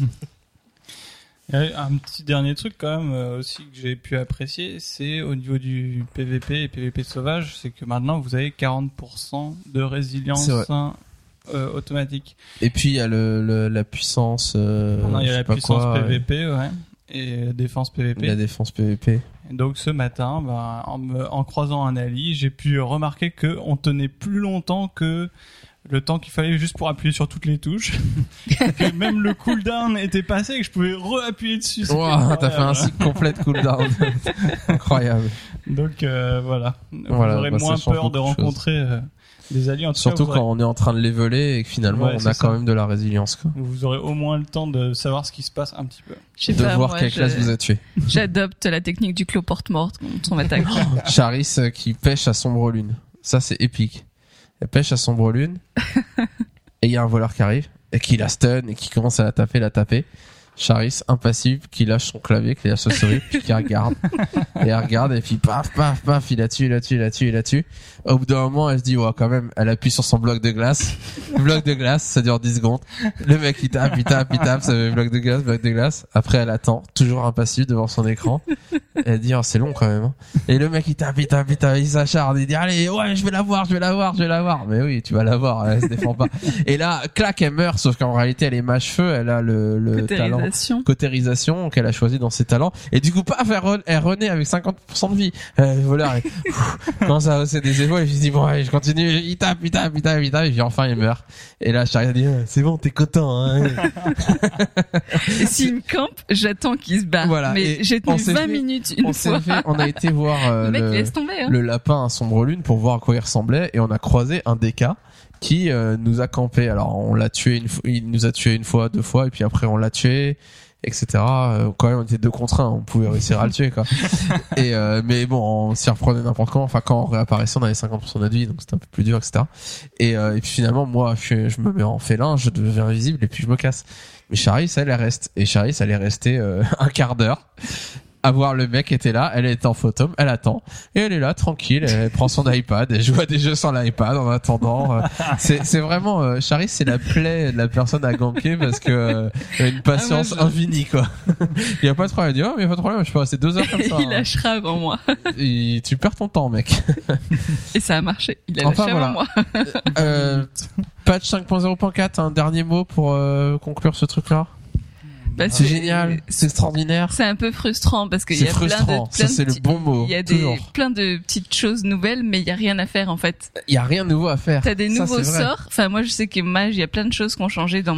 Il y a un petit dernier truc quand même aussi que j'ai pu apprécier, c'est au niveau du PVP et PVP sauvage, c'est que maintenant vous avez 40% de résilience
C'est vrai.
automatique.
Et puis il y a la puissance.
Maintenant il y
je
a
sais
la
pas
puissance
quoi,
PVP, ouais, et défense PVP.
la défense PVP.
Et donc ce matin, en croisant un ally, j'ai pu remarquer que on tenait plus longtemps que le temps qu'il fallait juste pour appuyer sur toutes les touches. Que même le cooldown était passé et que je pouvais re-appuyer dessus. C'était
Wow, t'as fait un
incroyable.
cycle complet de cooldown. Incroyable.
Donc voilà,
Voilà,
vous aurez
bah, ça
moins
change
peur de
beaucoup de
rencontrer des alliés. En tout
Surtout
cas, vous
quand on est en train de leveler et que finalement
Ouais,
on
c'est
a
ça.
quand même de la résilience, quoi.
vous aurez au moins le temps de savoir ce qui se passe un petit peu.
Je sais
De
pas,
voir
moi,
quelle classe vous a tué.
j'adopte la technique du clos porte-morte quand on m'attaque.
Charis qui pêche à sombre lune. Ça c'est épique. Elle pêche à sombre lune et il y a un voleur qui arrive et qui la stun et qui commence à la taper. Charis impassible qui lâche son clavier, qui lâche sa souris, puis qui regarde. Et elle regarde et puis paf, il la tue. Au bout d'un moment, elle se dit, ouais, quand même, elle appuie sur son bloc de glace. Bloc de glace, ça dure 10 secondes. Le mec, il tape, ça fait bloc de glace. Après, elle attend, toujours impassible devant son écran. Elle dit, oh, c'est long quand même, hein. Et le mec, il tape, il s'acharne, il dit, allez, ouais, je vais la voir. Mais oui, tu vas la voir, elle se défend pas. Et là, clac, elle meurt, sauf qu'en réalité, elle est mâche-feu, elle a le talent. Cautérisation qu'elle a choisi dans ses talents, et du coup paf, elle renaît avec 50% de vie. Le voleur commence à hausser des épaules et je me dis bon allez, je continue, il tape et puis enfin il meurt. Et là Charis dit c'est bon, t'es content, hein.
Et s'il me campe, j'attends qu'il se barre.
Voilà,
Mais
et
j'ai tenu
on s'est
20
fait-
minutes une fois.
On a été voir
Le mec laisse tomber, hein.
le lapin à sombre lune pour voir à quoi il ressemblait, et on a croisé un DK qui nous a campé. Alors on l'a tué il nous a tué une fois, 2 fois, et puis après on l'a tué, etc. Quand même on était 2 contre 1, on pouvait réussir à le tuer, quoi. Et mais bon, on s'y reprenait n'importe comment. Enfin, quand on réapparaissait, on avait 50% de notre vie, donc c'était un peu plus dur, etc. Et puis finalement, moi, je me mets en félin, je deviens invisible et puis je me casse. Mais Charis, elle reste. Et Charis, elle est restée un quart d'heure à voir le mec était là, elle est en photo, elle attend, et elle est là tranquille, elle prend son iPad, elle joue à des jeux sur l'iPad en attendant. C'est vraiment Charis, c'est la plaie de la personne à ganker parce que elle a une patience infinie, quoi. Il y a pas de problème, elle dit oh mais y a pas de problème, je peux rester 2 heures comme ça.
Il lâchera avant moi.
Et tu perds ton temps, mec.
Et ça a marché. Il a
Enfin,
lâché avant
voilà.
moi.
Patch 5.0.4, un dernier mot pour conclure ce truc-là.
Bah,
C'est génial, c'est extraordinaire.
C'est un peu frustrant parce qu'il y
C'est
a plein
frustrant,
de
ça c'est le bon mot.
il y a
toujours.
plein de petites choses nouvelles, mais il y a rien à faire en fait.
Il y a rien de nouveau à faire.
T'as des
Ça,
nouveaux
c'est vrai.
sorts. Enfin, moi, je sais que Mage, il y a plein de choses qui ont changé dans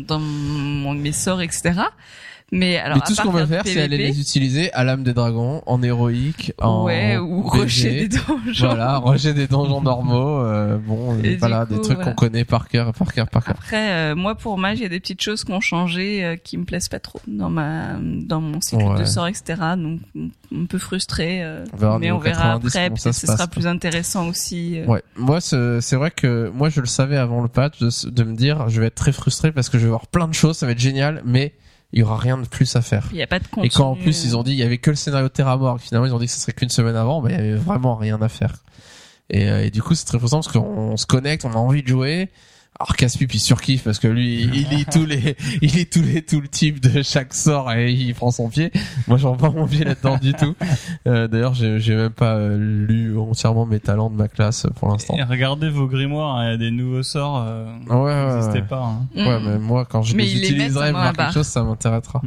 mes sorts, etc. Mais alors,
Mais tout
à
ce
part
qu'on va
du
faire, c'est aller
PVP,
les utiliser à l'âme des dragons, en héroïque, en
ouais, ou
BG.
rusher des donjons.
Voilà, rocher des donjons normaux,
Et
voilà,
du
des
coup,
trucs
voilà.
qu'on connaît par cœur.
Après, moi, pour Mage, il y a des petites choses qui ont changé, qui me plaisent pas trop dans mon cycle
Ouais.
de sorts, etc. Donc, un peu frustré,
On verra
mais
niveau
on verra
90
après,
comment
peut-être
ça
que
se
ce sera
passe,
plus intéressant aussi.
Ouais, moi c'est vrai que moi je le savais avant le patch de me dire je vais être très frustré parce que je vais voir plein de choses, ça va être génial, mais il y aura rien de plus à faire.
Il y a pas de contenu.
Et quand en plus ils ont dit il y avait que le scénario Terra Mort, finalement ils ont dit que ce serait qu'une semaine avant, bah il y avait vraiment rien à faire. Et du coup c'est très frustrant parce qu'on se connecte, on a envie de jouer. Alors Casse-Pipe il surkiffe parce que lui il lit tout le type de chaque sort et il prend son pied. Moi j'en prends mon pied là-dedans du tout. D'ailleurs j'ai même pas lu entièrement mes talents de ma classe pour l'instant.
Et regardez vos grimoires, il y a des nouveaux sorts.
Ouais.
N'hésitez pas. Hein.
Ouais, mais moi quand je
Mais
les
ils les
utiliserai
mettent dans
voir
la
quelque
barre.
chose ça m'intéressera.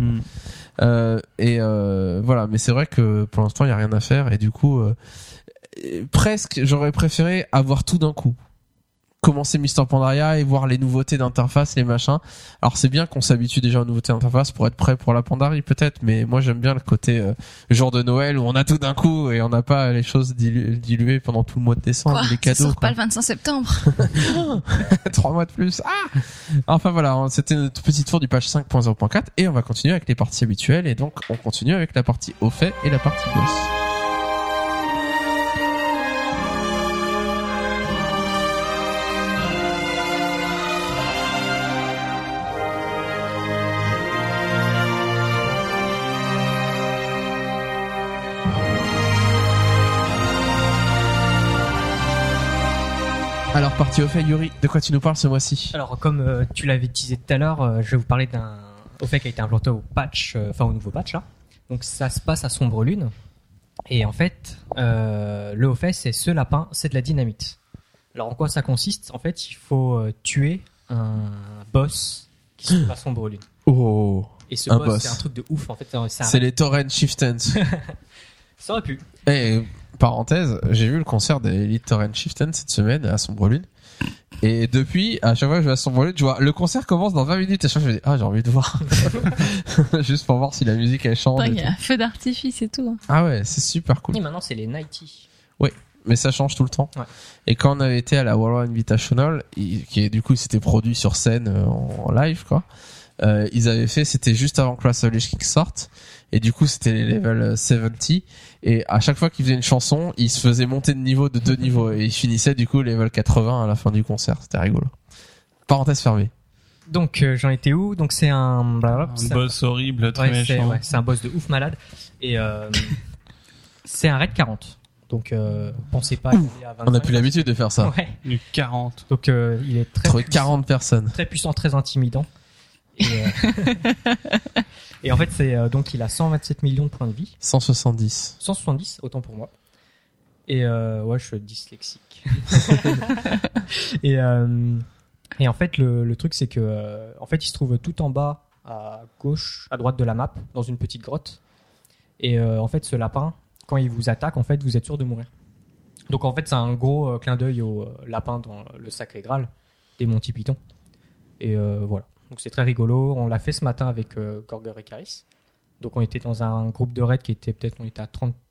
Mm.
Voilà, mais c'est vrai que pour l'instant il y a rien à faire et du coup presque j'aurais préféré avoir tout d'un coup. Commencer Mr. Pandaria et voir les nouveautés d'interface, les machins. Alors c'est bien qu'on s'habitue déjà aux nouveautés d'interface pour être prêt pour la Pandarie peut-être, mais moi j'aime bien le côté jour de Noël où on a tout d'un coup et on n'a pas les choses diluées pendant tout le mois de décembre,
Quoi,
les cadeaux.
ça sort
quoi.
pas le 25 septembre.
3 mois de plus. Ah enfin voilà, c'était notre petit tour du patch 5.0.4 et on va continuer avec les parties habituelles et donc on continue avec la partie au fait et la partie boss. Alors, parti au fait, Yuri, de quoi tu nous parles ce mois-ci?
Alors, comme tu l'avais teasé tout à l'heure, je vais vous parler d'un OFE qui a été implanté au patch, au nouveau patch là. Donc, ça se passe à Sombre Lune. Et en fait, le OFE, c'est ce lapin, c'est de la dynamite. Alors, en quoi ça consiste? En fait, il faut tuer un boss qui se trouve à Sombre Lune.
Oh,
Et ce
un
boss,
boss.
c'est un truc de ouf. En fait,
c'est les Torrent Chieftains.
Ça aurait pu.
Et parenthèse, j'ai vu le concert des Elite Torrent Chieftains cette semaine à Sombre Lune. Et depuis, à chaque fois que je vais à Sombre Lune, je vois le concert commence dans 20 minutes. Et à chaque fois, je me dis, j'ai envie de voir. Juste pour voir si la musique elle change.
Il y a un feu d'artifice et tout. Hein.
Ah ouais, c'est super cool.
Et maintenant, c'est les Nighty.
Mais ça change tout le temps.
Ouais.
Et quand on avait été à la World War Invitational, qui du coup s'était produit sur scène en live, quoi. Ils avaient fait, c'était juste avant que Class of Lich Kick sorte. Et du coup, c'était les level 70. Et à chaque fois qu'ils faisaient une chanson, ils se faisaient monter de niveau de 2 niveaux. Et ils finissaient du coup level 80 à la fin du concert. C'était rigolo. Parenthèse fermée.
Donc, j'en étais où? Donc, c'est un
boss horrible, très méchant.
C'est un boss de ouf malade. Et c'est un raid 40. Donc, pensez pas qu'il est à 25.
On a plus l'habitude de faire ça.
Ouais.
Du 40.
Donc, il est très
Trouver
puissant,
40 personnes.
très puissant, très intimidant. Et, et en fait, c'est donc il a 127 millions de points de vie.
170.
170, autant pour moi. Et ouais, je suis dyslexique. et en fait, le truc, c'est que en fait, il se trouve tout en bas, à gauche, à droite de la map, dans une petite grotte. Et en fait, ce lapin, quand il vous attaque, en fait, vous êtes sûr de mourir. Donc en fait, c'est un gros clin d'œil au lapin dans le Sacré Graal des Monty Python. Et voilà. Donc c'est très rigolo. On l'a fait ce matin avec Gorger et Caris. Donc on était dans un groupe de raid qui était on était à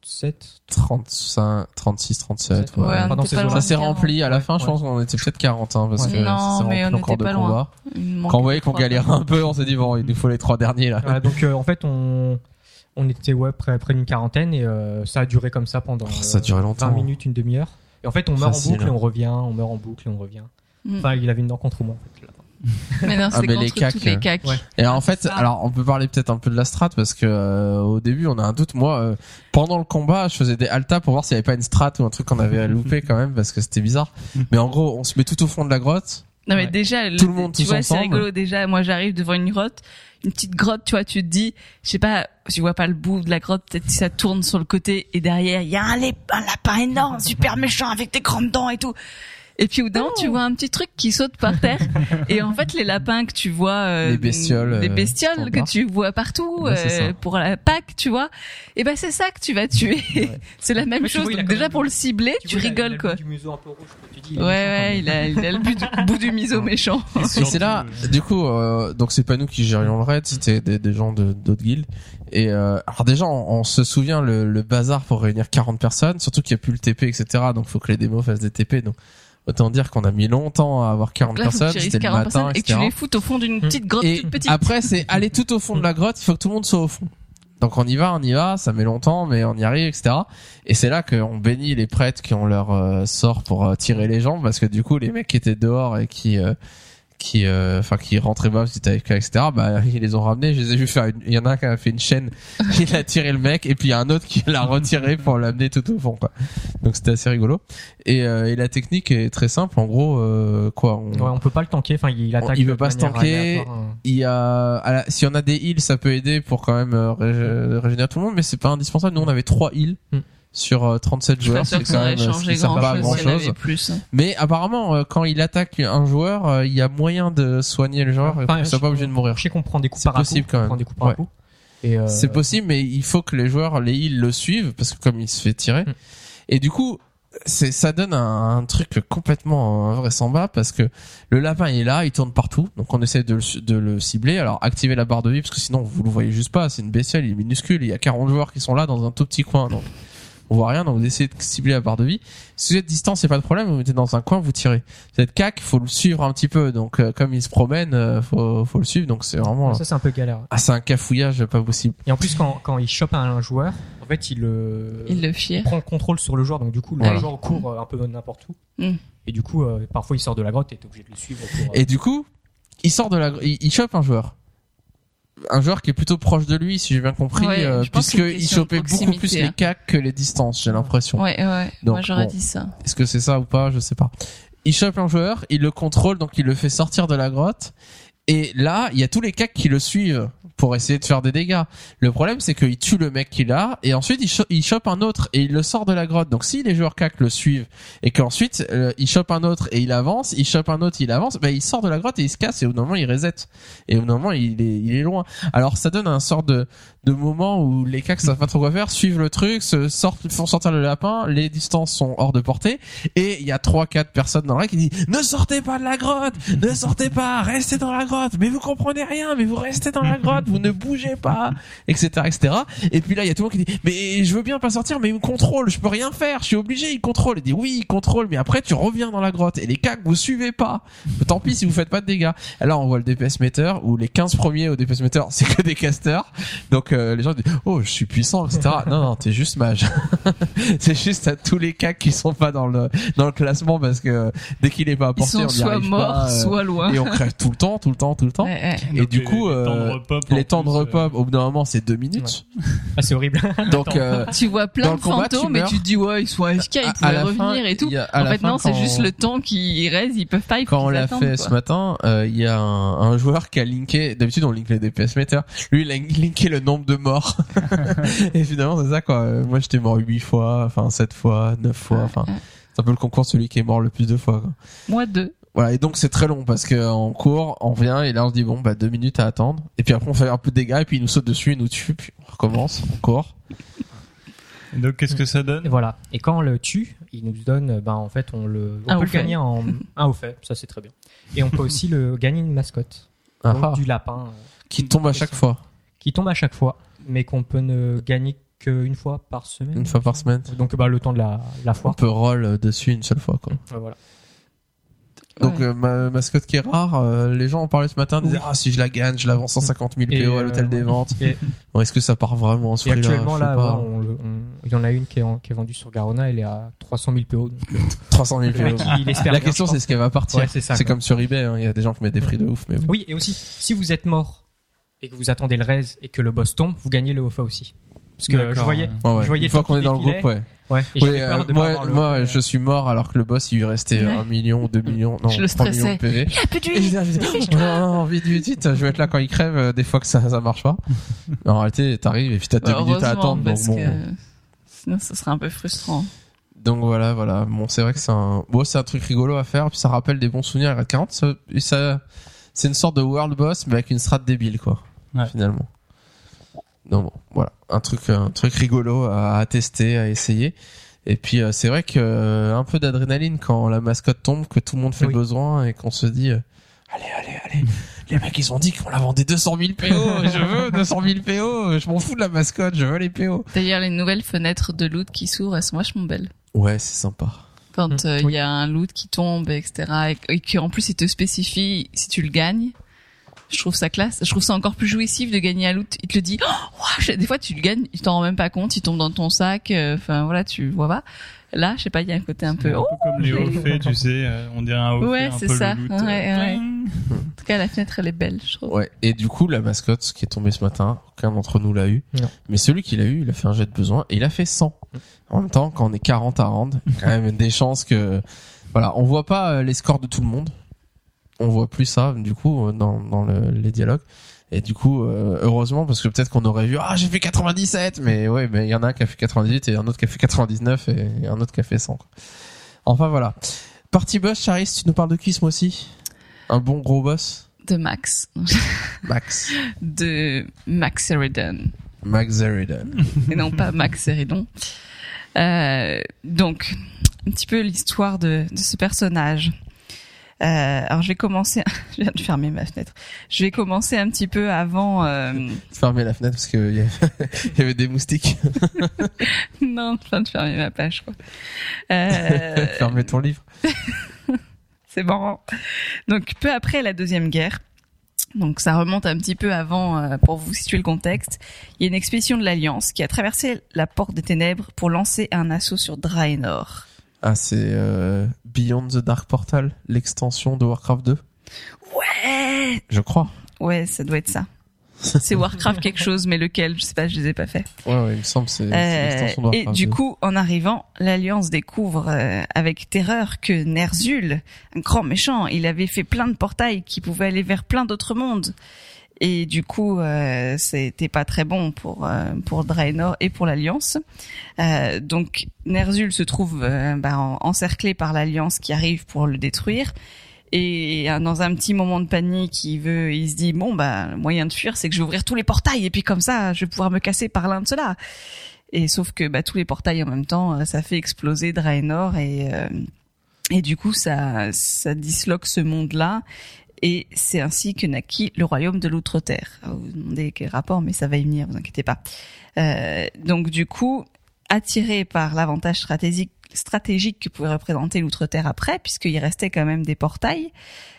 37,
35, 36, 37. Ouais.
Ouais, on
Pendant
était
ces
pas
jours-là.
loin
Ça s'est
de 40.
rempli. À la fin, je
Ouais.
pense qu'on était peut-être 40, hein, parce
Ouais.
que
Non,
ça s'est
mais
rempli
on
encore
était
de
pas loin.
combats.
Il manquait
Quand on voyait qu'on
3
galérait un peu, on s'est dit bon, il nous faut les 3 derniers là.
Voilà, donc en fait on était près d'une quarantaine et ça a duré comme ça pendant
Ça a duré longtemps.
20 minutes, une demi-heure. Et en fait on meurt
Facile,
en boucle et
hein.
on revient, on meurt en boucle et on revient.
Mm.
Enfin il avait une dent contre moi en fait. Là.
Mais non, c'est
mais
contre
les cacs,
toutes les cacs.
ouais.
Et en fait,
ça.
alors on peut parler peut-être un peu de la strat parce que au début on a un doute. Moi, pendant le combat, je faisais des altas pour voir s'il y avait pas une strat ou un truc qu'on avait à louper quand même parce que c'était bizarre. Mais en gros, on se met tout au fond de la grotte.
Non mais
Ouais.
déjà,
Tout le monde
tu
tous
vois, c'est
ensemble.
rigolo. Déjà, moi, j'arrive devant une grotte, une petite grotte, tu vois, tu te dis, je sais pas, tu vois pas le bout de la grotte, peut-être que ça tourne sur le côté et derrière, il y a un lapin énorme, super méchant avec des grandes dents et tout. Et puis au d'un moment, tu vois un petit truc qui saute par terre. Et en fait, les lapins que tu vois,
Les bestioles,
des bestioles que
standard.
tu vois partout
Ouais, c'est ça.
pour la Pâques, tu vois. Et ben c'est ça que tu vas tuer. C'est la même
Mais tu
chose.
vois, il a
Donc
quand
déjà
même-
pour le cibler, tu
vois, il a
rigoles
le
quoi.
bout du museau un peu rouge, tu dis.
Ouais, il a le bout du miso méchant.
Et c'est là, du coup, donc c'est pas nous qui gérions le raid, c'était des gens d'autres guildes. Et alors déjà, on se souvient le bazar pour réunir 40 personnes, surtout qu'il y a plus le TP, etc. Donc faut que les démos fassent des TP. Donc autant dire qu'on a mis longtemps à avoir 40
Là, faut que
personnes.
tu
C'était
risques
le
40
matin,
personnes et que
etc.
tu les foutes au fond d'une petite grotte
Et
toute petite.
après, c'est aller tout au fond de la grotte. Il faut que tout le monde soit au fond. Donc on y va. Ça met longtemps, mais on y arrive, etc. Et c'est là qu'on bénit les prêtres qui ont leur sort pour tirer les gens, parce que du coup, les mecs qui étaient dehors et qui rentraient pas, etc. Bah, ils les ont ramenés. Je les ai vus faire il y en a un qui a fait une chaîne, il a tiré le mec, et puis il y a un autre qui l'a retiré pour l'amener tout au fond, quoi. Donc c'était assez rigolo. Et la technique est très simple. En gros,
Ouais, on peut pas le tanker. Enfin, il attaque.
il veut
de
pas se
manière
tanker.
aléatoire, hein.
il y a, si on a des heals, ça peut aider pour quand même régénérer tout le monde, mais c'est pas indispensable. Nous, on avait 3 heals sur 37
Je suis
joueurs.
pas sûr
C'est
que ça
quand
aurait
même,
changé
ça sert pas à
grand chose s'il y en avait
grand-chose.
plus.
Mais apparemment, quand il attaque un joueur, il y a moyen de soigner le joueur et
Enfin,
qu'il soit pas obligé de mourir.
Je sais qu'on prend des coups
C'est
par à coup.
possible quand
On
même.
prend des coups par
Ouais.
à coup. Et
C'est possible, mais il faut que les joueurs, les heals le suivent, parce que comme il se fait tirer. Et du coup, ça donne un truc complètement invraisemblable, parce que le lapin il est là, il tourne partout, donc on essaie de le cibler. Alors activer la barre de vie, parce que sinon vous le voyez juste pas, c'est une bestiole, il est minuscule, il y a 40 joueurs qui sont là dans un tout petit coin, donc on voit rien, donc vous essayez de cibler la barre de vie. Si vous êtes distant, c'est pas de problème, vous mettez dans un coin, vous tirez. Vous êtes cac, faut le suivre un petit peu, donc comme il se promène, faut le suivre, donc c'est vraiment
ça, c'est un peu galère.
c'est un cafouillage pas possible.
Et en plus, quand il chope un joueur, en fait, il
le fier.
prend le contrôle sur le joueur, donc du coup, le
Ah oui.
joueur court un peu n'importe où.
Mm.
Et du coup, parfois, il sort de la grotte et t'es obligé de le suivre. Pour,
Et du coup, il sort de il chope un joueur qui est plutôt proche de lui, si j'ai bien compris,
Ouais, je pense que c'est une
puisqu'il
question de
chopait beaucoup plus
proximité,
les
hein.
cacs que les distances, j'ai l'impression.
Ouais.
Donc,
Moi, j'aurais
bon.
dit ça.
Est-ce que c'est ça ou pas, je sais pas. il chope un joueur, il le contrôle, donc il le fait sortir de la grotte. Et là, il y a tous les cacs qui le suivent pour essayer de faire des dégâts. Le problème, c'est qu'il tue le mec qu'il a, et ensuite il chope un autre et il le sort de la grotte. Donc si les joueurs cacs le suivent et qu'ensuite il chope un autre et il avance, il chope un autre, il avance, ben il sort de la grotte et il se casse et au bout d'un moment il reset. Et au bout d'un moment il est loin. Alors ça donne un sort de moment où les cacs savent pas trop quoi faire, suivent le truc, font sortir le lapin, les distances sont hors de portée, et il y a 3-4 personnes dans la qui disent ne sortez pas de la grotte, ne sortez pas, restez dans la grotte, mais vous comprenez rien, mais vous restez dans la grotte, vous ne bougez pas, etc., etc. Et puis là il y a tout le monde qui dit mais je veux bien pas sortir, mais il me contrôle, je peux rien faire, je suis obligé, il contrôle. Il dit oui il contrôle, mais après tu reviens dans la grotte, et les cacs vous suivez pas, tant pis si vous faites pas de dégâts. Alors on voit le DPS meter où les 15 premiers au DPS meter c'est que des casters, donc les gens disent oh je suis puissant, etc. non t'es juste mage. C'est juste à tous les cacs qui sont pas dans le classement, parce que dès qu'il est pas apporté on y
soit
arrive
morts
pas,
soit loin,
et on crève tout le temps.
Ouais.
Et
Donc,
du coup les temps de repop au bout d'un moment c'est 2 minutes.
Ouais. Ah, c'est horrible.
Donc
tu vois
dans
plein
le
de
combat,
fantômes
tu
et tu te dis ouais ils sont AFK, ils
à
pourraient
la fin,
revenir et tout.
à
En
la
fait
fin,
non, c'est
quand-
juste le temps qui reste, ils peuvent pas, il faut
Quand on
qu'ils
l'a
attendent,
fait
quoi.
ce matin, il y a un joueur qui a linké, d'habitude on link les DPS meter, lui il a linké le nombre de morts. Et finalement c'est ça quoi. Moi j'étais mort 8 fois, enfin 7 fois, 9 fois, enfin c'est un peu le concours de celui qui est mort le plus de fois quoi.
Moi 2.
Voilà, et donc c'est très long parce que en cours, on vient et là on se dit bon bah 2 minutes à attendre, et puis après on fait un peu de dégâts et puis il nous saute dessus, il nous tue, puis on recommence encore.
Et donc qu'est-ce que ça donne?
Et voilà. Et quand on le tue, il nous donne, en fait, on
Un
peut
au
le
fait.
gagner en un au fait. Ça, c'est très bien. Et on peut aussi le gagner une mascotte.
Ah,
Donc,
ah,
du lapin.
qui tombe à chaque fois,
Qui tombe à chaque fois, mais qu'on peut ne gagner qu'une fois par semaine.
une fois par semaine.
Donc, le temps de la
On
foire.
peut roll dessus une seule fois quoi.
Voilà.
Donc
Ouais.
ma mascotte qui est rare, les gens en parlaient ce matin, disaient ah si je la gagne, je la vends 150 000
Et,
PO à l'hôtel des ventes.
Et,
Bon, est-ce que ça part vraiment en ce
et
prix-là?
actuellement,
Je sais
là,
pas.
ouais, il y en a une qui est vendue sur Garona, elle est à 300 000 PO. Donc,
300 000
le mec,
PO.
il espère
La
bien,
question
je
c'est
pense.
ce qu'elle va partir.
Ouais, c'est ça, quoi.
comme sur eBay, hein. Il y a des gens qui mettent des prix de ouf, mais bon.
Oui, et aussi, si vous êtes mort et que vous attendez le raise et que le boss tombe, vous gagnez le OFA aussi. Parce que
D'accord,
je voyais,
Ouais, ouais.
je voyais
Une fois
le temps
qu'on est
qu'il
dans le groupe,
défilait.
ouais.
Ouais. Et
Oui,
j'avais peur de pas
moi,
avoir le
moi,
OFA.
je suis mort alors que le boss, il lui restait
Ouais.
1 million ou 2 millions, non,
Je le
3 millions de
stressais.
PV.
Il a plus
Et je disais, oh, non, vite, je vais être là quand il crève, des fois que ça marche pas. Mais en réalité, t'arrives et puis t'as 2 minutes à attendre, donc
parce
bon.
que sinon ça serait un peu frustrant.
Donc voilà. Bon, c'est vrai que c'est un truc rigolo à faire, puis ça rappelle des bons souvenirs à Red 40, c'est une sorte de world boss, mais avec une strat débile, quoi.
Ouais.
Finalement. Donc bon, voilà. Un truc rigolo à tester, à essayer. Et puis, c'est vrai que, un peu d'adrénaline quand la mascotte tombe, que tout le monde fait
Oui.
besoin et qu'on se dit, allez. Les mecs, ils ont dit qu'on la vendait 200 000 PO. Je veux 200 000 PO. Je m'en fous de la mascotte. Je veux les PO.
D'ailleurs, les nouvelles fenêtres de loot qui s'ouvrent, elles sont vachement belles.
Ouais, c'est sympa.
Quand il
Oui.
y a un loot qui tombe, etc., et qu'en plus il te spécifie si tu le gagnes, je trouve ça classe. Je trouve ça encore plus jouissif de gagner un loot. Il te le dit. Oh, ouah, des fois tu le gagnes, tu t'en rends même pas compte, il tombe dans ton sac. Enfin voilà, tu vois pas. Là, je sais pas, il y a un côté un peu.
Un peu comme les hauts faits, tu sais, on dirait un haut
Ouais,
fait, un
c'est
peu
ça.
le loot.
Ouais. En tout cas, la fenêtre elle est belle, je trouve.
Ouais. Et du coup, la mascotte qui est tombée ce matin, aucun d'entre nous l'a eu.
Non.
Mais celui qui l'a eu, il a fait un jet de besoin et il a fait 100. En même temps, quand on est 40 à rendre, il y a quand même des chances que, voilà, on voit pas les scores de tout le monde. On voit plus ça, du coup, dans les dialogues. Et du coup, heureusement, parce que peut-être qu'on aurait vu, j'ai fait 97, mais ouais, mais il y en a un qui a fait 98 et un autre qui a fait 99 et un autre qui a fait 100, quoi. Enfin, voilà. Partie boss, Charis, tu nous parles de qui ce mois-ci? Un bon gros boss?
De Max.
Max.
De Max Eridan.
Max Zeridan.
Et non pas Max Eridon. Donc, un petit peu l'histoire de ce personnage. Alors, je vais commencer. Je viens de fermer ma fenêtre. Je vais commencer un petit peu avant.
Fermez la fenêtre parce que il y avait des moustiques.
Non, je viens de fermer ma page, quoi.
Fermez ton livre.
C'est marrant. Donc, peu après la Deuxième Guerre. Donc, ça remonte un petit peu avant, pour vous situer le contexte. Il y a une expédition de l'Alliance qui a traversé la Porte des Ténèbres pour lancer un assaut sur Draenor.
Ah, c'est Beyond the Dark Portal, l'extension de Warcraft 2,
Ouais!
je crois.
Ouais, ça doit être ça. C'est Warcraft quelque chose, mais lequel, je sais pas, je les ai pas fait.
Ouais, il me semble que c'est l'extension de
Et
Warcraft
du
2.
coup, en arrivant, l'Alliance découvre avec terreur que Ner'zhul, un grand méchant, il avait fait plein de portails qui pouvaient aller vers plein d'autres mondes. Et du coup, c'était pas très bon pour Draenor et pour l'Alliance. Donc Ner'zhul se trouve encerclé par l'Alliance qui arrive pour le détruire. Et dans un petit moment de panique, il se dit bon le moyen de fuir, c'est que je vais ouvrir tous les portails et puis comme ça, je vais pouvoir me casser par l'un de ceux-là. Et sauf que tous les portails en même temps, ça fait exploser Draenor et du coup ça disloque ce monde-là. Et c'est ainsi que naquit le royaume de l'Outre-Terre. Vous vous demandez quel rapport, mais ça va y venir, vous inquiétez pas. Donc du coup, attiré par l'avantage stratégique que pouvait représenter l'Outre-Terre après, puisqu'il restait quand même des portails,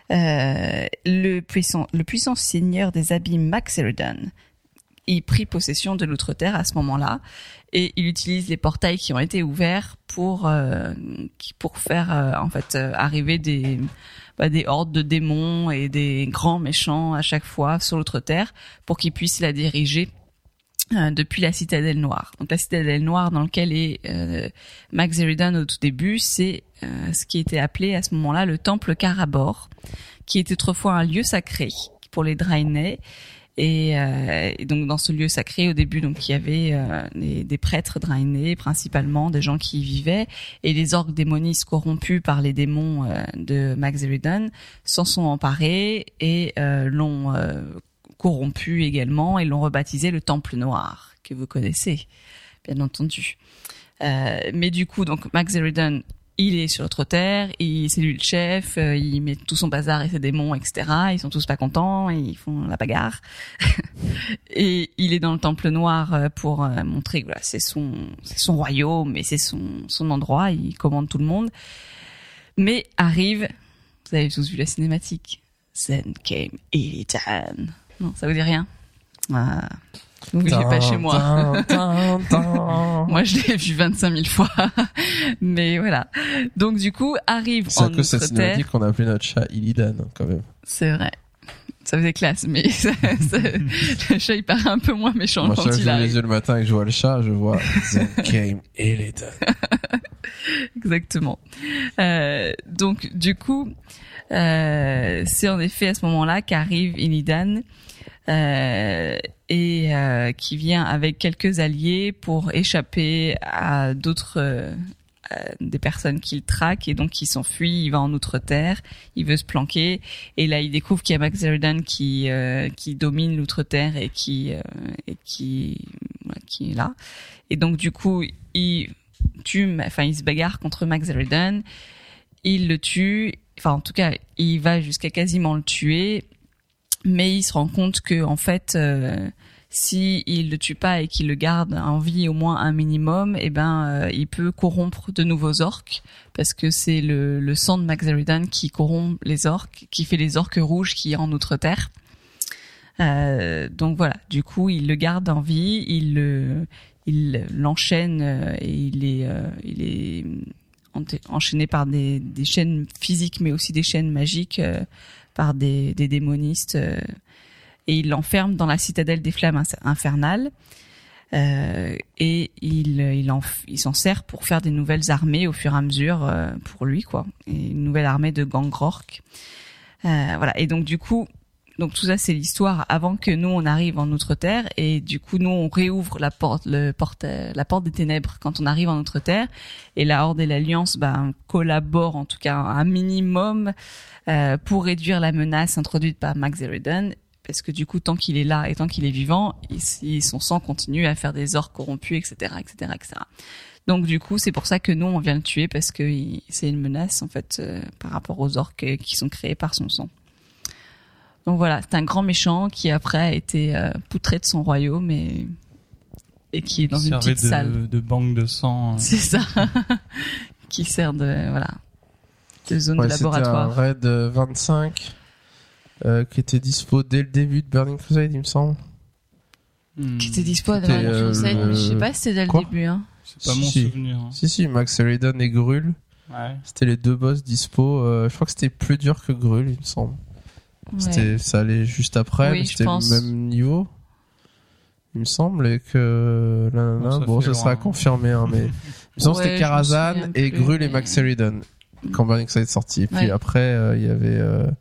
le puissant seigneur des abîmes Max Eridan, il prit possession de l'Outre-Terre à ce moment-là, et il utilise les portails qui ont été ouverts pour faire arriver des hordes de démons et des grands méchants à chaque fois sur l'Outre-Terre pour qu'ils puissent la diriger depuis la Citadelle Noire. Donc la Citadelle Noire dans laquelle est Max Eridan au tout début, c'est ce qui était appelé à ce moment-là le Temple Karabor, qui était autrefois un lieu sacré pour les Draenei. Et donc dans ce lieu sacré au début, donc il y avait des prêtres Draenei principalement, des gens qui y vivaient, et les orques démonistes corrompus par les démons de Max Eridan s'en sont emparés et l'ont corrompu également et l'ont rebaptisé le Temple Noir, que vous connaissez bien entendu. Mais du coup donc Max Eridan, il est sur l'Outre-Terre, c'est lui le chef, il met tout son bazar et ses démons, etc. Ils sont tous pas contents, et ils font la bagarre. Et il est dans le Temple Noir pour montrer que voilà, c'est son royaume, et c'est son endroit, il commande tout le monde. Mais arrive, vous avez tous vu la cinématique, Then came Illidan. Non, ça vous dit rien? Ah. Vous vivez pas chez moi. Moi, je l'ai vu 25 000 fois. Mais voilà. Donc, du coup, arrive en Outre-Terre.
C'est à cause de cette cinématique qu'on a appelé notre chat Illidan, quand même.
C'est vrai. Ça faisait classe, mais le chat, il paraît un peu moins méchant
moi,
quand il arrive.
Moi, je les yeux le matin et que je vois le chat, je vois Then came Illidan.
Exactement. Donc, du coup, c'est en effet à ce moment-là qu'arrive Illidan. Qui vient avec quelques alliés pour échapper à d'autres des personnes qu'il traque, et donc il s'enfuit, il va en Outre-Terre, il veut se planquer, et là il découvre qu'il y a Max Eridan qui domine l'Outre-Terre et qui est là, et donc du coup il se bagarre contre Max Eridan, il le tue, enfin en tout cas il va jusqu'à quasiment le tuer. Mais il se rend compte que en fait, si il le tue pas et qu'il le garde en vie au moins un minimum, il peut corrompre de nouveaux orques, parce que c'est le sang de Max Eridan qui corrompt les orques, qui fait les orques rouges qui est en Outre-Terre. Donc voilà, du coup, il le garde en vie, il l'enchaîne et il est enchaîné par des chaînes physiques, mais aussi des chaînes magiques. Par des démonistes, et il l'enferme dans la citadelle des flammes infernales, et il s'en sert pour faire des nouvelles armées au fur et à mesure pour lui, quoi, et une nouvelle armée de gangrorks. Voilà, et donc du coup, donc tout ça c'est l'histoire avant que nous on arrive en Outre-Terre, et du coup nous on réouvre la porte des ténèbres quand on arrive en Outre-Terre, et la Horde et l'Alliance collaborent en tout cas un minimum pour réduire la menace introduite par Max Eridan, parce que du coup tant qu'il est là et tant qu'il est vivant, son sang continue à faire des orques corrompus, etc., etc., etc. Donc du coup c'est pour ça que nous on vient le tuer, parce que c'est une menace en fait par rapport aux orques qui sont créés par son sang. Donc voilà, c'est un grand méchant qui après a été poutré de son royaume et qui est dans une petite salle
de banque de sang.
C'est ça. Qui sert de zone de laboratoire.
C'était un raid 25 qui était dispo dès le début de Burning Crusade, il me semble.
Qui était dispo à Burning Crusade, mais je sais pas si c'était dès le début. Hein.
C'est pas mon souvenir. Hein.
Si, Max Eridan et Gruul.
Ouais.
C'était les deux boss dispo. Je crois que c'était plus dur que Gruul, il me semble. Ça allait juste après,
Oui,
mais
je
c'était
pense.
le même niveau. Il me semble et que ça sera confirmé, hein, mais il me semble que c'était
Ouais,
Karazhan
je me souviens
et
plus,
Grul et
mais-
Max Sheridan quand Burning Sight est sorti. Et puis
Ouais.
après, il y avait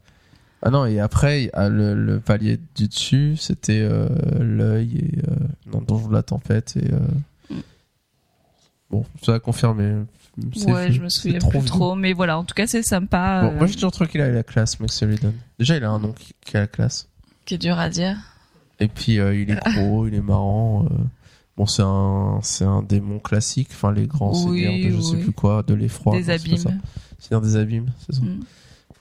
et après le palier du dessus, c'était l'œil et Donjon de la tempête et bon, ça a confirmé.
Ouais, je me souviens plus trop, mais voilà, en tout cas, c'est sympa.
Bon, moi j'ai toujours trouvé qu'il avait la classe, Max Sheridan. Déjà, il a un nom qui a la classe.
Qui est dur à dire.
Et puis il est gros, il est marrant. Bon, c'est un démon classique. Enfin, les grands
Oui,
seigneurs de je sais
oui.
plus quoi, de l'effroi.
Des
non, c'est pas ça.
abîmes.
Seigneur des abîmes, c'est ça.
Mm.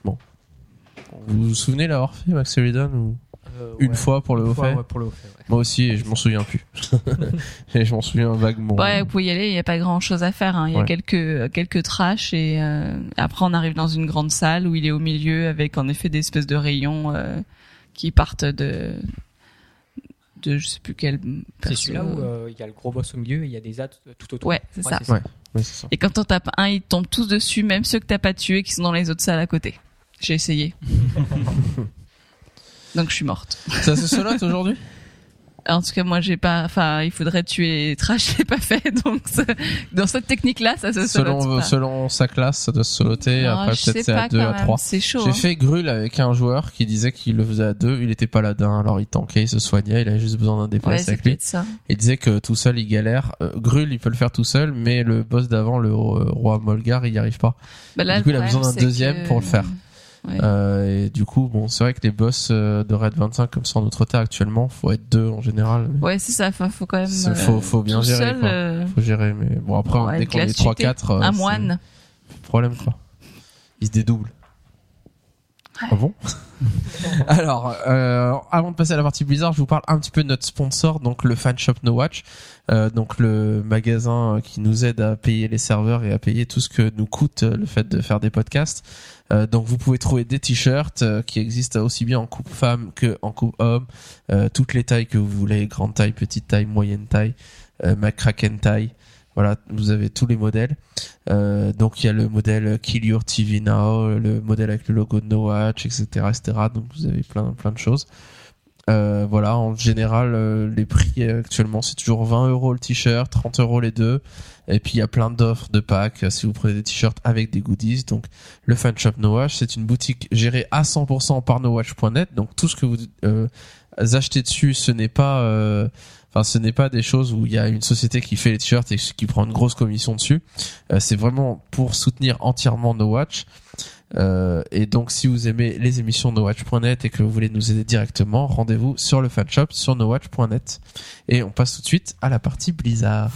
Vous vous souvenez l'avoir fait, Max Sheridan, ou une
Ouais.
fois pour le
Une
haut
fois,
fait?
ouais, pour le haut fait, ouais.
Moi aussi, et je m'en souviens plus. Et je m'en souviens vaguement.
Ouais, vous pouvez y aller, il n'y a pas grand chose à faire, hein. Il y a
Ouais.
quelques trashs et après on arrive dans une grande salle où il est au milieu avec en effet des espèces de rayons qui partent de je sais plus quel
C'est
perso.
celui-là où il y a le gros boss au milieu et il y a des ZAD tout autour.
Ouais, c'est ça.
Ouais. Ouais, c'est ça.
Et quand on tape un, ils tombent tous dessus, même ceux que t'as pas tués qui sont dans les autres salles à côté. J'ai essayé. Donc je suis morte.
Ça se solote aujourd'hui?
En tout cas, moi, j'ai pas. Enfin, il faudrait tuer Trash, j'ai pas fait. Donc, dans cette technique-là, ça se solote pas.
Selon sa classe, ça doit se soloter.
Non,
Après,
je
peut-être
sais
c'est à
pas
2,
quand
à
même,
3.
c'est chaud.
J'ai
hein.
fait Grul avec un joueur qui disait qu'il le faisait à 2. Il était paladin, alors il tankait, il se soignait, il avait juste besoin d'un
Ouais,
DPS
c'est
avec lui.
peut-être ça.
Il disait que tout seul il galère. Grul il peut le faire tout seul, mais le boss d'avant, le roi Molgar, il y arrive pas.
Bah là,
Du coup, il a
le
besoin d'un
problème, c'est
deuxième
que-
pour le faire.
Ouais.
Et du coup, bon, c'est vrai que les boss de Raid 25 comme ça en Outre-Terre actuellement, faut être 2 en général.
Ouais, c'est ça. Enfin, faut quand même.
Faut bien
tout
gérer,
seul,
quoi. Faut gérer, mais bon après
ouais,
dès
une
qu'on est
classe
3-4,
un
c'est
moine.
problème quoi. Il se dédouble. Ah bon? Alors, avant de passer à la partie Blizzard, je vous parle un petit peu de notre sponsor, donc le Fan Shop No Watch, donc le magasin qui nous aide à payer les serveurs et à payer tout ce que nous coûte le fait de faire des podcasts. Donc vous pouvez trouver des t-shirts qui existent aussi bien en coupe femme que en coupe homme, toutes les tailles que vous voulez, grande taille, petite taille, moyenne taille, McCracken taille. Voilà, vous avez tous les modèles. Donc il y a le modèle Kill Your TV Now, le modèle avec le logo de No Watch, etc., etc. Donc vous avez plein de choses. Voilà, en général, les prix actuellement c'est toujours 20 € le t-shirt, 30 € les deux. Et puis il y a plein d'offres de packs si vous prenez des t-shirts avec des goodies. Donc le Fan Shop No Watch, c'est une boutique gérée à 100% par nowatch.net. Donc tout ce que vous achetez dessus, ce n'est pas des choses où il y a une société qui fait les t-shirts et qui prend une grosse commission dessus. C'est vraiment pour soutenir entièrement No Watch. Et donc si vous aimez les émissions nowatch.net et que vous voulez nous aider directement, rendez-vous sur le fanshop sur nowatch.net. Et on passe tout de suite à la partie Blizzard.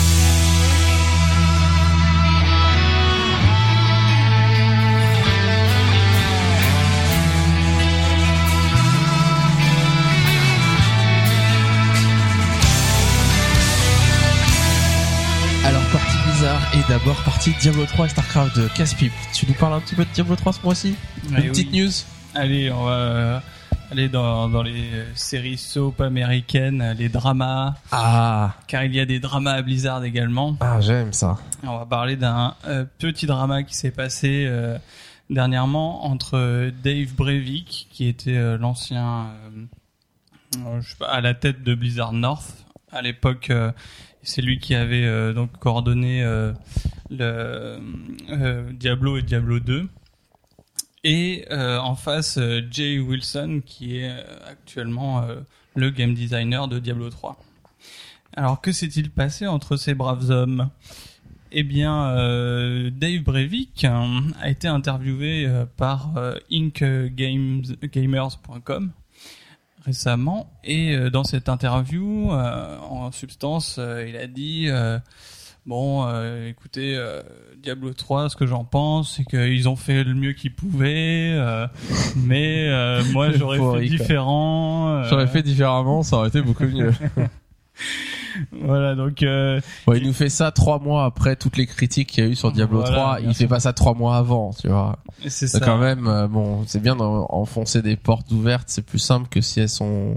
Alors partie Blizzard et d'abord partie Diablo 3 et Starcraft de Casse-Pipe. Tu nous parles un petit peu de Diablo 3 ce mois-ci? Une
Allez,
petite
oui.
news?
Allez, on va aller dans les séries soap américaines, les dramas, car il y a des dramas à Blizzard également.
Ah, j'aime ça.
Et on va parler d'un petit drama qui s'est passé dernièrement entre Dave Brevik, qui était l'ancien je sais pas, à la tête de Blizzard North à l'époque. C'est lui qui avait donc coordonné le Diablo et Diablo 2. Et en face, Jay Wilson, qui est actuellement le game designer de Diablo 3. Alors, que s'est-il passé entre ces braves hommes? Eh bien, Dave Brevik a été interviewé par inkgamers.com récemment, et dans cette interview, en substance, il a dit écoutez, Diablo 3, ce que j'en pense, c'est qu'ils ont fait le mieux qu'ils pouvaient, mais moi j'aurais fait différent.
J'aurais fait différemment, ça aurait été beaucoup mieux.
Voilà, donc
il nous fait ça 3 mois après toutes les critiques qu'il y a eu sur Diablo 3. Il fait pas ça 3 mois avant, tu vois.
C'est ça.
Quand même, c'est bien d'enfoncer des portes ouvertes. C'est plus simple que si elles sont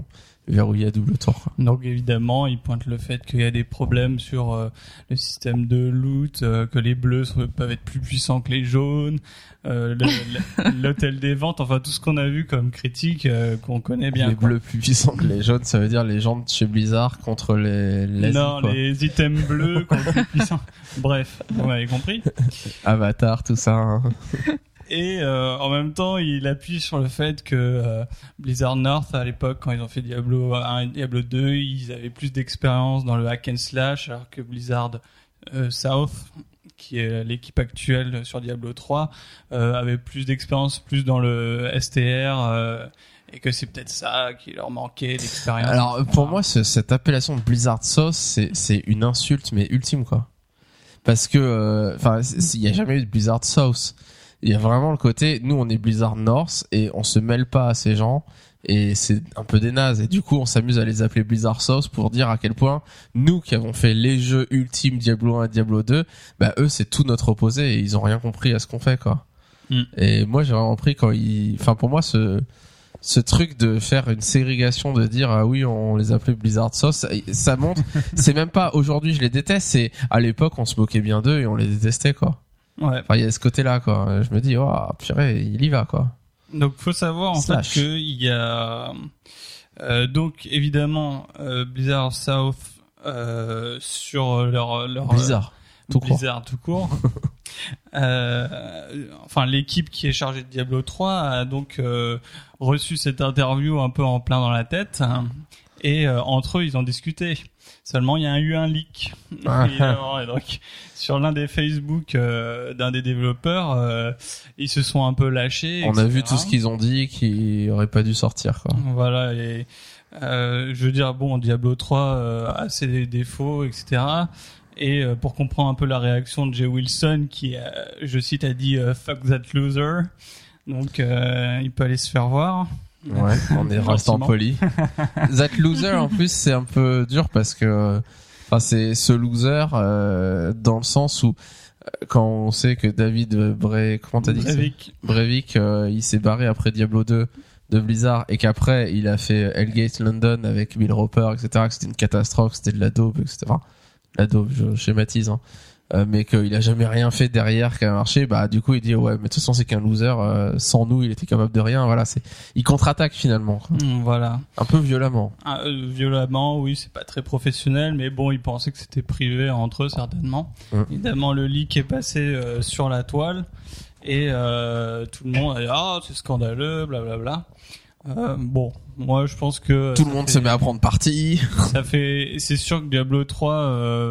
verrouillé à double tour, quoi.
Donc évidemment, il pointe le fait qu'il y a des problèmes sur le système de loot, que les bleus peuvent être plus puissants que les jaunes, l'hôtel des ventes, enfin tout ce qu'on a vu comme critique qu'on connaît bien.
Les
quoi.
bleus plus puissants que les jaunes, ça veut dire les gens de chez Blizzard contre l'Asie,
Non,
quoi.
les items bleus contre plus puissants. Bref, vous m'avez compris.
Avatar, tout ça, hein.
Et en même temps, il appuie sur le fait que Blizzard North, à l'époque, quand ils ont fait Diablo 1 et Diablo 2, ils avaient plus d'expérience dans le hack and slash, alors que Blizzard South, qui est l'équipe actuelle sur Diablo 3, avait plus d'expérience, plus dans le STR, et que c'est peut-être ça qui leur manquait d'expérience.
Alors, pour moi, cette appellation de Blizzard South, c'est une insulte, mais ultime, quoi. Parce que, enfin, il y a jamais eu de Blizzard South. Il y a vraiment le côté, nous on est Blizzard North et on se mêle pas à ces gens et c'est un peu des nazes et du coup on s'amuse à les appeler Blizzard South pour dire à quel point nous qui avons fait les jeux ultimes Diablo 1 et Diablo 2, bah eux c'est tout notre opposé et ils ont rien compris à ce qu'on fait, quoi. Et moi j'ai vraiment pris enfin pour moi ce truc de faire une ségrégation, de dire ah oui on les appelait Blizzard South, ça montre c'est même pas aujourd'hui je les déteste, c'est à l'époque on se moquait bien d'eux et on les détestait, quoi.
Ouais.
Enfin, il y a ce côté-là, quoi. Je me dis, oh, purée, il y va, quoi.
Donc, faut savoir, en
Slash.
fait, qu'il y a, donc, évidemment, Blizzard South, sur leur
Blizzard. Tout court.
Blizzard tout court. Enfin, l'équipe qui est chargée de Diablo 3 a donc reçu cette interview un peu en plein dans la tête, hein, et entre eux ils ont discuté. Seulement il y a eu un leak. Évidemment, et donc sur l'un des Facebook d'un des développeurs, ils se sont un peu lâchés.
On
etc.
a vu tout ce qu'ils ont dit qui aurait pas dû sortir, quoi.
Voilà, et je veux dire, bon, Diablo 3 a ses défauts, etc. Et pour comprendre un peu la réaction de Jay Wilson, qui, je cite, a dit fuck that loser. Donc, il peut aller se faire voir.
Ouais, on est restant
Gentiment.
poli. That loser, en plus, c'est un peu dur parce que, enfin, c'est ce loser dans le sens où quand on sait que David comment t'as dit
Breivik.
il s'est barré après Diablo 2 de Blizzard et qu'après il a fait Hellgate London avec Bill Roper, etc., que c'était une catastrophe, c'était de la daube, etc. Enfin, la daube, je schématise, hein. Mais qu'il a jamais rien fait derrière qui a marché, bah du coup il dit ouais mais de toute façon c'est qu'un loser, sans nous il était capable de rien, voilà, il contre-attaque finalement, quoi.
Voilà.
Un peu violemment.
Violemment, oui, c'est pas très professionnel, mais bon, ils pensaient que c'était privé entre eux certainement. Évidemment, le leak est passé sur la toile et tout le monde a dit ah c'est scandaleux, blablabla. Bon, moi je pense que
tout le monde se met à prendre parti.
c'est sûr que Diablo 3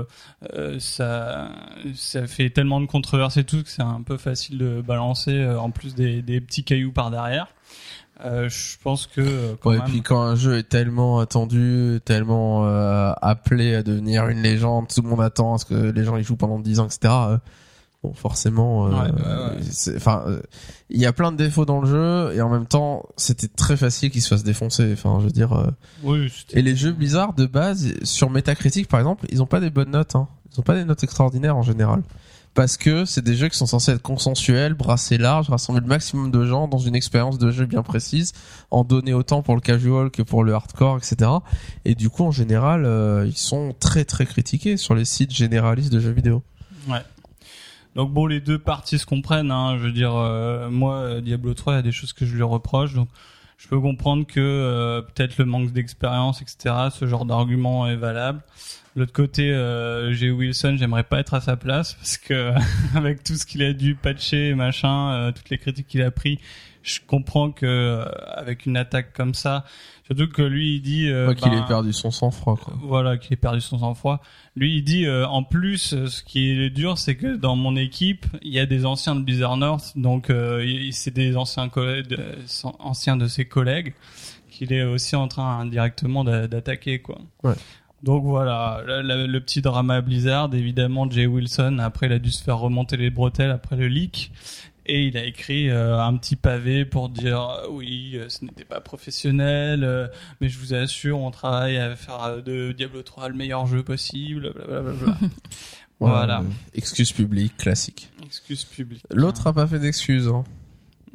ça fait tellement de controverses et tout que c'est un peu facile de balancer en plus des petits cailloux par derrière. Je pense que quand
ouais,
même...
et puis quand un jeu est tellement attendu, tellement appelé à devenir une légende, tout le monde attend à ce que les gens y jouent pendant 10 ans, etc. Bon, forcément, il y a plein de défauts dans le jeu et en même temps, c'était très facile qu'il se fasse défoncer. Enfin, je veux dire.
Oui,
et les jeux Blizzard de base, sur Metacritic par exemple, ils ont pas des bonnes notes. Hein. Ils ont pas des notes extraordinaires en général, parce que c'est des jeux qui sont censés être consensuels, brasser large, rassembler le maximum de gens dans une expérience de jeu bien précise, en donner autant pour le casual que pour le hardcore, etc. Et du coup, en général, ils sont très très critiqués sur les sites généralistes de jeux vidéo.
Ouais. Donc bon, les deux parties se comprennent, hein. Je veux dire, moi, Diablo 3, il y a des choses que je lui reproche, donc je peux comprendre que peut-être le manque d'expérience, etc., ce genre d'argument est valable. De l'autre côté, Jay Wilson, j'aimerais pas être à sa place, parce que avec tout ce qu'il a dû patcher et machin, toutes les critiques qu'il a pris, je comprends que avec une attaque comme ça, surtout que lui il dit
qu'il ait perdu son sang-froid, quoi.
Voilà, qu'il ait perdu son sang-froid. Lui il dit en plus ce qui est dur, c'est que dans mon équipe, il y a des anciens de Blizzard North, donc c'est des anciens anciens de ses collègues qu'il est aussi en train indirectement d'attaquer, quoi.
Ouais.
Donc voilà, le petit drama Blizzard, évidemment Jay Wilson, après il a dû se faire remonter les bretelles après le leak. Et il a écrit un petit pavé pour dire oui, ce n'était pas professionnel, mais je vous assure, on travaille à faire de Diablo 3 le meilleur jeu possible, blablabla. Voilà.
Excuse publique, classique.
Excuse publique.
L'autre a pas fait d'excuses, hein.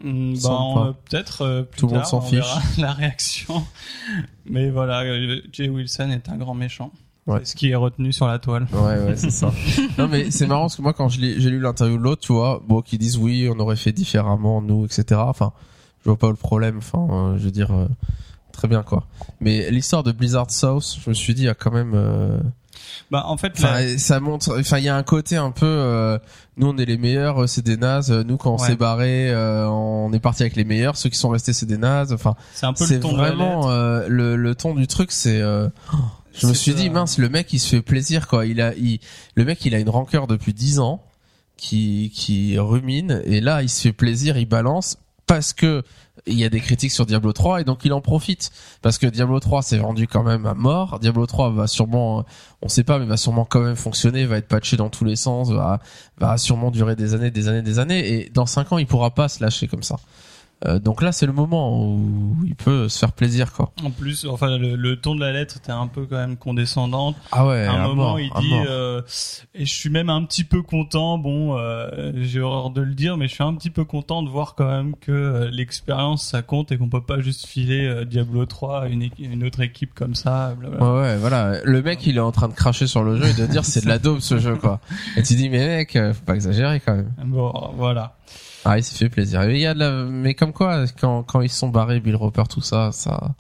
Peut-être plus
Tout le monde
tard,
s'en
on
fiche.
verra la réaction. Mais voilà, Jay Wilson est un grand méchant.
Ouais.
C'est ce qui est retenu sur la toile.
Ouais, c'est ça. Non, mais c'est marrant parce que moi, quand j'ai lu l'interview de l'autre, tu vois, bon, qui disent oui, on aurait fait différemment, nous, etc. Enfin, je vois pas le problème. Enfin, je veux dire, très bien, quoi. Mais l'histoire de Blizzard South, je me suis dit, il y a quand même,
En fait,
ça montre, enfin, il y a un côté un peu, nous, on est les meilleurs, c'est des nazes. Nous, quand on s'est barré, on est parti avec les meilleurs. Ceux qui sont restés, c'est des nazes. Enfin,
c'est un peu
c'est
le ton
vraiment,
de la lettre.
le ton du truc, c'est, je me suis dit, mince, le mec, il se fait plaisir, quoi. Le mec, il a une rancœur depuis 10 ans, qui rumine, et là, il se fait plaisir, il balance, parce que il y a des critiques sur Diablo 3, et donc il en profite. Parce que Diablo 3 s'est vendu quand même à mort. Diablo 3 va sûrement, on sait pas, mais va sûrement quand même fonctionner, va être patché dans tous les sens, va sûrement durer des années, et dans 5 ans, il pourra pas se lâcher comme ça. Donc là, c'est le moment où il peut se faire plaisir, quoi.
En plus, enfin, le ton de la lettre était un peu quand même condescendante.
Ah ouais,
À un moment, il dit,
mort.
et je suis même un petit peu content, j'ai horreur de le dire, mais je suis un petit peu content de voir quand même que l'expérience, ça compte et qu'on peut pas juste filer Diablo 3 à une autre équipe comme ça, blablabla.
Ouais, voilà. Le mec, il est en train de cracher sur le jeu et de dire c'est de la daube ce jeu, quoi. Et tu dis, mais mec, faut pas exagérer quand même.
Bon, voilà.
Ah, il s'est fait plaisir. Mais comme quoi, quand ils se sont barrés, Bill Roper, tout ça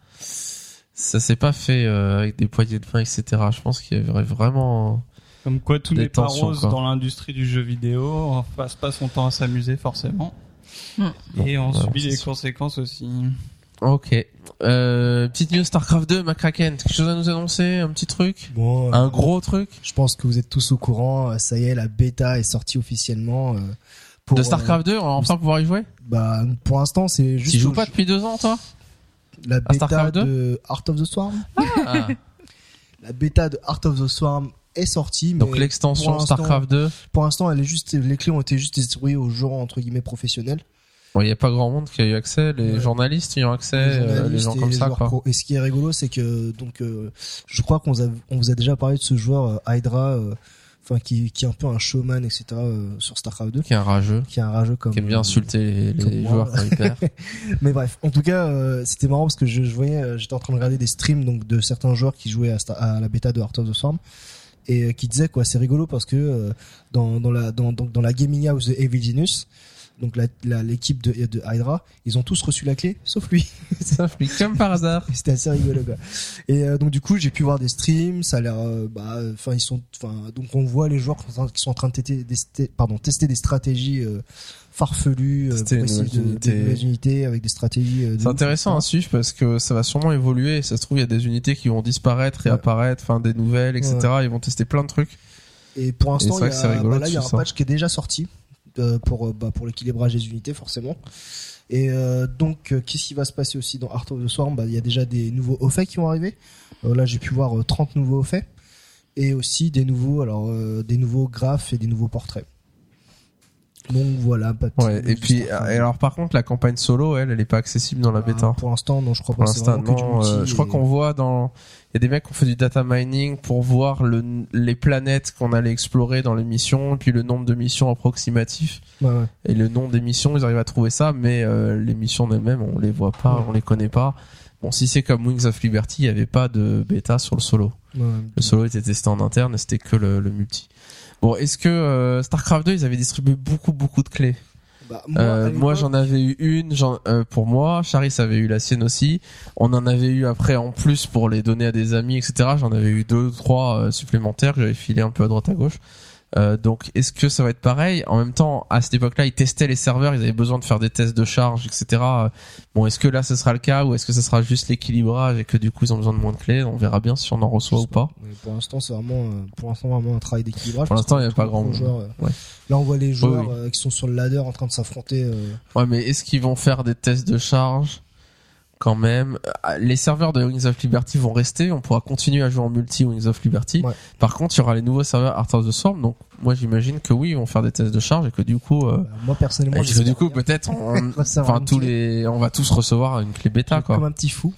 s'est pas fait avec des poignées de main, etc. Je pense qu'il y avait vraiment.
Comme quoi, tout
des
n'est pas
tensions,
rose
quoi.
dans l'industrie du jeu vidéo. On passe pas son temps à s'amuser forcément. Et on
Ouais,
subit
c'est
les
sûr.
conséquences aussi.
Ok. Petite news StarCraft 2, McCracken. Quelque chose à nous annoncer? Un petit truc?
Bon,
Un gros truc?
je pense que vous êtes tous au courant. Ça y est, la bêta est sortie officiellement. Pour,
De StarCraft 2, on va enfin pouvoir y jouer?
Pour l'instant, c'est juste.
Tu joues pas depuis 2 ans, toi?
La bêta
StarCraft 2?
de Heart of the Swarm.
Ah.
La bêta de Heart of the Swarm est sortie.
Donc
mais
l'extension
pour l'instant-
StarCraft 2.
Pour l'instant, les clés ont été juste distribuées aux joueurs entre guillemets professionnels.
Bon, il y a pas grand monde qui a eu accès. Les journalistes y ont accès, les
journalistes
gens
et
comme
les
ça,
joueurs
quoi.
pro. Et ce qui est rigolo, c'est que je crois qu'on vous a déjà parlé de ce joueur Hydra, qui est un peu un showman, etc. Sur StarCraft 2,
Qui est un rageux.
qui est un rageux comme.
Qui aime bien insulter
comme
les
moi.
joueurs quand ils perdent.
Mais bref, en tout cas, c'était marrant parce que je voyais, j'étais en train de regarder des streams donc de certains joueurs qui jouaient à la bêta de Heart of the Swarm et qui disaient quoi, c'est rigolo parce que dans la Gaming House de Evil Genius, donc l'équipe de Hydra, ils ont tous reçu la clé sauf lui.
Ça fait comme par hasard.
C'était assez rigolo quoi. Et donc du coup, j'ai pu voir des streams, ça a l'air donc on voit les joueurs qui sont en train de tester des stratégies farfelues pour
Tester une
essayer
nouvelle
de
unité.
nouvelles unités avec des stratégies de
C'est
ouf,
intéressant à
etc.
suivre parce que ça va sûrement évoluer. Ça se trouve, il y a des unités qui vont disparaître et
Ouais.
apparaître, enfin des nouvelles, etc. Ils vont tester plein de trucs.
Et pour l'instant,
Et c'est vrai que c'est rigolo
là, il y a un
dessus, ça.
patch qui est déjà sorti pour l'équilibrage des unités, forcément. Et donc, qu'est-ce qui va se passer aussi dans Heart of the Swarm? Il y a déjà des nouveaux hauts faits qui vont arriver. Là, j'ai pu voir 30 nouveaux hauts faits. Et aussi des nouveaux graphes et des nouveaux portraits. Donc voilà.
Ouais. Et puis, et alors par contre, la campagne solo, elle est pas accessible dans la bêta.
Pour l'instant, non, je crois
Pour
pas. C'est
l'instant,
vraiment que du
non.
multi
Je crois
et-
qu'on voit il y a des mecs qui ont fait du data mining pour voir les planètes qu'on allait explorer dans les missions, et puis le nombre de missions approximatif.
Ouais, ouais.
Et le nom des missions, ils arrivent à trouver ça, mais les missions en elles-mêmes, on les voit pas, on les connaît pas. Bon, si c'est comme Wings of Liberty, il y avait pas de bêta sur le solo.
Ouais, ouais.
Le solo était testé en interne et c'était que le multi. Bon, est-ce que StarCraft 2, ils avaient distribué beaucoup de clés?
À
Moi,
l'époque,
j'en avais eu une, pour moi. Charis avait eu la sienne aussi. On en avait eu après en plus pour les donner à des amis, etc. J'en avais eu 2 ou 3 supplémentaires que j'avais filé un peu à droite à gauche. Donc, est-ce que ça va être pareil? En même temps, à cette époque-là, ils testaient les serveurs, ils avaient besoin de faire des tests de charge, etc. Bon, est-ce que là, ce sera le cas ou est-ce que ce sera juste l'équilibrage et que du coup, ils ont besoin de moins de clés? On verra bien si on en reçoit ou pas.
Mais pour l'instant, c'est vraiment un travail d'équilibrage.
Pour
parce
l'instant,
qu'on
il y a pas
retrouve
grand
beaucoup de
monde.
joueurs,
Ouais.
Là, on voit les joueurs
Oui.
qui sont sur le ladder en train de s'affronter.
Ouais, mais est-ce qu'ils vont faire des tests de charge quand même? Les serveurs de Wings of Liberty vont rester, on pourra continuer à jouer en multi Wings of Liberty.
Ouais.
Par contre, il y aura les nouveaux serveurs Heart of the Swarm, donc moi j'imagine que oui, ils vont faire des tests de charge et que du coup,
Moi, personnellement,
et que
j'espère
du coup
bien.
peut-être,
Recevoir une clé.
on va tous recevoir une clé bêta, quoi.
Comme un petit fou.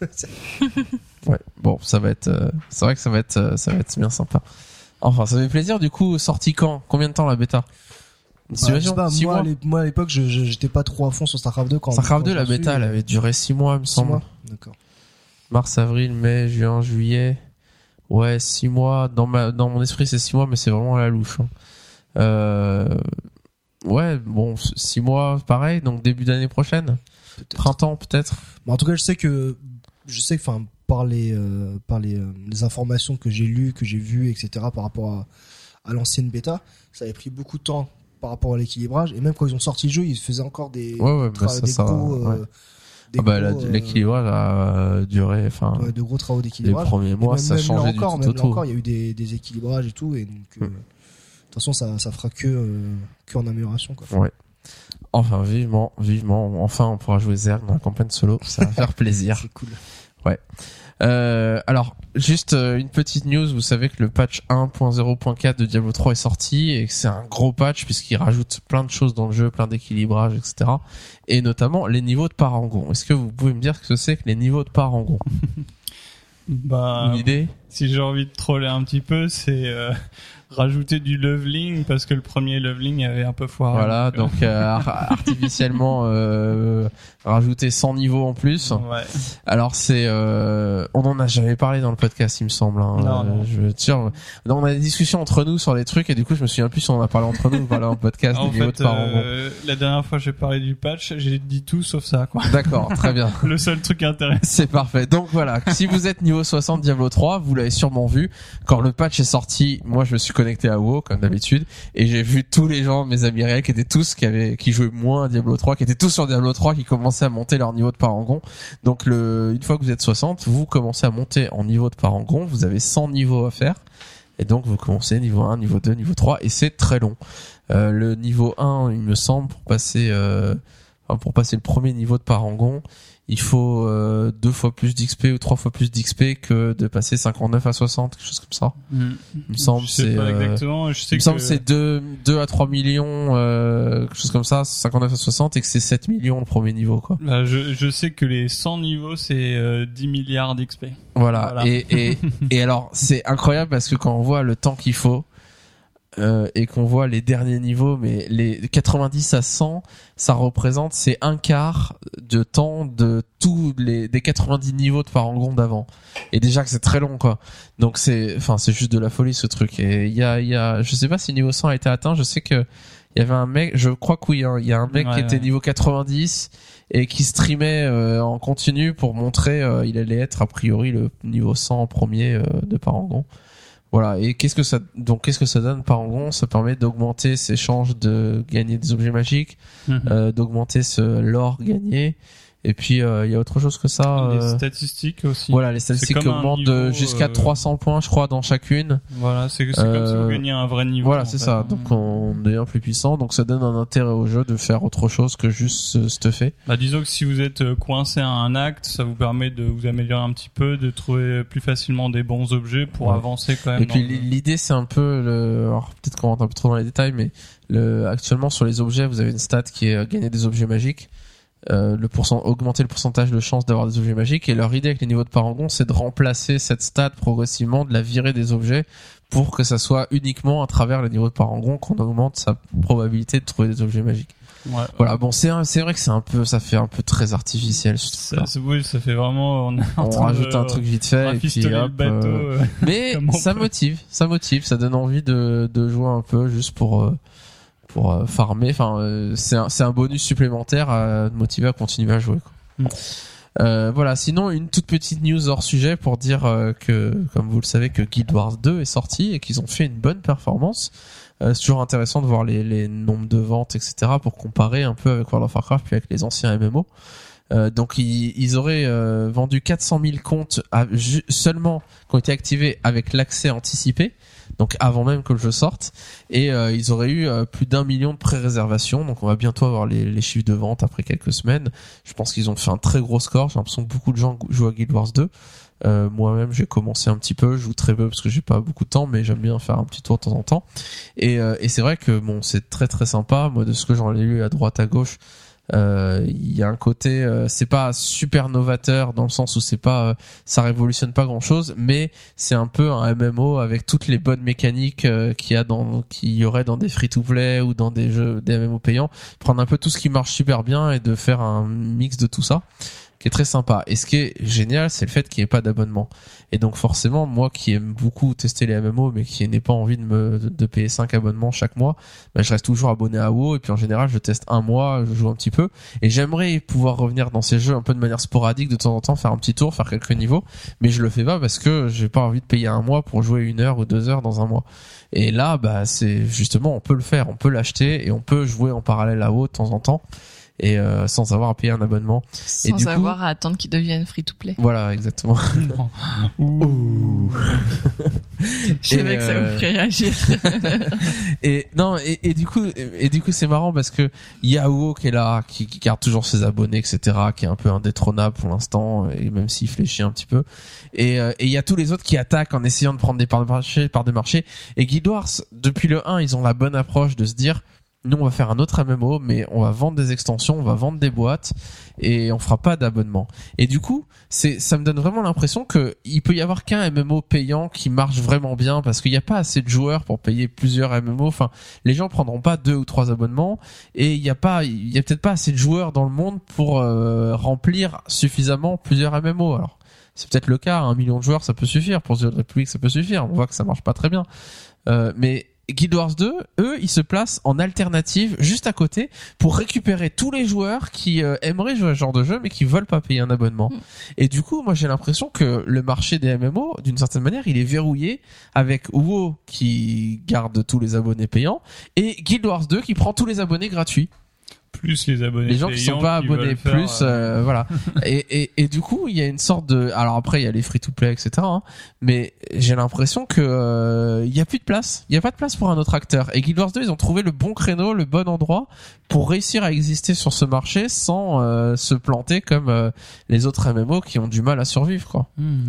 Ouais. Bon, ça va être, c'est vrai que ça va être bien sympa. Enfin, ça fait plaisir. Du coup, sorti quand? Combien de temps la bêta? Une
Bah, je sais
simulation
pas,
6 mois.
moi, à l'époque, j'étais pas trop à fond sur StarCraft 2 quand
StarCraft 2,
quand
la
je suis
bêta, elle avait duré 6 mois, il me
6
semble.
mois. D'accord.
Mars, avril, mai, juin, juillet. Ouais, 6 mois. Dans mon esprit, c'est 6 mois, mais c'est vraiment à la louche. Ouais, bon, 6 mois, pareil, donc début d'année prochaine.
Peut-être.
Printemps, peut-être.
Mais en tout cas, je sais que, enfin, par les informations que j'ai lues, que j'ai vues, etc., par rapport à l'ancienne bêta, ça avait pris beaucoup de temps par rapport à l'équilibrage. Et même quand ils ont sorti le jeu, ils faisaient encore des
Ouais, bah, ça,
gros, des gros,
l'équilibrage a duré, enfin,
de gros travaux
les
d'équilibrage.
premiers mois, ça changeait du tout au
Même là
tout.
encore, il y a eu des équilibrages et tout, et donc, de toute façon, ça fera que en amélioration, quoi.
Ouais. Enfin, vivement, enfin, on pourra jouer Zerg dans la campagne solo. Ça va faire plaisir.
C'est cool.
Ouais. Alors, juste une petite news. Vous savez que le patch 1.0.4 de Diablo 3 est sorti et que c'est un gros patch puisqu'il rajoute plein de choses dans le jeu, plein d'équilibrages, etc. Et notamment les niveaux de parangon. Est-ce que vous pouvez me dire ce que c'est que les niveaux de parangon?
Bah,
Une idée?
si j'ai envie de troller un petit peu, c'est rajouter du leveling parce que le premier leveling avait un peu foiré.
Voilà, donc artificiellement rajouter 100 niveaux en plus.
Ouais.
Alors c'est on en a jamais parlé dans le podcast, il me semble. Hein.
Non.
Je veux dire, on a des discussions entre nous sur des trucs et du coup je me souviens plus si on en a parlé entre nous ou pas là en podcast.
En
des niveaux
fait,
de parangon.
la dernière fois j'ai parlé du patch, j'ai dit tout sauf ça, quoi.
D'accord, très bien.
Le seul truc intéressant.
C'est parfait. Donc voilà, si vous êtes niveau 60 Diablo 3, vous l'avez sûrement vu. Quand le patch est sorti, moi je me suis connecté à WoW comme d'habitude et j'ai vu tous les gens, mes amis réels, qui jouaient moins à Diablo 3, qui étaient tous sur Diablo 3, qui commençaient à monter leur niveau de parangon. Donc une fois que vous êtes 60, vous commencez à monter en niveau de parangon. Vous avez 100 niveaux à faire et donc vous commencez niveau 1, niveau 2, niveau 3 et c'est très long. Le niveau 1, il me semble, pour passer le premier niveau de parangon, il faut 2 fois plus d'XP ou 3 fois plus d'XP que de passer 59 à 60, quelque chose comme ça. Il me semble
Je sais pas exactement. Je sais
il me semble que c'est 2 à 3 millions, quelque chose comme ça, 59 à 60 et que c'est 7 millions le premier niveau, quoi.
Là, je sais que les 100 niveaux c'est 10 milliards d'XP.
Voilà. Et alors, c'est incroyable parce que quand on voit le temps qu'il faut, et qu'on voit les derniers niveaux, mais les 90 à 100, ça représente, c'est un quart de temps de des 90 niveaux de parangon d'avant. Et déjà que c'est très long, quoi. Donc c'est juste de la folie, ce truc. Et il y a, je sais pas si niveau 100 a été atteint, je sais que il y avait un mec, je crois que oui, hein, il y a un mec qui était niveau 90 et qui streamait en continu pour montrer il allait être a priori le niveau 100 en premier de parangon. Voilà. Et qu'est-ce que ça donne parangon? Ça permet d'augmenter ses chances de gagner des objets magiques, d'augmenter l'or gagné. Et puis il y a autre chose que ça.
Les statistiques aussi.
Voilà, les statistiques augmentent jusqu'à 300 points, je crois, dans chacune.
Voilà, c'est comme si vous gagniez un vrai niveau.
Voilà, c'est ça. Donc on devient plus puissant, donc ça donne un intérêt au jeu de faire autre chose que juste stuffer.
Bah disons que si vous êtes coincé à un acte, ça vous permet de vous améliorer un petit peu, de trouver plus facilement des bons objets pour avancer quand même.
Et puis l'idée c'est un peu alors peut-être qu'on rentre un peu trop dans les détails, mais actuellement sur les objets, vous avez une stat qui est gagner des objets magiques. Augmenter le pourcentage de chance d'avoir des objets magiques, et leur idée avec les niveaux de parangon, c'est de remplacer cette stat progressivement, de la virer des objets pour que ça soit uniquement à travers les niveaux de parangon qu'on augmente sa probabilité de trouver des objets magiques.
Ouais.
Voilà, bon, c'est vrai que ça fait un peu très artificiel ce truc-là.
Oui, ça fait vraiment
on rajoute un truc vite fait et puis hop, mais ça motive, ça donne envie de jouer un peu juste pour farmer. Enfin, c'est un bonus supplémentaire à motiver à continuer à jouer, quoi. Voilà. Sinon, une toute petite news hors sujet pour dire que, comme vous le savez, que Guild Wars 2 est sorti et qu'ils ont fait une bonne performance. C'est toujours intéressant de voir les nombres de ventes, etc., pour comparer un peu avec World of Warcraft puis avec les anciens MMO. Donc ils auraient vendu 400 000 comptes seulement qui ont été activés avec l'accès anticipé, donc avant même que le jeu sorte, et ils auraient eu plus d'1 million de pré-réservations. Donc on va bientôt avoir les chiffres de vente après quelques semaines. Je pense qu'ils ont fait un très gros score. J'ai l'impression que beaucoup de gens jouent à Guild Wars 2. Moi-même j'ai commencé un petit peu, je joue très peu parce que j'ai pas beaucoup de temps, mais j'aime bien faire un petit tour de temps en temps. Et c'est vrai que bon, c'est très très sympa. Moi, de ce que j'en ai lu à droite à gauche, Il y a un côté, c'est pas super novateur dans le sens où c'est pas, ça révolutionne pas grand chose, mais c'est un peu un MMO avec toutes les bonnes mécaniques qu'il y aurait dans des free-to-play ou dans des jeux, des MMO payants. Prendre un peu tout ce qui marche super bien et de faire un mix de tout ça, qui est très sympa. Et ce qui est génial, c'est le fait qu'il n'y ait pas d'abonnement. Et donc forcément, moi qui aime beaucoup tester les MMO, mais qui n'ai pas envie de payer 5 abonnements chaque mois, ben je reste toujours abonné à WoW, et puis en général, je teste un mois, je joue un petit peu, et j'aimerais pouvoir revenir dans ces jeux un peu de manière sporadique, de temps en temps, faire un petit tour, faire quelques niveaux, mais je le fais pas parce que j'ai pas envie de payer un mois pour jouer 1 heure ou 2 heures dans un mois. Et là, bah, c'est justement, on peut le faire, on peut l'acheter, et on peut jouer en parallèle à WoW de temps en temps, et sans avoir à payer un abonnement.
Sans
et du
avoir
coup,
à attendre qu'ils deviennent free-to-play.
voilà, exactement.
Ouh.
Je savais que ça vous ferait réagir.
Et non, et du coup c'est marrant parce que Yao qui est là, qui garde toujours ses abonnés, etc., qui est un peu indétrônable pour l'instant, et même s'il fléchit un petit peu, et il y a tous les autres qui attaquent en essayant de prendre des parts de marché, et Guild Wars, depuis le 1, ils ont la bonne approche de se dire, nous on va faire un autre MMO, mais on va vendre des extensions, on va vendre des boîtes, et on fera pas d'abonnement. Et du coup, ça me donne vraiment l'impression que il peut y avoir qu'un MMO payant qui marche vraiment bien, parce qu'il n'y a pas assez de joueurs pour payer plusieurs MMO. Enfin, les gens prendront pas 2 ou 3 abonnements, et il y a peut-être pas assez de joueurs dans le monde pour remplir suffisamment plusieurs MMO. Alors, c'est peut-être le cas, 1 million de joueurs, ça peut suffire. Pour The Old Republic, ça peut suffire. On voit que ça marche pas très bien. Mais Guild Wars 2, eux, ils se placent en alternative juste à côté pour récupérer tous les joueurs qui aimeraient jouer à ce genre de jeu mais qui veulent pas payer un abonnement. Et du coup, moi j'ai l'impression que le marché des MMO, d'une certaine manière, il est verrouillé avec WoW qui garde tous les abonnés payants et Guild Wars 2 qui prend tous les abonnés gratuits.
Plus les abonnés
Les gens qui sont pas abonnés plus, voilà. Et du coup, il y a une sorte de, alors après, il y a les free-to-play, etc., hein, mais j'ai l'impression que, il y a plus de place. Il y a pas de place pour un autre acteur. Et Guild Wars 2, ils ont trouvé le bon créneau, le bon endroit pour réussir à exister sur ce marché sans se planter comme les autres MMO qui ont du mal à survivre, quoi.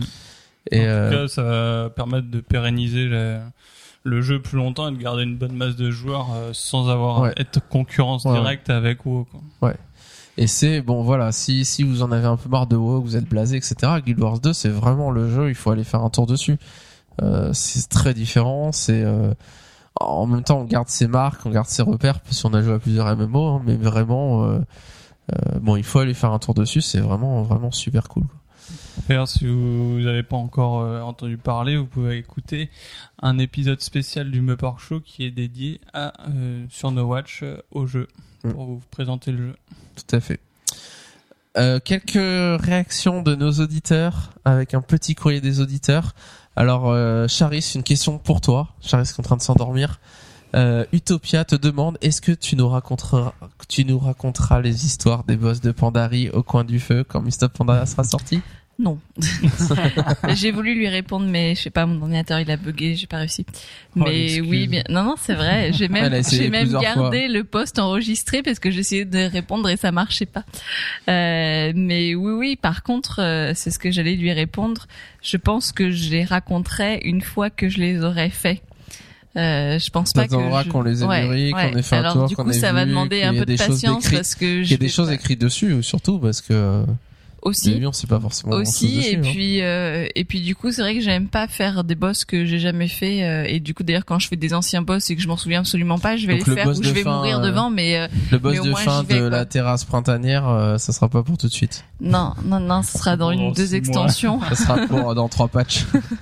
Et
en tout cas, ça va permettre de pérenniser le jeu plus longtemps et de garder une bonne masse de joueurs sans avoir être concurrence directe avec WoW, quoi.
Ouais. Et c'est bon, voilà, si vous en avez un peu marre de WoW, que vous êtes blasé, etc., Guild Wars 2 c'est vraiment le jeu, il faut aller faire un tour dessus. C'est très différent, c'est en même temps on garde ses marques, on garde ses repères si on a joué à plusieurs MMO, hein, mais vraiment bon, il faut aller faire un tour dessus, c'est vraiment vraiment super cool, quoi.
D'ailleurs, si vous n'avez pas encore entendu parler, vous pouvez écouter un épisode spécial du Mupper Show qui est dédié à sur No Watch au jeu pour vous présenter le jeu.
Tout à fait. Quelques réactions de nos auditeurs avec un petit courrier des auditeurs. Alors, Charis, une question pour toi. Charis qui est en train de s'endormir. Utopia te demande, est-ce que tu nous raconteras les histoires des boss de Pandarie au coin du feu quand Mist of Pandaria sera sorti?
Non. J'ai voulu lui répondre, mais je sais pas, mon ordinateur il a bugué, j'ai pas réussi. Mais oui, bien, non, c'est vrai. J'ai même gardé le post enregistré parce que j'essayais de répondre et ça marchait pas. Mais oui, par contre, c'est ce que j'allais lui répondre. Je pense que je les raconterai une fois que je les aurai faits. Je pense pas
qu'on les ait mûris, qu'on ait fait un tour, qu'on ait vu.
Du coup, ça va demander un peu de patience parce que
il y a des choses écrites dessus, surtout parce que
aussi
c'est pas forcément
aussi
dessus,
et puis du coup c'est vrai que j'aime pas faire des boss que j'ai jamais fait et du coup d'ailleurs quand je fais des anciens boss et que je m'en souviens absolument pas, je vais
donc
les faire ou je vais mourir devant, mais
le boss de fin de la terrasse printanière, ça sera pas pour tout de suite.
Non, ça sera dans une ou 2 extensions.
Ça sera pour dans 3 patchs.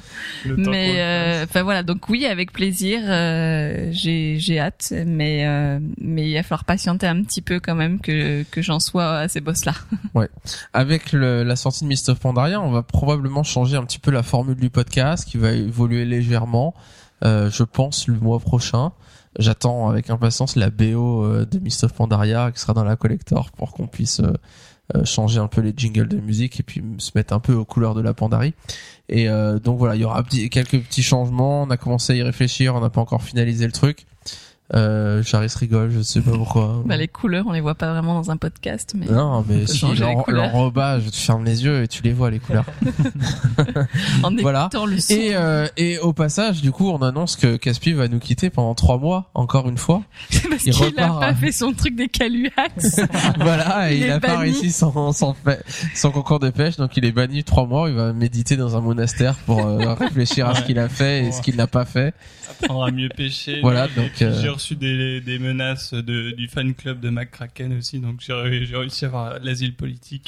Mais enfin voilà, donc oui, avec plaisir, j'ai hâte, mais il va falloir patienter un petit peu quand même que j'en sois à ces boss là.
Ouais. Avec la sortie de Mist of Pandaria, on va probablement changer un petit peu la formule du podcast qui va évoluer légèrement, je pense le mois prochain. J'attends avec impatience la BO de Mist of Pandaria qui sera dans la collector pour qu'on puisse changer un peu les jingles de musique et puis se mettre un peu aux couleurs de la Pandarie. Et donc voilà, il y aura quelques petits changements, on a commencé à y réfléchir, on n'a pas encore finalisé le truc. Charis rigole, je sais pas pourquoi.
Bah, les couleurs, on les voit pas vraiment dans un podcast, mais.
Non, mais si,
changer les couleurs.
l'enrobage, tu fermes les yeux et tu les vois, les couleurs.
En
Voilà.
écoutant le son.
Et au passage, du coup, on annonce que Caspi va nous quitter pendant 3 mois, encore une fois.
C'est parce
il
qu'il a
repart,
pas fait son truc des Caluax.
Voilà, et
Il
il
est
a pas
banni.
réussi son concours de pêche, donc il est banni 3 mois, il va méditer dans un monastère pour réfléchir à ce qu'il a fait et ce qu'il n'a pas fait.
Apprendre à mieux pêcher.
Voilà,
Et
donc,
puis, j'ai reçu des menaces du fan club de McCracken aussi, donc j'ai réussi à avoir l'asile politique.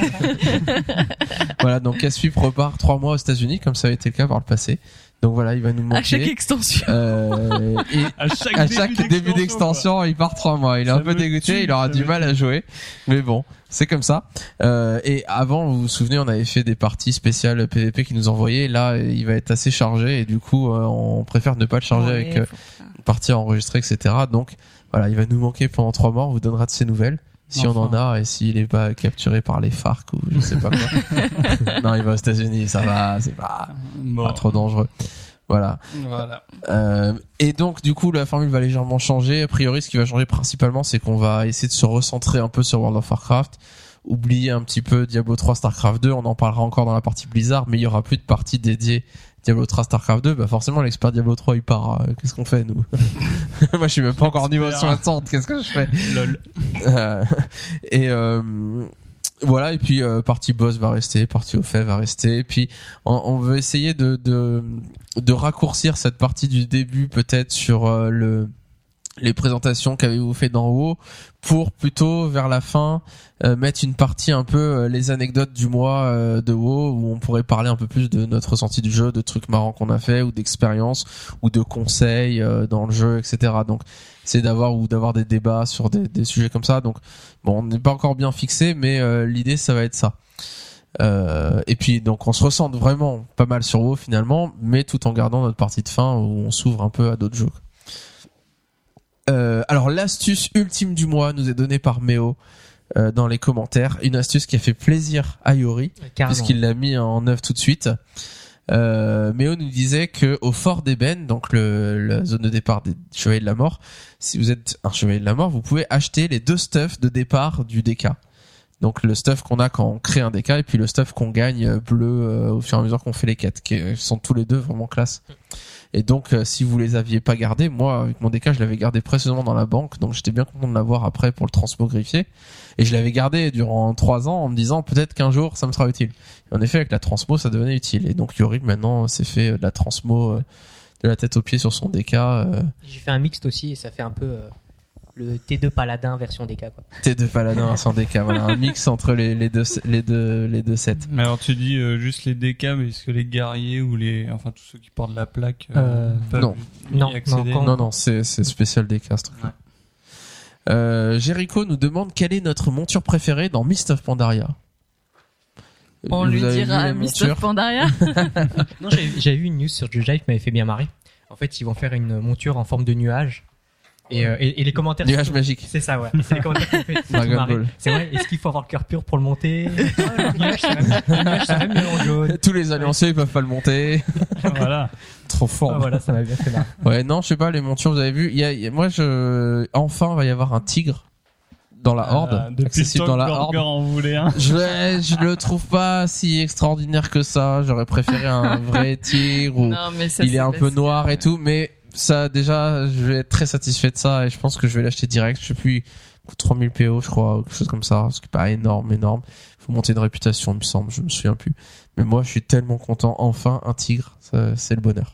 Voilà, donc Caspi repart 3 mois aux États-Unis, comme ça a été le cas par le passé. Donc voilà, il va nous
À chaque
manquer.
extension.
Et
À
chaque début d'extension, il part 3 mois. Il est
Ça
un peu
me
dégoûté,
tue,
il aura
ça
du
me
mal à jouer. Mais bon, c'est comme ça. Et avant, vous vous souvenez, on avait fait des parties spéciales PVP qui nous envoyaient. Là, il va être assez chargé et du coup, on préfère ne pas le charger avec une partie enregistrée, etc. Donc voilà, il va nous manquer pendant 3 mois. On vous donnera de ses nouvelles. Si on en a, et s'il est pas capturé par les FARC ou je sais pas quoi. Non, il va aux États-Unis, ça va, c'est pas trop dangereux. Voilà. Et donc, du coup, la formule va légèrement changer. A priori, ce qui va changer principalement, c'est qu'on va essayer de se recentrer un peu sur World of Warcraft, oublier un petit peu Diablo 3, StarCraft 2. On en parlera encore dans la partie Blizzard, mais il y aura plus de partie dédiée Diablo 3, StarCraft 2. Bah, forcément, l'expert Diablo 3, il part. Qu'est-ce qu'on fait, nous? Moi, je suis même pas encore niveau 60. Qu'est-ce que je fais?
Lol.
Voilà, et puis partie boss va rester, partie au fait va rester, et puis on veut essayer de raccourcir cette partie du début peut-être sur les présentations qu'avez-vous fait dans WoW pour plutôt vers la fin mettre une partie un peu les anecdotes du mois de WoW où on pourrait parler un peu plus de notre ressenti du jeu, de trucs marrants qu'on a fait ou d'expériences ou de conseils dans le jeu, etc. Donc c'est d'avoir des débats sur des sujets comme ça. Donc bon, on n'est pas encore bien fixé, mais l'idée ça va être ça. Et puis donc on se ressent vraiment pas mal sur WoW finalement, mais tout en gardant notre partie de fin où on s'ouvre un peu à d'autres jeux. Alors l'astuce ultime du mois nous est donnée par Méo dans les commentaires, une astuce qui a fait plaisir à Yori puisqu'il l'a mis en œuvre tout de suite. Méo nous disait que au fort d'Ébène, donc la zone de départ des Chevaliers de la Mort, si vous êtes un Chevalier de la Mort, vous pouvez acheter les 2 stuffs de départ du DK. Donc le stuff qu'on a quand on crée un DK et puis le stuff qu'on gagne bleu au fur et à mesure qu'on fait les quêtes, qui sont tous les deux vraiment classe. Et donc si vous les aviez pas gardés, moi avec mon DK je l'avais gardé précieusement dans la banque, donc j'étais bien content de l'avoir après pour le transmogrifier. Et je l'avais gardé durant 3 ans en me disant peut-être qu'un jour ça me sera utile. Et en effet avec la transmo ça devenait utile. Et donc Yori maintenant s'est fait de la transmo de la tête aux pieds sur son DK.
J'ai fait un mixte aussi et ça fait un peu le T2 Paladin version DK quoi.
T2 Paladin sans DK, voilà, un mix entre les deux sets.
Mais alors tu dis juste les DK, mais est-ce que les guerriers ou tous ceux qui portent la plaque peuvent
non.
y accéder?
Non, c'est spécial DK ce truc. Ouais. Jericho nous demande quelle est notre monture préférée dans Mist of Pandaria.
On lui dira Mist of Pandaria.
Non, j'avais vu une news sur Juja qui m'avait fait bien marrer. En fait, ils vont faire une monture en forme de nuage. Et les commentaires.
Nuage magique.
C'est ça, ouais. C'est les commentaires qu'on fait.
Dragon Ball.
C'est vrai. Est-ce qu'il faut avoir le cœur pur pour le monter? Le nuage, c'est même mieux en jaune.
Tous les alliancés, ils peuvent pas le monter.
Voilà.
Trop fort.
Ah, voilà, ça m'a bien fait marrer.
Ouais, non, je sais pas, les montures, vous avez vu. Enfin, va y avoir un tigre dans la horde.
Accessible dans la horde. En voulait un.
Je le trouve pas si extraordinaire que ça. J'aurais préféré un vrai tigre où il est un peu noir et tout, mais ça, déjà, je vais être très satisfait de ça et je pense que je vais l'acheter direct. Je sais plus, il coûte 3000 PO, je crois, ou quelque chose comme ça. Ce qui est pas énorme. Faut monter une réputation, il me semble, je me souviens plus. Mais moi, je suis tellement content. Enfin, un tigre, ça, c'est le bonheur.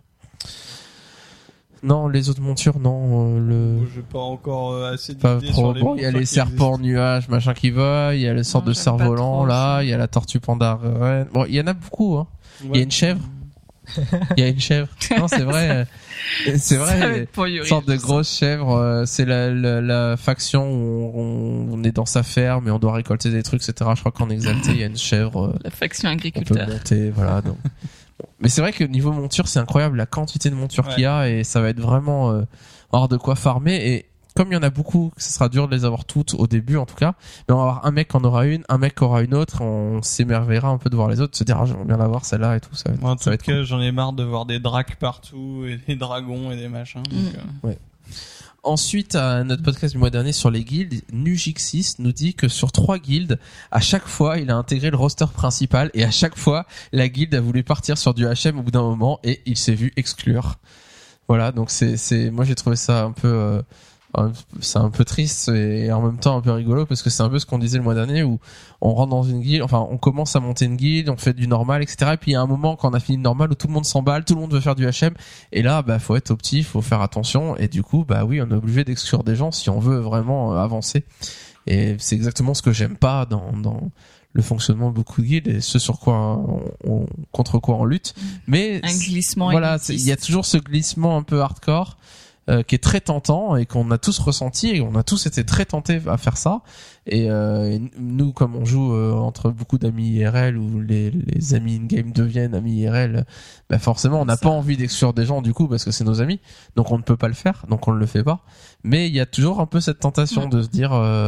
Non, les autres montures, non.
J'ai pas encore assez
pas
d'idées
trop.
sur les
Bon, il y a les serpents nuages, machin qui volent. Il y a les sortes de cerfs-volants, là. Il y a la tortue panda. Bon, il y en a beaucoup, hein. Ouais. Il y a une chèvre. Non, c'est vrai. C'est vrai. Une sorte de grosse chèvre. C'est la faction où on est dans sa ferme et on doit récolter des trucs, etc. Je crois qu'en Exalté, il y a une chèvre.
La faction agriculteur.
On peut monter, voilà. Donc. Mais c'est vrai que niveau monture, c'est incroyable la quantité de montures qu'il y a et ça va être vraiment hors de quoi farmer. Et comme il y en a beaucoup, ce sera dur de les avoir toutes au début en tout cas. Mais on va avoir un mec qui en aura une, un mec qui aura une autre. On s'émerveillera un peu de voir les autres, se dire j'aimerais bien l'avoir celle-là et tout. Ça va être,
en
ça va
tout cas,
cool.
j'en ai marre de voir des dracs partout et des dragons et des machins. Donc,
Ouais. Ensuite, à notre podcast du mois dernier sur les guildes, Nujixis nous dit que sur 3 guildes, à chaque fois, il a intégré le roster principal et à chaque fois, la guilde a voulu partir sur du HM au bout d'un moment et il s'est vu exclure. Voilà, donc moi j'ai trouvé ça un peu c'est un peu triste et en même temps un peu rigolo parce que c'est un peu ce qu'on disait le mois dernier où on rentre dans une guilde, enfin on commence à monter une guilde, on fait du normal, etc. Et puis il y a un moment quand on a fini le normal où tout le monde s'emballe, tout le monde veut faire du HM et là faut être optif, faut faire attention et du coup oui on est obligé d'exclure des gens si on veut vraiment avancer. Et c'est exactement ce que j'aime pas dans le fonctionnement de beaucoup de guildes et ce sur quoi contre quoi on lutte. Mais
un glissement.
Voilà, il y a toujours ce glissement un peu hardcore. Qui est très tentant et qu'on a tous ressenti et on a tous été très tentés à faire ça et nous comme on joue entre beaucoup d'amis IRL ou les amis in-game deviennent amis IRL, forcément on n'a pas envie d'exclure des gens du coup parce que c'est nos amis donc on ne peut pas le faire donc on ne le fait pas, mais il y a toujours un peu cette tentation de se dire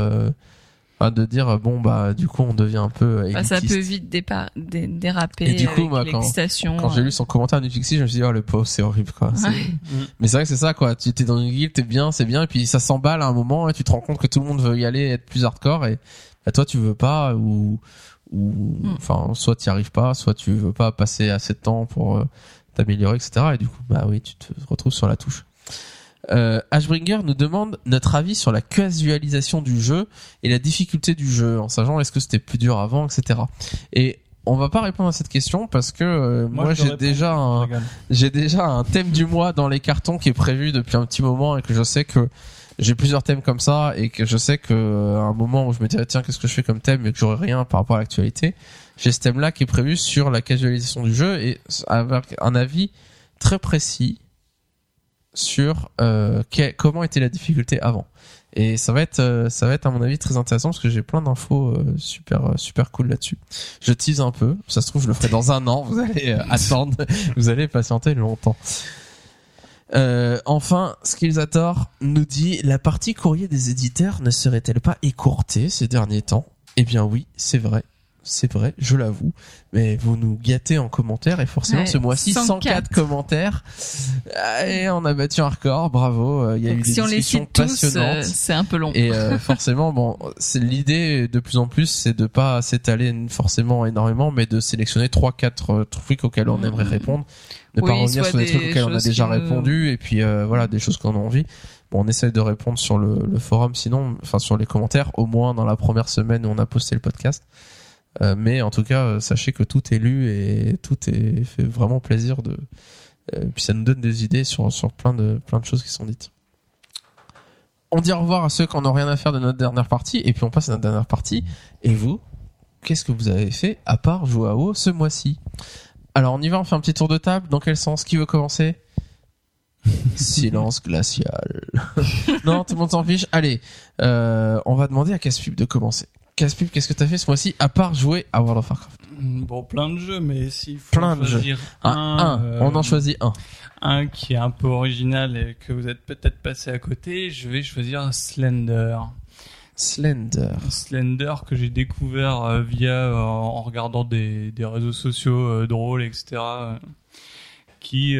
du coup on devient un peu élitiste.
Ça peut vite déraper
et du coup
avec l'excitation.
Quand j'ai lu son commentaire de Netflix, je me suis dit le pauvre c'est horrible quoi. Mais c'est vrai que c'est ça quoi, tu t'es dans une guilde, t'es bien, c'est bien et puis ça s'emballe à un moment et tu te rends compte que tout le monde veut y aller être plus hardcore et toi tu veux pas ou soit t'y arrives pas, soit tu veux pas passer assez de temps pour t'améliorer, etc. Et du coup tu te retrouves sur la touche. Ashbringer nous demande notre avis sur la casualisation du jeu et la difficulté du jeu, en sachant est-ce que c'était plus dur avant, etc. Et on va pas répondre à cette question parce que moi j'ai déjà un thème du mois dans les cartons qui est prévu depuis un petit moment et que je sais que j'ai plusieurs thèmes comme ça et que je sais que à un moment où je me dirais tiens qu'est-ce que je fais comme thème et que j'aurais rien par rapport à l'actualité, j'ai ce thème là qui est prévu sur la casualisation du jeu et avec un avis très précis sur comment était la difficulté avant. Et ça va être à mon avis très intéressant parce que j'ai plein d'infos super cool là-dessus. Je tease un peu, ça se trouve je le ferai dans un an, vous allez attendre, vous allez patienter longtemps. Enfin, Skillsator nous dit la partie courrier des éditeurs ne serait-elle pas écourtée ces derniers temps ? Eh bien oui, c'est vrai, je l'avoue, mais vous nous gâtez en commentaire et forcément ce mois-ci 104 commentaires et on a battu un record, bravo, il y a eu des discussions passionnantes.
C'est un peu long.
Et forcément c'est l'idée de plus en plus, c'est de pas s'étaler forcément énormément mais de sélectionner 3-4 trucs auxquels on aimerait répondre, ne pas revenir sur des trucs auxquels on a déjà répondu et puis des choses qu'on a envie. Bon, on essaie de répondre sur le forum sinon, sur les commentaires au moins dans la première semaine où on a posté le podcast. Mais en tout cas, sachez que tout est lu et tout est fait vraiment plaisir puis ça nous donne des idées sur plein de choses qui sont dites. On dit au revoir à ceux qui n'ont rien à faire de notre dernière partie et puis on passe à notre dernière partie. Et vous, qu'est-ce que vous avez fait à part jouer à WoW ce mois-ci ? Alors on y va, on fait un petit tour de table. Dans quel sens ? Qui veut commencer ? Silence glacial. Non, tout le monde s'en fiche. Allez, on va demander à Casse-Pipe de commencer. Casse-Pipe, qu'est-ce que t'as fait ce mois-ci à part jouer à World of Warcraft ?
Bon, plein de jeux, mais s'il faut choisir
on en choisit un.
Un qui est un peu original et que vous êtes peut-être passé à côté, je vais choisir Slender que j'ai découvert en regardant des réseaux sociaux drôles, etc. Qui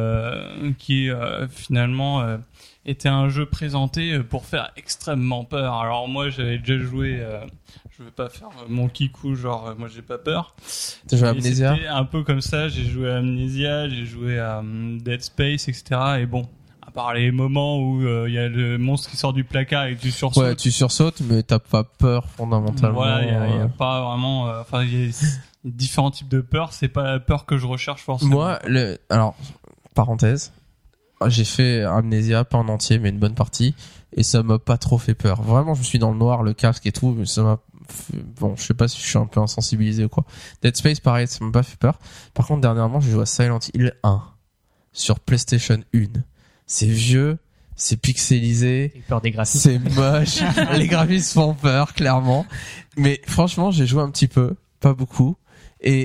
finalement était un jeu présenté pour faire extrêmement peur. Alors moi j'avais déjà joué, je vais pas faire mon kikou genre moi j'ai pas peur.
T'as joué à Amnesia ?
C'était un peu comme ça, j'ai joué à Amnesia, j'ai joué à Dead Space, etc. Et bon, à part les moments où il y a le monstre qui sort du placard et que tu sursautes. Ouais,
tu sursautes mais t'as pas peur fondamentalement.
Voilà, il y a pas vraiment, il y a différents types de peur, c'est pas la peur que je recherche forcément.
Moi, alors, parenthèse, j'ai fait Amnesia, pas en entier, mais une bonne partie, et ça m'a pas trop fait peur. Vraiment, je suis dans le noir, le casque et tout, mais ça m'a je sais pas si je suis un peu insensibilisé ou quoi. Dead Space, pareil, ça m'a pas fait peur. Par contre, dernièrement, j'ai joué à Silent Hill 1 sur PlayStation 1. C'est vieux, c'est pixelisé,
peur des graphismes.
C'est moche, les graphismes font peur, clairement. Mais franchement, j'ai joué un petit peu, pas beaucoup. Et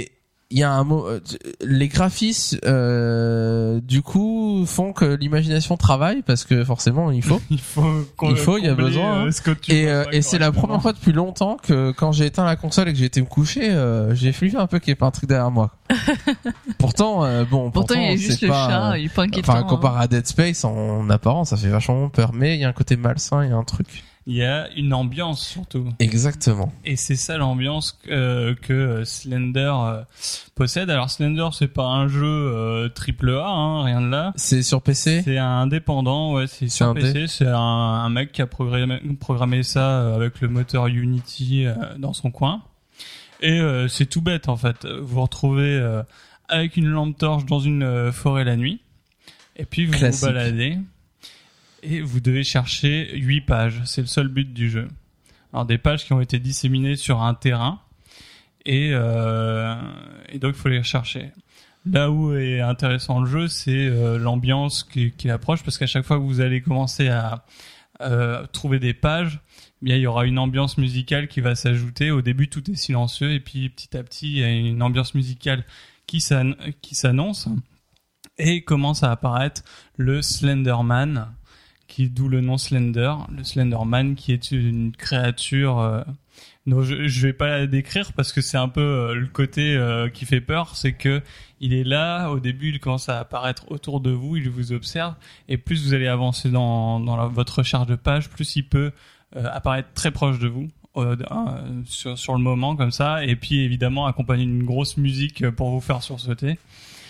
il y a un mot, les graphismes du coup font que l'imagination travaille parce que forcément il faut
il y
a besoin, hein.
ce que tu vois pas
et c'est la
correctement.
première fois depuis longtemps que quand j'ai éteint la console et que j'ai été me coucher, j'ai flippé un peu qu'il y ait pas un truc derrière moi. Pourtant
Pourtant, il y a juste
c'est
le
pas,
chat, il est pas inquiétant.
enfin comparé à Dead Space en apparence ça fait vachement peur, mais il y a un côté malsain, il y a un truc.
Il y a une ambiance surtout.
Exactement.
Et c'est ça l'ambiance que Slender possède. Alors Slender, c'est pas un jeu triple A, hein, rien de là.
C'est sur PC.
C'est un indépendant, ouais, c'est sur
un
PC. C'est un mec qui a programmé ça avec le moteur Unity dans son coin. Et c'est tout bête en fait. Vous vous retrouvez avec une lampe torche dans une forêt la nuit. Et puis vous
Classique.
vous baladez. Et vous devez chercher 8 pages. C'est le seul but du jeu. Alors des pages qui ont été disséminées sur un terrain. Et donc il faut les rechercher. Là où est intéressant le jeu, c'est l'ambiance qui approche. Parce qu'à chaque fois que vous allez commencer à trouver des pages, eh bien, il y aura une ambiance musicale qui va s'ajouter. Au début, tout est silencieux. Et puis petit à petit, il y a une ambiance musicale qui s'annonce. Et commence à apparaître le Slenderman, d'où le nom Slender, le Slenderman qui est une créature dont je vais pas la décrire parce que c'est un peu le côté qui fait peur, c'est que il est là, au début il commence à apparaître autour de vous, il vous observe et plus vous allez avancer dans votre recherche de page, plus il peut apparaître très proche de vous sur le moment comme ça, et puis évidemment accompagné d'une grosse musique pour vous faire sursauter.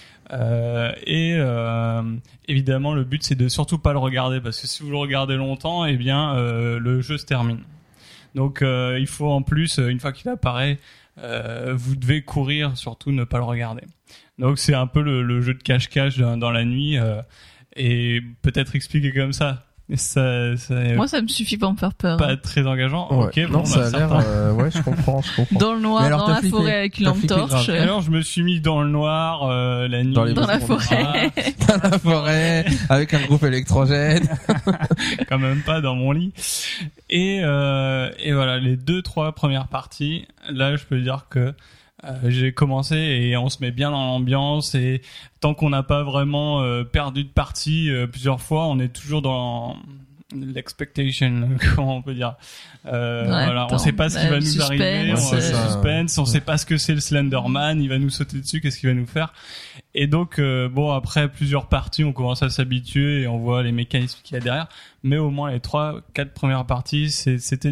Évidemment le but c'est de surtout pas le regarder parce que si vous le regardez longtemps, eh bien le jeu se termine. Donc il faut en plus une fois qu'il apparaît, vous devez courir, surtout ne pas le regarder. Donc c'est un peu le jeu de cache-cache dans la nuit et peut-être expliqué comme ça.
Moi, ça me suffit pour me faire peur.
Pas très engageant.
Ouais.
Ok,
non,
bon,
ça a l'air. Ouais, je comprends.
Dans le noir,
Mais alors,
dans
t'as
la
flippé.
forêt avec une
T'as
lampe
flippé
torche.
grave.
Alors je me suis mis dans le noir la nuit.
Dans les
Dans la
bouchons.
forêt.
Dans la forêt, avec un groupe électrogène.
Quand même pas dans mon lit. Et voilà, les 2-3 premières parties, là je peux dire que j'ai commencé et on se met bien dans l'ambiance et tant qu'on n'a pas vraiment perdu de partie plusieurs fois, on est toujours dans l'expectation, comment on peut dire. Voilà, on sait pas ce qui va nous arriver, on
c'est ça.
suspense, on sait pas ce que c'est le Slenderman, il va nous sauter dessus, qu'est-ce qu'il va nous faire. Et donc bon, après plusieurs parties, on commence à s'habituer et on voit les mécanismes qu'il y a derrière, mais au moins les 3-4 premières parties, c'était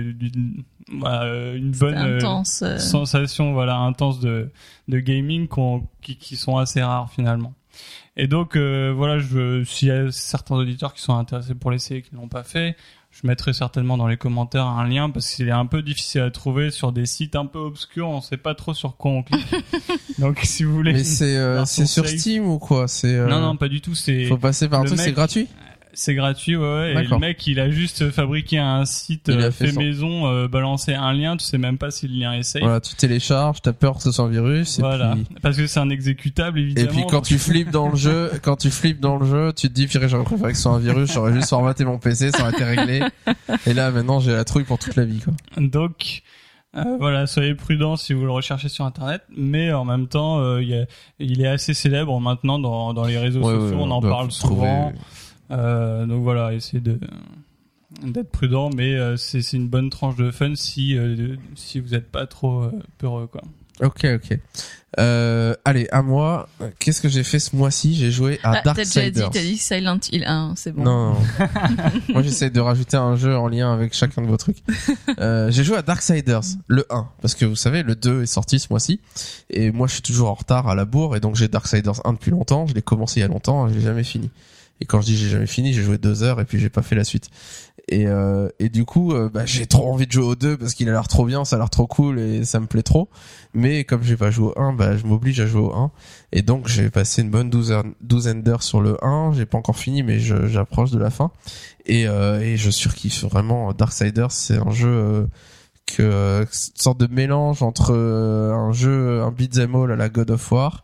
une bonne
intense,
sensation, voilà, intense de gaming qui sont assez rares finalement. Et donc voilà, s'il y a certains auditeurs qui sont intéressés pour l'essayer qui ne l'ont pas fait, je mettrai certainement dans les commentaires un lien parce qu'il est un peu difficile à trouver sur des sites un peu obscurs, on sait pas trop sur quoi on clique. Donc si vous voulez.
Mais c'est sur
safe.
Steam ou quoi?
Non, pas du tout,
Faut passer par un
le
truc,
mec-
c'est gratuit?
c'est gratuit, ouais. Et
D'accord.
le mec, il a juste fabriqué un site
Il a fait
fait
son-
maison, balancé un lien, tu sais même pas si le lien est safe.
Voilà, tu télécharges, t'as peur que ce soit un virus,
Voilà.
et puis...
Parce que c'est un exécutable,
Et
évidemment.
puis quand
donc-
tu flippes dans le jeu, tu te dis, purée, j'aurais préféré que ce soit un virus, j'aurais juste formaté mon PC, ça aurait été réglé. Et là, maintenant, j'ai la trouille pour toute la vie, quoi.
Donc, voilà, soyez prudents si vous le recherchez sur Internet, mais en même temps, il est assez célèbre maintenant dans les réseaux
Ouais,
sociaux,
ouais,
on en
doit
parle
trouver-
souvent. Donc voilà, essayez d'être prudent, mais c'est une bonne tranche de fun si vous n'êtes pas trop peureux, quoi.
Ok. Allez, à moi, qu'est-ce que j'ai fait ce mois-ci? J'ai joué à
T'as déjà
Darksiders.
dit Silent Hill 1, c'est bon.
Non. Moi, j'essaie de rajouter un jeu en lien avec chacun de vos trucs. J'ai joué à Darksiders, le 1. Parce que vous savez, le 2 est sorti ce mois-ci. Et moi, je suis toujours en retard à la bourre. Et donc, j'ai Darksiders 1 depuis longtemps. Je l'ai commencé il y a longtemps. Et je l'ai jamais fini. Et quand je dis j'ai jamais fini, j'ai joué 2 heures et puis j'ai pas fait la suite. Et du coup, j'ai trop envie de jouer au 2 parce qu'il a l'air trop bien, ça a l'air trop cool et ça me plaît trop. Mais comme j'ai pas joué au 1, je m'oblige à jouer au 1. Et donc, j'ai passé une bonne douzaine d'heures sur le 1. J'ai pas encore fini, mais j'approche de la fin. Et je surkiffe vraiment. Darksiders, c'est un jeu une sorte de mélange entre un beat'em all à la God of War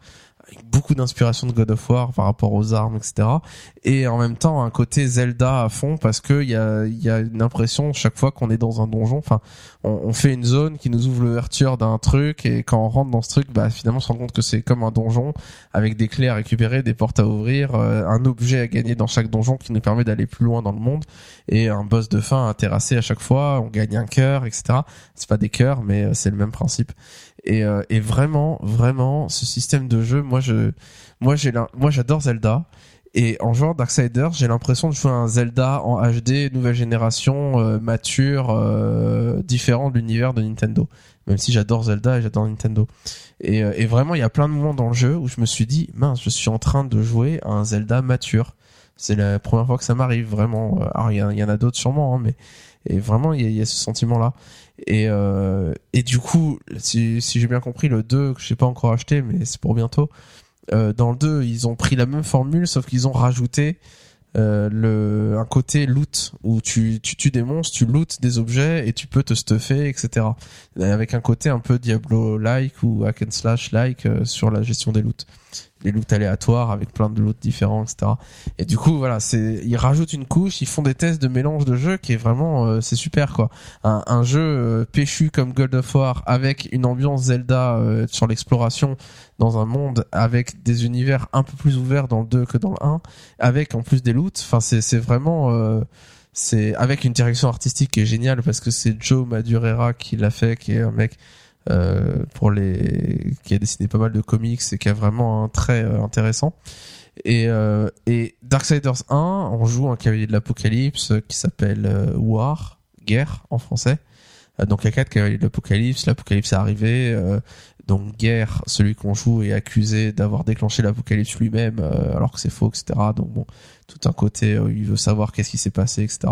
avec beaucoup d'inspiration de God of War par rapport aux armes, etc. Et en même temps un côté Zelda à fond parce que il y a une impression chaque fois qu'on est dans un donjon. Enfin, on fait une zone qui nous ouvre l'ouverture d'un truc et quand on rentre dans ce truc, finalement on se rend compte que c'est comme un donjon avec des clés à récupérer, des portes à ouvrir, un objet à gagner dans chaque donjon qui nous permet d'aller plus loin dans le monde et un boss de fin à terrasser à chaque fois. On gagne un cœur, etc. C'est pas des cœurs, mais c'est le même principe. Et vraiment, ce système de jeu, moi j'adore Zelda. Et en jouant Darksiders, j'ai l'impression de jouer un Zelda en HD, nouvelle génération, mature, différent de l'univers de Nintendo. Même si j'adore Zelda et j'adore Nintendo. Et vraiment, il y a plein de moments dans le jeu où je me suis dit, mince, je suis en train de jouer à un Zelda mature. C'est la première fois que ça m'arrive, vraiment. Alors, il y en a d'autres sûrement, hein, mais et vraiment, il y a ce sentiment-là. Et du coup, si j'ai bien compris, le 2, que j'ai pas encore acheté, mais c'est pour bientôt, dans le 2, ils ont pris la même formule, sauf qu'ils ont rajouté un côté loot où tu tues des monstres, tu lootes des objets et tu peux te stuffer, etc. Avec un côté un peu Diablo-like ou hack and slash-like sur la gestion des loots. Les loots aléatoires avec plein de loots différents, etc. Et du coup, voilà, ils rajoutent une couche, ils font des tests de mélange de jeux qui est vraiment, c'est super, quoi. Un jeu péchu comme God of War avec une ambiance Zelda sur l'exploration dans un monde avec des univers un peu plus ouverts dans le 2 que dans le 1, avec en plus des loots. Enfin, c'est vraiment, c'est avec une direction artistique qui est géniale parce que c'est Joe Madureira qui l'a fait, qui est un mec qui a dessiné pas mal de comics et qui a vraiment un trait intéressant. Et Darksiders 1, on joue un cavalier de l'Apocalypse qui s'appelle War, guerre en français. Donc il y a 4 cavaliers de l'Apocalypse est arrivé. Donc Guerre, celui qu'on joue, est accusé d'avoir déclenché l'Apocalypse lui-même, alors que c'est faux, etc. Donc bon, tout un côté, il veut savoir qu'est-ce qui s'est passé, etc.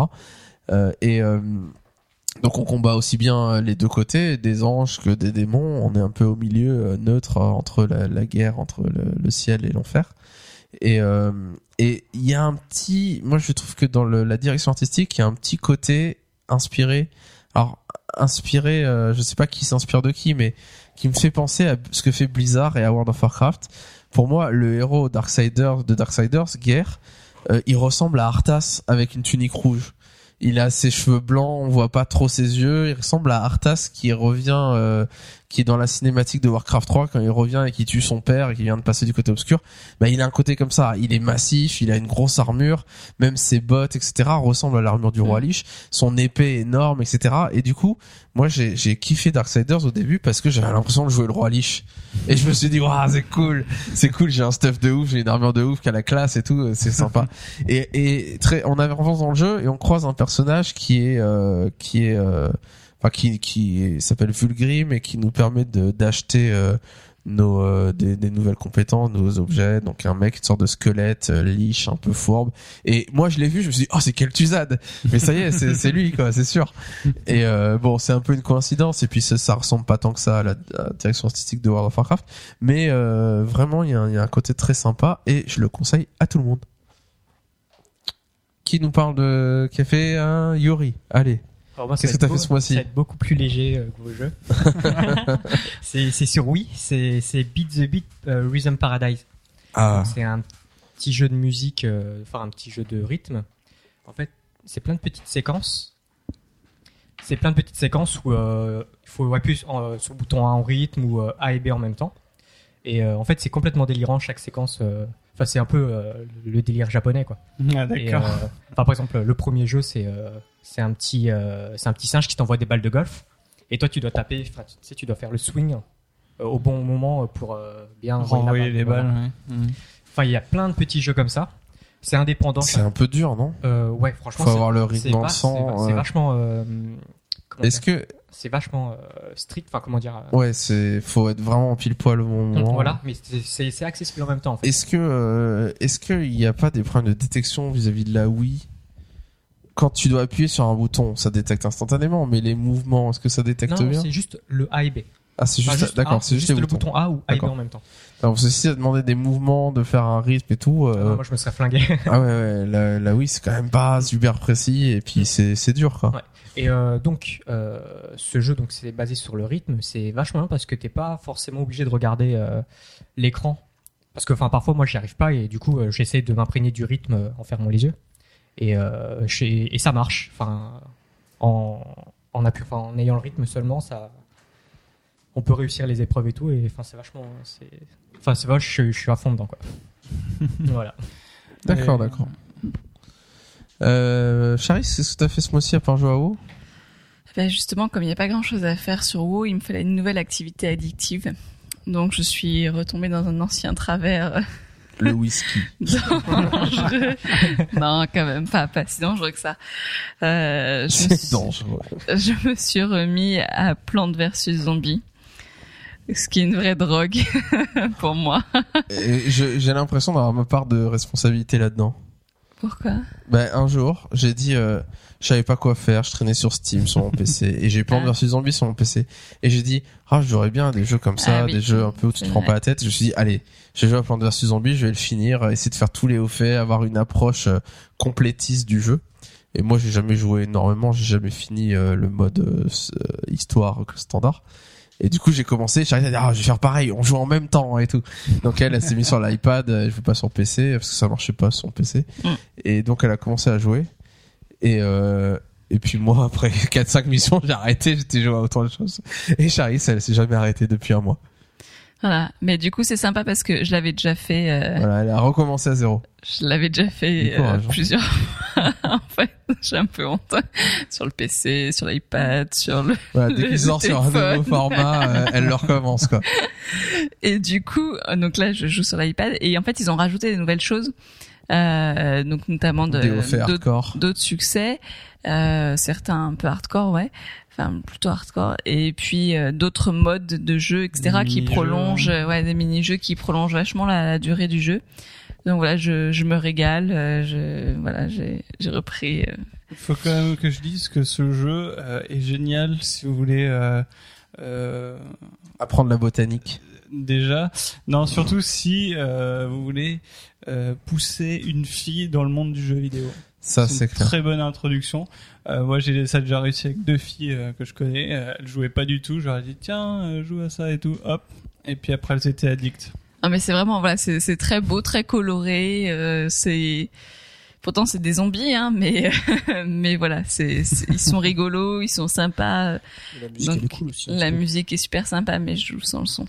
Donc on combat aussi bien les deux côtés, des anges que des démons. On est un peu au milieu, neutre entre la guerre, entre le ciel et l'enfer. Et il y a un petit, moi je trouve que dans la direction artistique, il y a un petit côté inspiré. Alors inspiré, je sais pas qui s'inspire de qui, mais qui me fait penser à ce que fait Blizzard et à World of Warcraft. Pour moi, le héros de Darksiders, Guerre, il ressemble à Arthas avec une tunique rouge. Il a ses cheveux blancs, on voit pas trop ses yeux. Il ressemble à Arthas qui revient, qui est dans la cinématique de Warcraft 3 quand il revient et qui tue son père et qui vient de passer du côté obscur. Il a un côté comme ça. Il est massif, il a une grosse armure, même ses bottes, etc. ressemblent à l'armure du roi Lich. Son épée est énorme, etc. Et du coup, moi j'ai kiffé Darksiders au début parce que j'avais l'impression de jouer le roi Lich. Et je me suis dit, waouh, c'est cool, j'ai un stuff de ouf, j'ai une armure de ouf qui a la classe et tout, c'est sympa. On avance dans le jeu et on croise un personnage qui s'appelle Vulgrim et qui nous permet d'acheter des nouvelles compétences, nouveaux objets. Donc un mec, une sorte de squelette, liche, un peu fourbe. Et moi je l'ai vu, je me suis dit, oh c'est Kel'Thuzad. Mais ça y est, c'est lui, quoi, c'est sûr. Et bon, c'est un peu une coïncidence. Et puis ça ressemble pas tant que ça à la direction artistique de World of Warcraft. Mais vraiment, il y a un côté très sympa et je le conseille à tout le monde. Qui nous parle de café, Yuri? Allez.
Alors moi,
qu'est-ce que t'as fait ce mois-ci?
Ça va être beaucoup plus léger que vos jeux. c'est sur Wii, c'est Beat the Beat Rhythm Paradise.
Ah.
Donc, c'est un petit jeu de musique, un petit jeu de rythme. En fait, c'est plein de petites séquences. C'est plein de petites séquences où il faut appuyer sur le bouton A en rythme ou A et B en même temps. Et en fait, c'est complètement délirant chaque séquence. C'est un peu le délire japonais, quoi.
Ah, d'accord.
Et, par exemple, le premier jeu, c'est un petit singe qui t'envoie des balles de golf. Et toi, tu dois taper, tu dois faire le swing au bon moment pour bien
renvoyer les balles.
Voilà. Enfin, il y a plein de petits jeux comme ça. C'est indépendant.
C'est un peu dur, non?
Ouais, franchement.
Faut avoir le rythme dans le sang.
C'est vachement. C'est vachement strict, comment dire.
Ouais, faut être vraiment pile poil au bon moment.
Voilà, mais c'est accessible en même temps, en fait.
Est-ce que il y a pas des problèmes de détection vis-à-vis de la Wii? Quand tu dois appuyer sur un bouton, ça détecte instantanément, mais les mouvements, est-ce que ça détecte bien?
Non, c'est juste le A et B.
Ah, c'est juste, d'accord, c'est juste
le bouton A ou A et B en même temps.
Alors, parce que si ça demandait des mouvements, de faire un rythme et tout,
non, moi je me serais flingué.
Ah ouais, la Wii c'est quand même pas super précis et puis c'est dur, quoi.
Ouais. Et donc ce jeu, donc c'est basé sur le rythme, c'est vachement bien parce que t'es pas forcément obligé de regarder l'écran, parce que parfois moi j'y arrive pas et du coup j'essaie de m'imprégner du rythme en fermant les yeux et ça marche. En ayant le rythme seulement, ça, on peut réussir les épreuves et tout, et c'est vachement, je suis à fond dedans, quoi. Voilà.
D'accord. Charis, qu'est-ce que t'as fait ce mois-ci à part jouer à WoW?
Ben justement, comme il n'y a pas grand-chose à faire sur WoW, il me fallait une nouvelle activité addictive. Donc je suis retombée dans un ancien travers.
Le whisky.
Dangereux. Non, quand même pas si dangereux que ça.
C'est dangereux.
Je me suis remis à Plants vs Zombies, ce qui est une vraie drogue pour moi.
Et j'ai l'impression d'avoir ma part de responsabilité là-dedans.
Pourquoi?
Un jour, j'ai dit, je savais pas quoi faire, je traînais sur Steam, sur mon PC, et j'ai Plants vs Zombies sur mon PC, et j'ai dit, j'aurais bien des jeux comme ça,
oui,
des jeux un peu où tu te prends pas la tête. Je me suis dit, allez, je vais jouer à Plants vs Zombies, je vais le finir, essayer de faire tous les hauts faits, avoir une approche complétiste du jeu. Et moi, j'ai jamais joué énormément, j'ai jamais fini le mode histoire standard. Et du coup, j'ai commencé, j'ai arrêté de dire, je vais faire pareil, on joue en même temps et tout. Donc elle s'est mise sur l'iPad, je joue pas sur PC parce que ça marchait pas sur son PC. Et donc elle a commencé à jouer. Et puis moi, après 4-5 missions, j'ai arrêté, j'étais joué à autant de choses. Et Charis, elle s'est jamais arrêtée depuis un mois.
Voilà. Mais du coup, c'est sympa parce que je l'avais déjà fait.
Voilà, elle a recommencé à zéro.
Je l'avais déjà fait plusieurs fois. En fait, j'ai un peu honte. Sur le PC, sur l'iPad, sur le.
Voilà, dès qu'il sort sur un nouveau format, elle le recommence, quoi.
Et du coup, donc là, je joue sur l'iPad et en fait, ils ont rajouté des nouvelles choses. Donc notamment d'autres succès, certains un peu hardcore, ouais. Enfin, plutôt hardcore. Et puis, d'autres modes de jeu, etc., qui prolongent, des mini-jeux qui prolongent vachement la durée du jeu. Donc voilà, je me régale, j'ai repris.
Il faut quand même que je dise que ce jeu est génial si vous voulez
apprendre la botanique.
Déjà, non, surtout si vous voulez pousser une fille dans le monde du jeu vidéo.
Ça, c'est
une très bonne introduction. Moi, j'ai ça déjà réussi avec 2 filles que je connais. Elles jouaient pas du tout. Je leur ai dit, tiens, joue à ça et tout. Hop. Et puis après, elles étaient addictes.
Ah, mais c'est vraiment, voilà, c'est très beau, très coloré. Pourtant, c'est des zombies, hein, mais voilà, ils sont rigolos, ils sont sympas.
La musique, elle est cool aussi.
La musique est super sympa, mais je joue sans le son.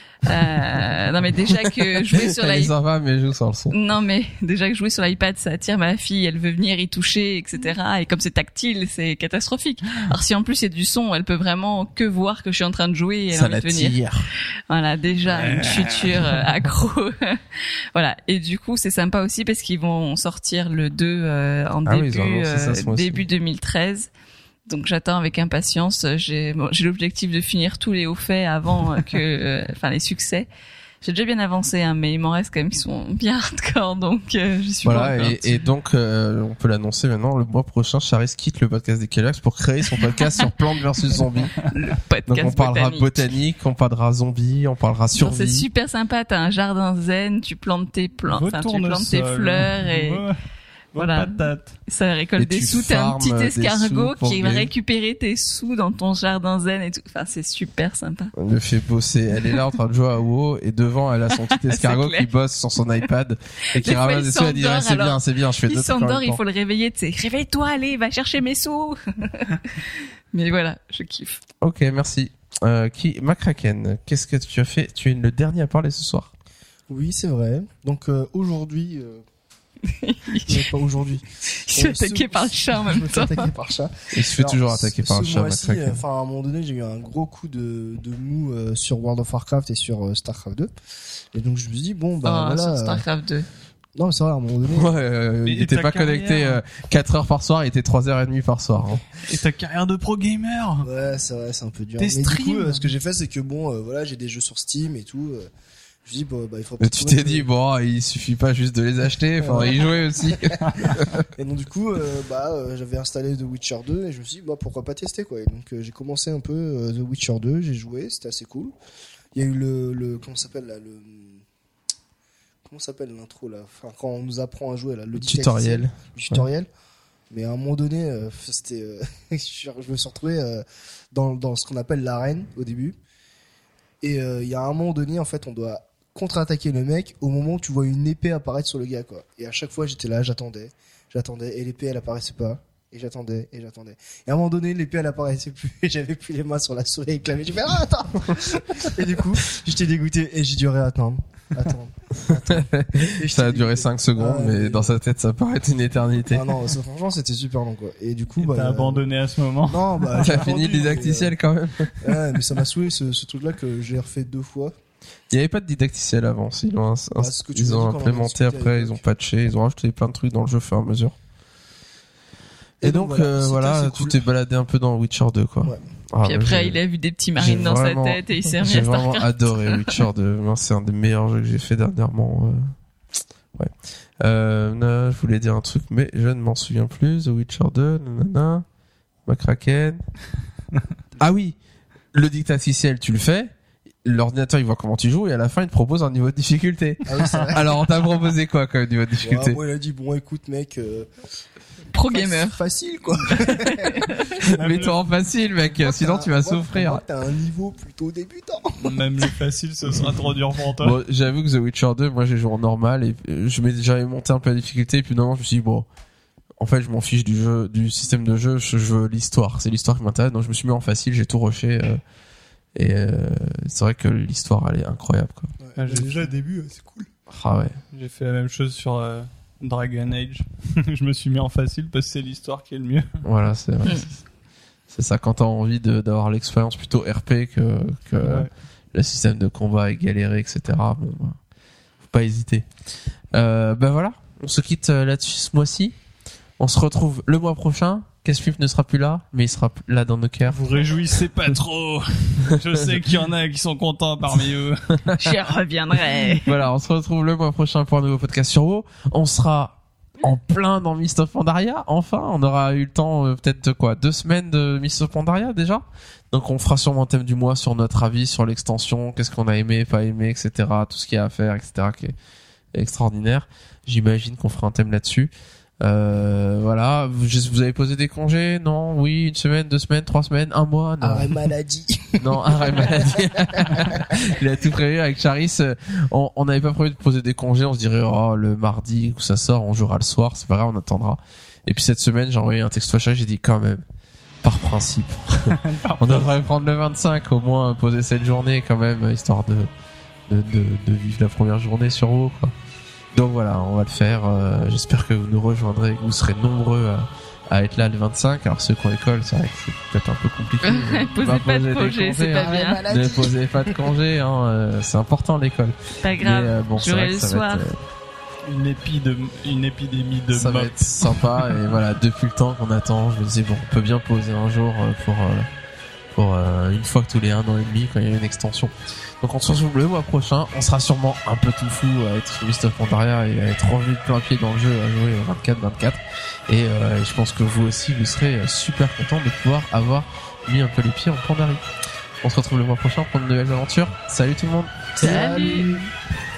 Non mais déjà que jouer sur l'iPad,
ça va, mais je joue sans le son.
Non mais déjà que jouer sur l'iPad, ça attire ma fille, elle veut venir y toucher, etc. Et comme c'est tactile, c'est catastrophique. Alors si en plus il y a du son, elle peut vraiment que voir que je suis en train de jouer et elle a envie de venir. Voilà, déjà une future accro. Voilà. Et du coup c'est sympa aussi parce qu'ils vont sortir le 2 en début 2013. Donc j'attends avec impatience. J'ai l'objectif de finir tous les hauts faits avant que, les succès. J'ai déjà bien avancé, hein, mais il m'en reste quand même qui sont bien hardcore, donc je suis
pas encore. Et donc on peut l'annoncer maintenant. Le mois prochain, Charis quitte le podcast des Kellogg's pour créer son podcast sur Plants vs Zombies.
Le podcast
donc on parlera botanique, on parlera zombies, on parlera survie.
C'est super sympa. T'as un jardin zen, tu plantes tes plantes, tu plantes tes fleurs et. Voilà, ça récolte des sous. T'as un petit escargot qui va récupérer tes sous dans ton jardin zen et tout. Enfin, c'est super sympa.
On le fait bosser. Elle est là en train de jouer à WoW et devant elle a son petit escargot qui bosse sur son iPad et qui ramasse des sous. Elle dit c'est bien, je fais
il s'endort, il faut le réveiller. Tu sais, réveille-toi, allez, va chercher mes sous. Mais voilà, je kiffe.
Ok, merci. Macraken, qu'est-ce que tu as fait? Tu es le dernier à parler ce soir.
Oui, c'est vrai. Donc aujourd'hui. Mais pas aujourd'hui.
Il se fait attaquer par le chat en même temps.
Attaqué par le chat.
Il se fait toujours attaquer par le chat.
À un moment donné, j'ai eu un gros coup de mou sur World of Warcraft et sur Starcraft 2. Et donc je me suis dit voilà.
Sur Starcraft 2.
Non, mais c'est vrai, à un moment donné.
Il était pas connecté 4 heures par soir, il était 3h30 par soir. Hein.
Et ta carrière de pro gamer.
Ouais, c'est vrai, c'est un peu dur.
Mais
du coup, ce que j'ai fait, c'est que j'ai des jeux sur Steam et tout. Je dis il faut.
Mais tu t'es dit il suffit pas juste de les acheter, y jouer aussi.
Et donc du coup j'avais installé The Witcher 2 et je me suis dit pourquoi pas tester quoi. Et donc j'ai commencé un peu The Witcher 2, j'ai joué, c'était assez cool. Il y a eu le comment s'appelle l'intro là, enfin quand on nous apprend à jouer là, le tutoriel. Mais à un moment donné c'était je me suis retrouvé dans ce qu'on appelle l'arène au début. Et il y a un moment donné en fait on doit contre-attaquer le mec au moment où tu vois une épée apparaître sur le gars, quoi. Et à chaque fois, j'étais là, j'attendais, et l'épée, elle apparaissait pas. Et j'attendais. Et à un moment donné, l'épée, elle apparaissait plus, et j'avais plus les mains sur la souris avec clavier. J'ai fait, ah, attends! Et du coup, j'étais dégoûté, et j'ai dû attendre. Et
Ça a duré
dégoûté.
5 secondes, mais dans sa tête, ça paraît une éternité.
Ah non, franchement, c'était super long, quoi. Et du coup,
T'as abandonné à ce moment.
Non, bah, j'ai
T'as fini le
attendu,
didacticiel quand même.
Ouais, mais ça m'a saoulé, ce truc-là que j'ai refait 2 fois.
Il n'y avait pas de didacticiel avant. Ils l'ont
c'est ce que tu
ils
m'as
ont
dit quand on en
implémenté
discutait à
après, ils
l'époque.
ont patché, ils ont rajouté plein de trucs dans le jeu au fur et à mesure. Et donc,
c'était
voilà,
assez
tu
cool.
t'es baladé un peu dans Witcher 2, quoi.
Ouais.
Ah,
Puis
mais
après,
j'ai-
il a vu des petits marines
j'ai
dans
vraiment-
sa tête et il s'est remis
J'ai
à
vraiment
Starcraft.
adoré Witcher 2. Moi, c'est un des meilleurs jeux que j'ai fait dernièrement. Ouais. Non, je voulais dire un truc, mais je ne m'en souviens plus. The Witcher 2, nanana, McCracken. Ah oui, le dictaticiel, tu le fais. L'ordinateur, il voit comment tu joues et à la fin, il te propose un niveau de difficulté.
Ah oui, c'est vrai.
Alors, on t'a proposé quoi comme niveau de difficulté?
Ouais, moi, il a dit, bon, écoute, mec,
Pro gamer.
facile, quoi.
Mets-toi en facile, mec, sinon tu vas souffrir.
Moi, t'as un niveau plutôt débutant.
Même le facile, ce sera trop dur pour toi.
Bon, j'avoue que The Witcher 2, moi j'ai joué en normal et j'avais monté un peu la difficulté et puis non, je me suis dit bon, en fait je m'en fiche du jeu, du système de jeu, je veux l'histoire, c'est l'histoire qui m'intéresse, donc je me suis mis en facile, j'ai tout rushé et c'est vrai que l'histoire elle est incroyable quoi.
Ah, j'ai-
Déjà, au début, c'est cool.
Ah ouais.
J'ai fait la même chose sur Dragon Age. Je me suis mis en facile parce que c'est l'histoire qui est le mieux.
Voilà, c'est vrai. C'est ça quand t'as envie d'avoir l'expérience plutôt RP que
Ouais.
le système de combat est galéré, etc. Bon, bah, faut pas hésiter. Ben voilà, on se quitte là-dessus ce mois-ci. On se retrouve le mois prochain. Casse-Pipe ne sera plus là, mais il sera là dans nos cœurs.
Vous réjouissez pas trop. Je sais qu'il y en a qui sont contents parmi eux.
J'y reviendrai.
Voilà, on se retrouve le mois prochain pour un nouveau podcast sur WoW. On sera en plein dans Mist of Pandaria. Enfin, on aura eu le temps, peut-être 2 semaines de Mist of Pandaria déjà. Donc on fera sûrement un thème du mois sur notre avis sur l'extension, qu'est-ce qu'on a aimé, pas aimé, etc. Tout ce qu'il y a à faire, etc. qui est extraordinaire. J'imagine qu'on fera un thème là-dessus. Voilà, vous avez posé des congés? Non, oui, 1 semaine, 2 semaines, 3 semaines, 1 mois? Non.
Arrêt maladie.
Non, arrêt maladie. Il a tout prévu avec Charis. On n'avait pas prévu de poser des congés. On se dirait, oh, le mardi où ça sort, on jouera le soir. C'est pas grave, on attendra. Et puis cette semaine, j'ai envoyé un texto à Charis. J'ai dit, quand même, par principe, on devrait prendre le 25, au moins poser cette journée quand même, histoire de vivre la première journée sur WoW, quoi. Donc voilà, on va le faire. J'espère que vous nous rejoindrez, que vous serez nombreux à être là le 25. Alors ceux qui ont école, c'est vrai que c'est peut-être un peu compliqué.
Posez
va
pas de
poser des
congé, c'est
congés,
pas
hein.
bien.
Maladie.
Ne posez pas de congé, hein, c'est important l'école.
Pas grave.
Mais, bon, c'est
J'aurai
vrai que
le
ça
soir.
va être,
Une épidémie de
ça va
mobs.
être sympa. Et voilà, depuis le temps qu'on attend, je me disais bon, on peut bien poser un jour pour une fois que tous les 1 an et demi quand il y a une extension. Donc on se retrouve le mois prochain. On sera sûrement un peu tout fou à être sur Mist of Pandaria et à être revenu de plein pied dans le jeu, à jouer 24-24. Et je pense que vous aussi, vous serez super content de pouvoir avoir mis un peu les pieds en Pandarie. On se retrouve le mois prochain pour de nouvelles aventures. Salut tout le monde.
Salut.
Salut.